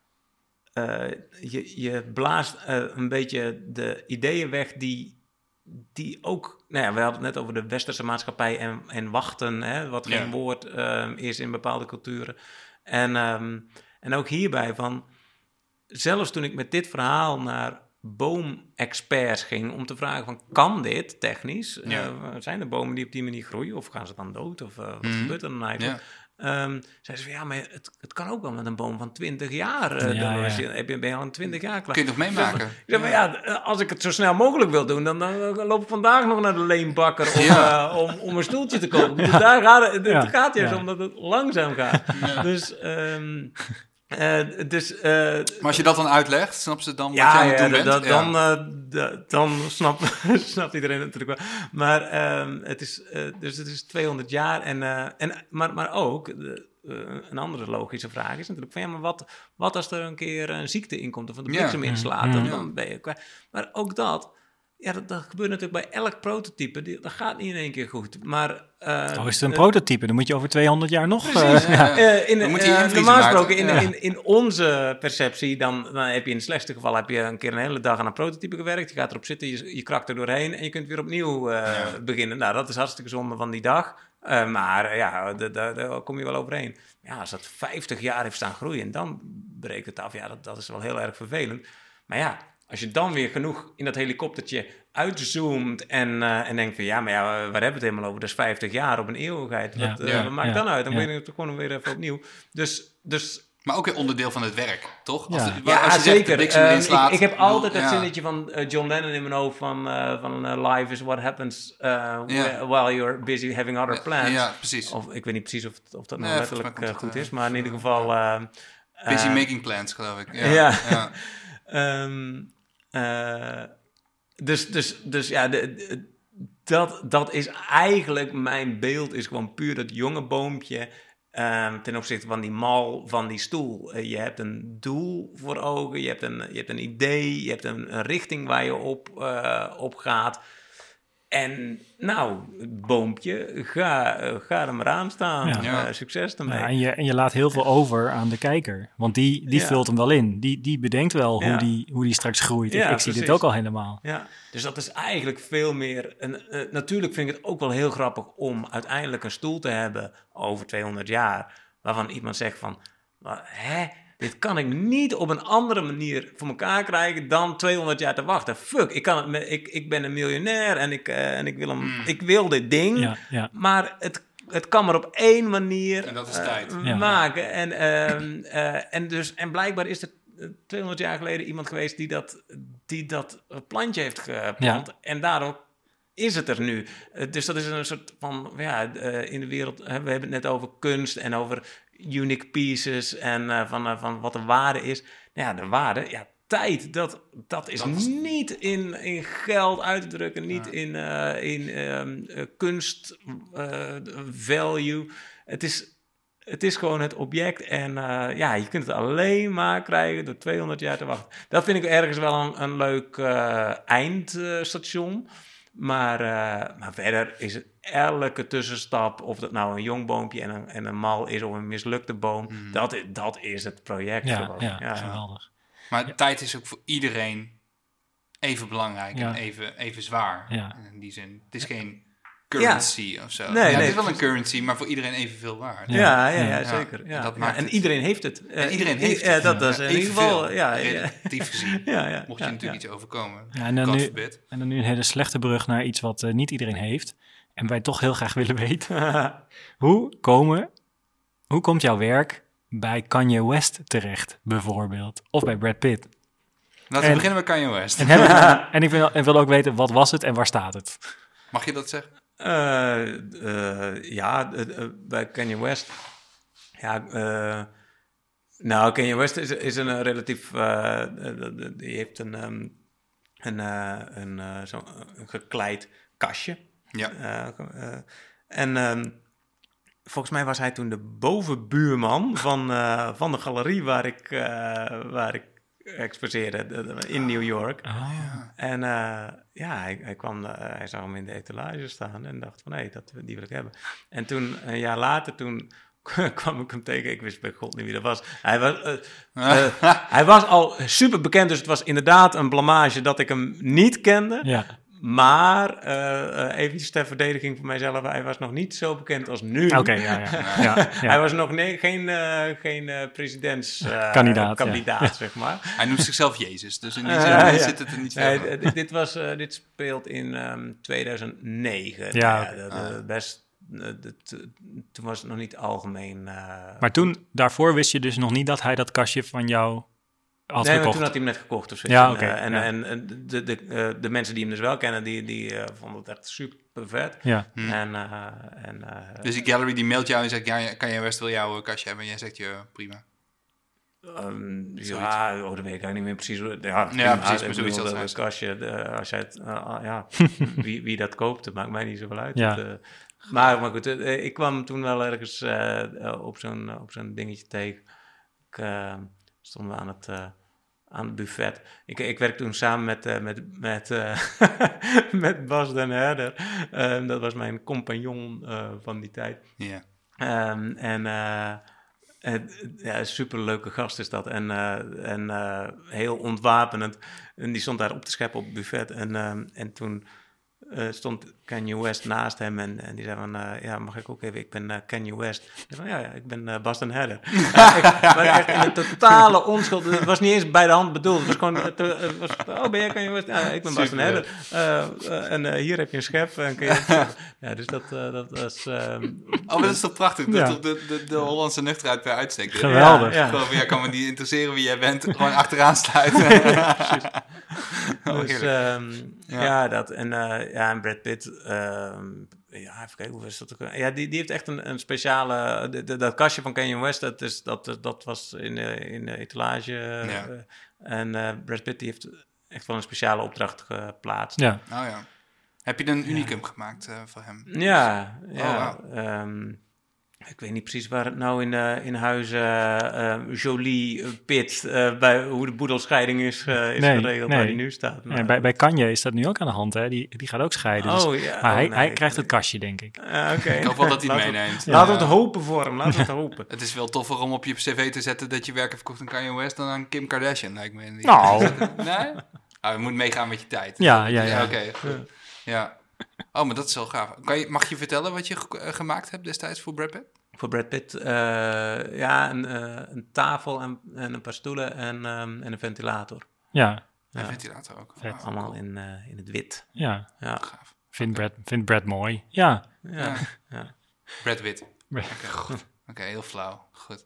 uh, je, je blaast uh, een beetje de ideeën weg die... die ook, nou ja, we hadden het net over de westerse maatschappij en, en wachten, hè, wat geen ja. woord uh, is in bepaalde culturen. En, um, en ook hierbij van, zelfs toen ik met dit verhaal naar boomexperts ging om te vragen van, kan dit technisch? Ja. Uh, zijn er bomen die op die manier groeien of gaan ze dan dood? Of uh, wat mm. gebeurt er dan eigenlijk? Ja. Um, zei ze van, ja, maar het, het kan ook wel met een boom van twintig jaar. Uh, ja, ja. Je, heb je, ben je al een twintig jaar klaar. Kun je het nog meemaken? Ik zeg, maar ja, als ik het zo snel mogelijk wil doen, dan, dan loop ik vandaag nog naar de leenbakker om, ja. uh, om, om een stoeltje te kopen. Dus daar gaat het, ja. het gaat juist ja. omdat het langzaam gaat. Ja. Dus... Um, Uh, dus, uh, maar als je dat dan uitlegt, snapt ze dan wat ja, jij aan het doen ja, bent? Da, ja, dan, uh, da, dan snapt, snapt iedereen natuurlijk wel. Maar, um, het, is, uh, dus het is tweehonderd jaar. En, uh, en, maar, maar ook, uh, een andere logische vraag is natuurlijk van... ja, maar wat, wat als er een keer een ziekte inkomt of de bliksem ja. inslaat? Mm-hmm. Dan, dan ben je kwijt. Maar ook dat... Ja, dat, dat gebeurt natuurlijk bij elk prototype. Die, dat gaat niet in één keer goed. Maar, uh, oh, is het een uh, prototype? Dan moet je over tweehonderd jaar nog... Precies. Uh, ja. uh, in, uh, normaal gesproken, in, ja. in, in onze perceptie... Dan, dan heb je in het slechtste geval heb je een keer een hele dag aan een prototype gewerkt. Je gaat erop zitten, je, je krakt er doorheen... en je kunt weer opnieuw uh, ja. beginnen. Nou, dat is hartstikke zonde van die dag. Uh, maar uh, ja, daar kom je wel overheen. Ja, als dat vijftig jaar heeft staan groeien... dan breekt het af. Ja, dat, dat is wel heel erg vervelend. Maar ja... Als je dan weer genoeg in dat helikoptertje uitzoomt en, uh, en denkt van... ja, maar ja, waar hebben we het helemaal over? Dat is vijftig jaar op een eeuwigheid. Wat, ja, uh, ja, wat maakt ja, dan uit? Dan ja. ben je het gewoon weer even opnieuw. Dus... dus maar ook een onderdeel van het werk, toch? Ja, als de, ja als je zeker. Zegt, uh, inslaat, ik, ik heb altijd het ja. zinnetje van uh, John Lennon in mijn hoofd... van, uh, van uh, life is what happens uh, ja. while you're busy having other ja, plans. Ja, precies. Of ik weet niet precies of, of dat nou nee, letterlijk uh, goed is. Maar in ieder geval... Uh, busy uh, making plans, geloof ik. Ja. ja. ja. um, Uh, dus, dus, dus ja, de, de, dat, dat is eigenlijk mijn beeld, is gewoon puur dat jonge boompje uh, ten opzichte van die mal van die stoel. Uh, je hebt een doel voor ogen, je hebt een, je hebt een idee, je hebt een, een richting waar je op, uh, op gaat. En nou, boompje, ga, ga er maar aan staan. Ja. Uh, succes ermee. Ja, en, je, en je laat heel veel over aan de kijker. Want die, die ja. vult hem wel in. Die, die bedenkt wel ja. hoe, die, hoe die straks groeit. Ja, ik, ik zie dit ook al helemaal. Ja. Dus dat is eigenlijk veel meer... Een, uh, natuurlijk vind ik het ook wel heel grappig om uiteindelijk een stoel te hebben over tweehonderd jaar. Waarvan iemand zegt van... Hè? Dit kan ik niet op een andere manier voor elkaar krijgen dan tweehonderd jaar te wachten. Fuck, ik, kan het me, ik, ik ben een miljonair en ik, uh, en ik, wil, hem, mm. ik wil dit ding. Ja, ja. Maar het, het kan maar op één manier en dat is tijd. Uh, maken. Ja. En, uh, uh, en, dus, en blijkbaar is er tweehonderd jaar geleden iemand geweest die dat, die dat plantje heeft geplant. Ja. En daarom is het er nu. Uh, dus dat is een soort van... Ja, uh, in de wereld... Uh, we hebben het net over kunst en over... unique pieces en uh, van, uh, van wat de waarde is. Nou ja, de waarde, ja, tijd, dat, dat is dat is... niet in, in geld uit te drukken, niet ja. in, uh, in um, uh, kunst uh, value. Het is, het is gewoon het object en uh, ja, je kunt het alleen maar krijgen door tweehonderd jaar te wachten. Dat vind ik ergens wel een, een leuk uh, eindstation. Maar, uh, maar verder is het elke tussenstap, of dat nou een jong boompje en een, en een mal is of een mislukte boom, mm. dat, dat is het project. Ja, ja, ja, geweldig. Maar ja. tijd is ook voor iedereen even belangrijk ja. en even, even zwaar. Ja. In die zin, het is geen currency ja. of zo. Nee, ja, nee, het is wel een currency, maar voor iedereen evenveel waard. Ja, ja, ja, ja, ja zeker. Ja. En, dat ja, maakt en het, iedereen heeft het. En iedereen heeft ja, het. Ja, dat is ja, in ieder geval... Ja, relatief gezien. ja, ja, mocht je ja, natuurlijk ja. iets overkomen. Ja, en, dan nu, en dan nu een hele slechte brug naar iets wat uh, niet iedereen heeft. En wij toch heel graag willen weten. hoe, komen, hoe komt jouw werk bij Kanye West terecht, bijvoorbeeld? Of bij Brad Pitt? Laten we en, beginnen met Kanye West. En, hebben, en ik wil, en wil ook weten, wat was het en waar staat het? Mag je dat zeggen? Uh, uh, ja, uh, uh, bij Kanye West. Ja, uh, nou, Kanye West is, is een relatief... Uh, uh, die heeft een, um, een, uh, een, uh, zo, een gekleid kastje. Ja. Uh, uh, en um, volgens mij was hij toen de bovenbuurman van, uh, van de galerie waar ik, uh, waar ik exposeerde in New York. Oh, ja. En uh, ja, hij, hij, kwam, uh, hij zag hem in de etalage staan en dacht van, hé, hey, die wil ik hebben. En toen, een jaar later, toen kwam ik hem tegen. Ik wist bij God niet wie dat was. Hij was, uh, uh, hij was al super bekend, dus het was inderdaad een blamage dat ik hem niet kende. Ja. Maar uh, eventjes ter verdediging van mijzelf, hij was nog niet zo bekend als nu. Oké, okay, ja, ja. ja, ja. Hij was nog nee, geen, uh, geen uh, presidentskandidaat, uh, kandidaat, ja. zeg maar. Hij noemt zichzelf Jezus, dus in die zin uh, uh, ja. zit het er niet veel. Nee, dit, dit, was, uh, dit speelt in um, tweeduizend negen. Ja, ja, dat, uh, best... Toen was het nog niet algemeen. Uh, maar toen, daarvoor wist je dus nog niet dat hij dat kastje van jou had nee, gekocht? Nee, toen had hij hem net gekocht of zo. Ja, oké. Okay, uh, en, ja. en, en de, de, uh, de mensen die hem dus wel kennen, die, die uh, vonden het echt super vet. Ja. Hmm. En, uh, en, uh, dus die gallery die mailt jou en zegt, ja, Kanye West wil jouw kastje hebben. En jij zegt, je prima. Um, ja, oh, dat weet ik eigenlijk niet meer precies. Ja, ja precies, maar zoiets als een kastje. De, als jij het, uh, ja, wie, wie dat koopt, dat maakt mij niet zoveel uit. Ja. Het, uh, Maar, maar goed, uh, ik kwam toen wel ergens uh, uh, op, zo'n, uh, op zo'n dingetje tegen. Ik uh, stond aan het, uh, aan het buffet. Ik, ik werk toen samen met, uh, met, met, uh, met Bas den Herder. Uh, dat was mijn compagnon uh, van die tijd. Ja. Um, en uh, uh, ja, een superleuke gast is dat. En, uh, en uh, heel ontwapenend. En die stond daar op te scheppen op het buffet. En, uh, en toen... Uh, stond Kanye West naast hem en, en die zei van, uh, ja, mag ik ook even, ik ben uh, Kanye West. Ik zei van, ja, ja, ik ben uh, Bas den Herder. uh, ik, maar echt in een totale onschuld, het was niet eens bij de hand bedoeld, het was gewoon, het, het was, oh, ben jij Kanye West? Ja, ik ben Bas den Herder. Uh, uh, en uh, hier heb je een schep. En kun je ja, dus dat, uh, dat was... Um, oh, maar dat is toch prachtig, ja. de, de, de, de Hollandse nuchterheid bij uitstek. Geweldig. Ja, ja. Gewoon, ja, kan me niet interesseren wie jij bent, gewoon achteraan sluiten. ja, precies. Oh, dus, um, ja. ja, dat. En, uh, ja, en Brad Pitt, uh, ja, even kijken, hoe is dat ook? Ja, die, die heeft echt een, een speciale, de, de, dat kastje van Kanye West, dat, is, dat, dat was in de, in de etalage. Ja. Uh, en uh, Brad Pitt die heeft echt wel een speciale opdracht geplaatst. Ja. Oh ja. Heb je een unicum ja. gemaakt uh, voor hem? Ja, ja. Oh, wow. um, ik weet niet precies waar het nou in, uh, in huizen uh, Jolie, uh, Pitt, uh, bij hoe de boedelscheiding is, uh, is nee, geregeld, nee. waar die nu staat. Maar... Ja, bij, bij Kanye is dat nu ook aan de hand, hè? Die, die gaat ook scheiden. Oh, dus, ja. Maar oh, hij, nee, hij krijgt nee. het kastje, denk ik. Uh, okay. Ik hoop wel dat hij het meeneemt. Ja. Laten we het hopen voor hem, laten we het hopen. Het is wel toffer om op je cv te zetten dat je werk heeft verkocht aan Kanye West dan aan Kim Kardashian, lijkt me. Nou. Nee? Oh, je moet meegaan met je tijd. Ja, ja, ja. ja Oké, okay, goed. Ja. Oh, maar dat is wel gaaf. Kan je, mag je vertellen wat je ge- gemaakt hebt destijds voor Brad Pitt? Voor Brad Pitt, uh, ja, een, uh, een tafel en, en een paar stoelen en, um, en een ventilator. Ja. ja. Een ventilator ook. Vet. Oh, allemaal in, uh, in het wit. Ja. Ja. Gaaf. Vind Brad, vind Brad mooi. Ja. Ja. ja. ja. Brad wit. Brad. Oké, okay. okay, heel flauw. Goed.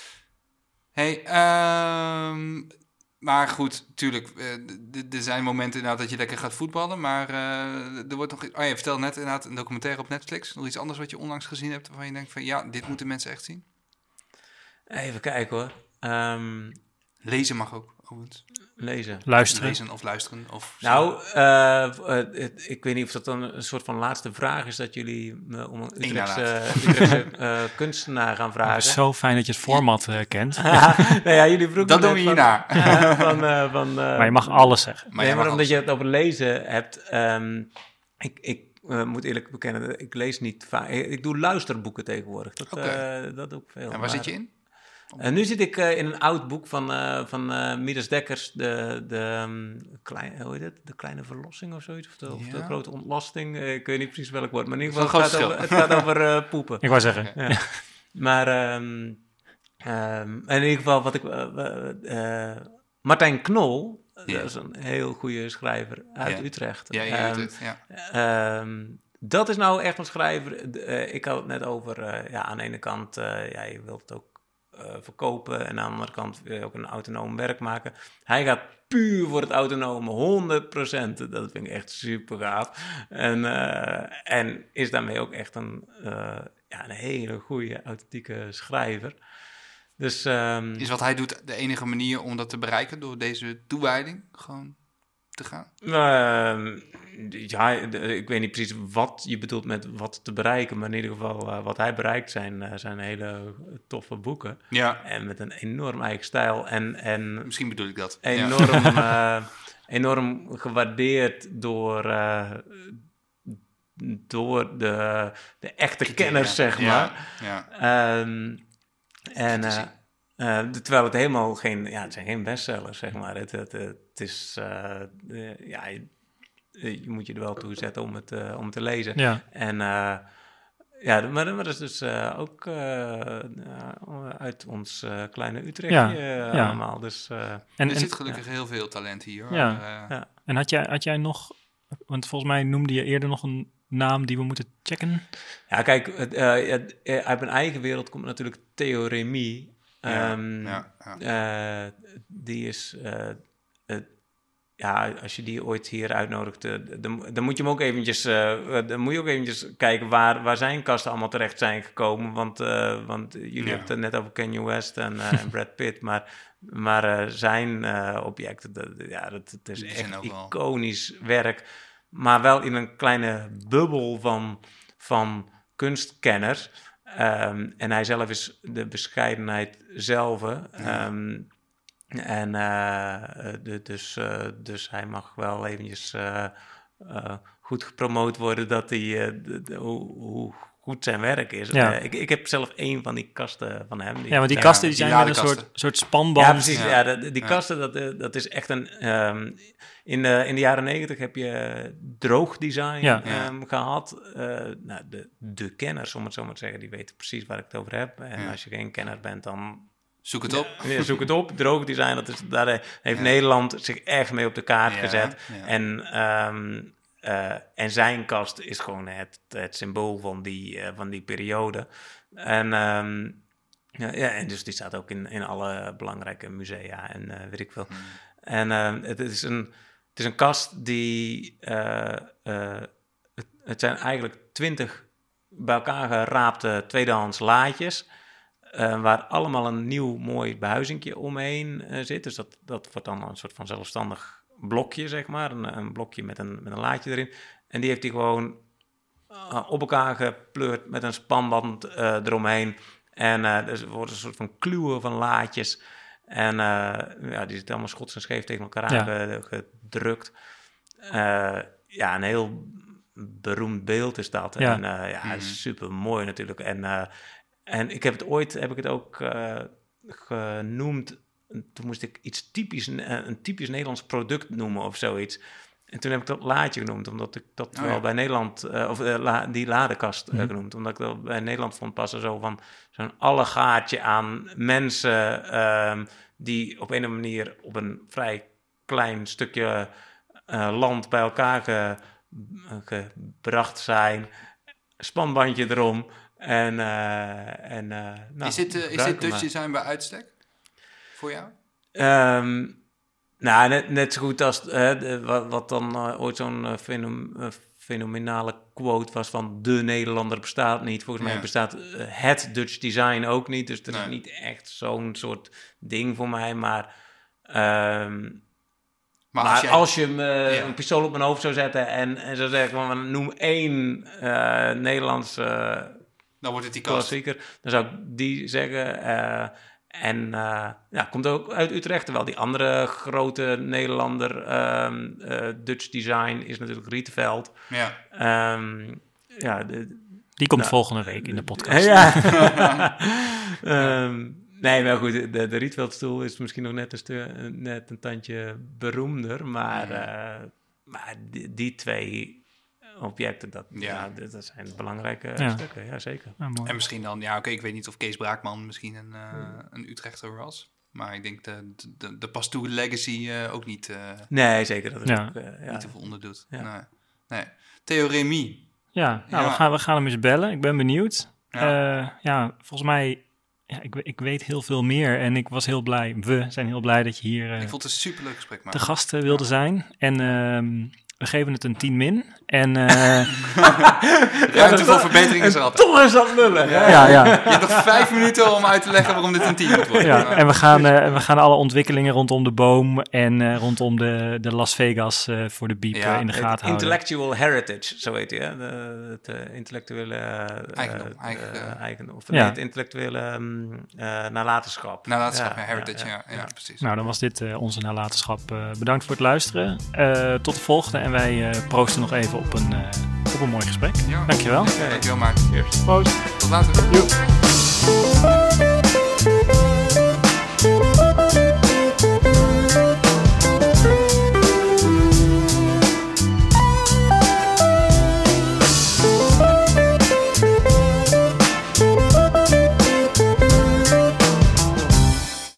Hey, um, maar goed, tuurlijk, uh, er zijn momenten inderdaad dat je lekker gaat voetballen, maar uh, er wordt nog... Oh, je vertelde net inderdaad een documentaire op Netflix. Nog iets anders wat je onlangs gezien hebt, waarvan je denkt van ja, dit moeten mensen echt zien? Even kijken hoor. Um, Lezen mag ook, overigens. Lezen. Luisteren. Lezen of luisteren. Of nou, uh, uh, ik weet niet of dat dan een soort van laatste vraag is dat jullie me om een Utrechtse, Utrechtse uh, kunstenaar gaan vragen. Oh, zo fijn dat je het format uh, kent. nou ja, jullie vroegen dat doen we hierna. Van, uh, van, uh, van, uh, maar je mag alles zeggen. Maar, nee, maar omdat je het over lezen hebt, um, ik... ik Uh, moet eerlijk bekennen, ik lees niet vaak. Ik, ik doe luisterboeken tegenwoordig. Dat, okay. uh, dat doe ik veel. En waar maar, zit je in? Uh, nu zit ik uh, in een oud boek van, uh, van uh, Midas Dekkers, de, de, um, klein, hoe heet het? De Kleine Verlossing of zoiets, of de, ja. of de Grote Ontlasting. Uh, ik weet niet precies welk woord, maar in ieder geval het gaat, over, het gaat over uh, poepen. Ik wou zeggen. Ja. Maar um, um, in ieder geval, wat ik... Uh, uh, Martijn Knol, ja. dat is een heel goede schrijver uit ja. Utrecht. Ja, ja, um, Utrecht, ja. Um, dat is nou echt een schrijver. Uh, ik had het net over, uh, ja, aan de ene kant, uh, ja, je wilt het ook uh, verkopen en aan de andere kant wil je ook een autonoom werk maken. Hij gaat puur voor het autonome, honderd procent. Dat vind ik echt super gaaf. En, uh, en is daarmee ook echt een, uh, ja, een hele goede, authentieke schrijver. Dus, um, is wat hij doet de enige manier om dat te bereiken door deze toewijding? Gewoon te gaan? Uh, ja, ik weet niet precies wat je bedoelt met wat te bereiken, maar in ieder geval uh, wat hij bereikt zijn, uh, zijn hele toffe boeken. Ja. En met een enorm eigen stijl. En, en Misschien bedoel ik dat. Enorm, ja. uh, enorm gewaardeerd door, uh, door de, de echte Kriteria. kenners, zeg maar. Ja, ja. Um, en... Uh, Uh, terwijl het helemaal geen, ja, het zijn geen bestsellers, zeg maar. Het, het, het is, uh, uh, ja, je, je moet je er wel toe zetten om het, uh, om het te lezen. Ja. En uh, ja, maar, maar dat is dus uh, ook uh, uh, uit ons uh, kleine Utrechtje ja, uh, ja. allemaal. Dus, uh, en, er zit gelukkig ja. heel veel talent hier. Hoor. Ja. Uh, ja. En had jij, had jij nog, want volgens mij noemde je eerder nog een naam die we moeten checken? Ja, kijk, het, uh, het, uit mijn eigen wereld komt natuurlijk Theo Remy. Ja, um, ja, ja. Uh, die is, uh, uh, ja, als je die ooit hier uitnodigt, uh, dan, dan moet je hem ook eventjes, uh, dan moet je ook eventjes kijken waar, waar zijn kasten allemaal terecht zijn gekomen, want, uh, want jullie ja. hebben het net over Kanye West en, uh, en Brad Pitt, maar, maar uh, zijn uh, objecten, dat, ja, dat, dat is die echt iconisch wel. werk, maar wel in een kleine bubbel van, van kunstkenners. Um, en hij zelf is de bescheidenheid zelf. Ja. Um, en uh, de, dus, uh, dus hij mag wel eventjes uh, uh, goed gepromoot worden dat hij, uh, de, de, hoe, hoe goed zijn werk is. Ja. Uh, ik, ik heb zelf één van die kasten van hem. Die, ja, want die kasten die zijn met een soort, soort spanband. Ja, precies. Ja. Ja, de, die ja. kasten, dat, dat is echt een... Um, in, de, in de jaren negentig heb je droogdesign ja. um, gehad. Uh, nou, de, de kenners, om het zo maar te zeggen, die weten precies waar ik het over heb. En ja. als je geen kenner bent, dan... Zoek het op. Ja, zoek het op. Droogdesign, dat is, daar heeft ja. Nederland zich echt mee op de kaart ja. gezet. Ja. En... Um, Uh, en zijn kast is gewoon het, het symbool van die, uh, van die periode. En, um, ja, ja, en dus die staat ook in, in alle belangrijke musea en uh, weet ik veel. Mm. En uh, het, is een, het is een kast die... Uh, uh, het, het zijn eigenlijk twintig bij elkaar geraapte tweedehands laadjes... Uh, waar allemaal een nieuw mooi behuizingje omheen uh, zit. Dus dat, dat wordt dan een soort van zelfstandig... blokje, zeg maar. Een, een blokje met een, met een laadje erin. En die heeft hij gewoon uh, op elkaar gepleurd met een spanband uh, eromheen. En uh, er wordt een soort van kluwen van laadjes. En uh, ja, die zit allemaal schots en scheef tegen elkaar ja. gedrukt. Uh, ja, een heel beroemd beeld is dat. Ja. En uh, ja, mm-hmm. super mooi natuurlijk. En, uh, en ik heb het ooit, heb ik het ook uh, genoemd... Toen moest ik iets typisch, een typisch Nederlands product noemen of zoiets. En toen heb ik dat laadje genoemd, omdat ik dat oh, wel ja. bij Nederland, uh, of uh, la, die ladekast uh, mm. genoemd, omdat ik dat bij Nederland vond passen, zo van zo'n allegaartje aan mensen uh, die op een of andere manier op een vrij klein stukje uh, land bij elkaar ge, gebracht zijn. Spanbandje erom. En, uh, en, uh, nou, is dit, uh, is dit Dutch design bij uitstek? Voor jou? Um, nou, net, net zo goed als uh, de, wat, wat dan uh, ooit zo'n uh, fenom, uh, fenomenale quote was van de Nederlander bestaat niet. Volgens ja. mij bestaat uh, het Dutch design ook niet. Dus dat nee. is niet echt zo'n soort ding voor mij. Maar, um, maar, maar als, jij... als je me, ja. een pistool op mijn hoofd zou zetten en, en zou zeggen van noem één uh, Nederlandse uh, dan wordt het die klassieker, dan zou ik die zeggen... Uh, En uh, ja, komt ook uit Utrecht. Terwijl die andere grote Nederlander, um, uh, Dutch design, is natuurlijk Rietveld. Ja. Um, ja de, die komt nou, volgende week in de podcast. Ja. um, nee, maar goed, de, de Rietveldstoel is misschien nog net een, stu- net een tandje beroemder. Maar, ja. uh, maar die, die twee... objecten, dat, ja. ja, dat zijn belangrijke ja. stukken, ja zeker. Ja, en misschien dan, ja oké, okay, ik weet niet of Kees Braakman misschien een, uh, een Utrechter was, maar ik denk de, de, de Pastoor Legacy uh, ook niet, uh, nee zeker, dat is ja. ook, uh, ja. niet te veel onderdoet. Ja. Nee. nee. Theo Remy. Ja, nou, ja. We, gaan, we gaan hem eens bellen, ik ben benieuwd. Ja, uh, ja volgens mij, ja, ik, ik weet heel veel meer en ik was heel blij, we zijn heel blij dat je hier uh, ik vond het een superleuk gesprek, te gast uh, wilde ja. zijn. En uh, we geven het een tien min. En, uh, ruimte voor verbetering is er altijd. Toch is dat lullen. Ja, ja. ja. Je hebt nog vijf minuten om uit te leggen waarom dit een team moet worden. Ja, en we gaan, uh, we gaan alle ontwikkelingen rondom de boom en uh, rondom de, de Las Vegas uh, voor de biep ja, in de gaten houden. Intellectual heritage, zo heet die, hè? De, het uh, intellectuele uh, eigendom. Eigen, uh, eigendom of ja. nee, het intellectuele um, uh, nalatenschap. Nalatenschap, ja, heritage, ja, ja, ja, ja, precies. Nou, dan was dit uh, onze nalatenschap. Uh, bedankt voor het luisteren. Uh, tot de volgende en wij uh, proosten nog even op een, uh, op een mooi gesprek. Ja. Dankjewel. Okay. Dankjewel, Maarten. Cheers. Proost. Tot later. Joep.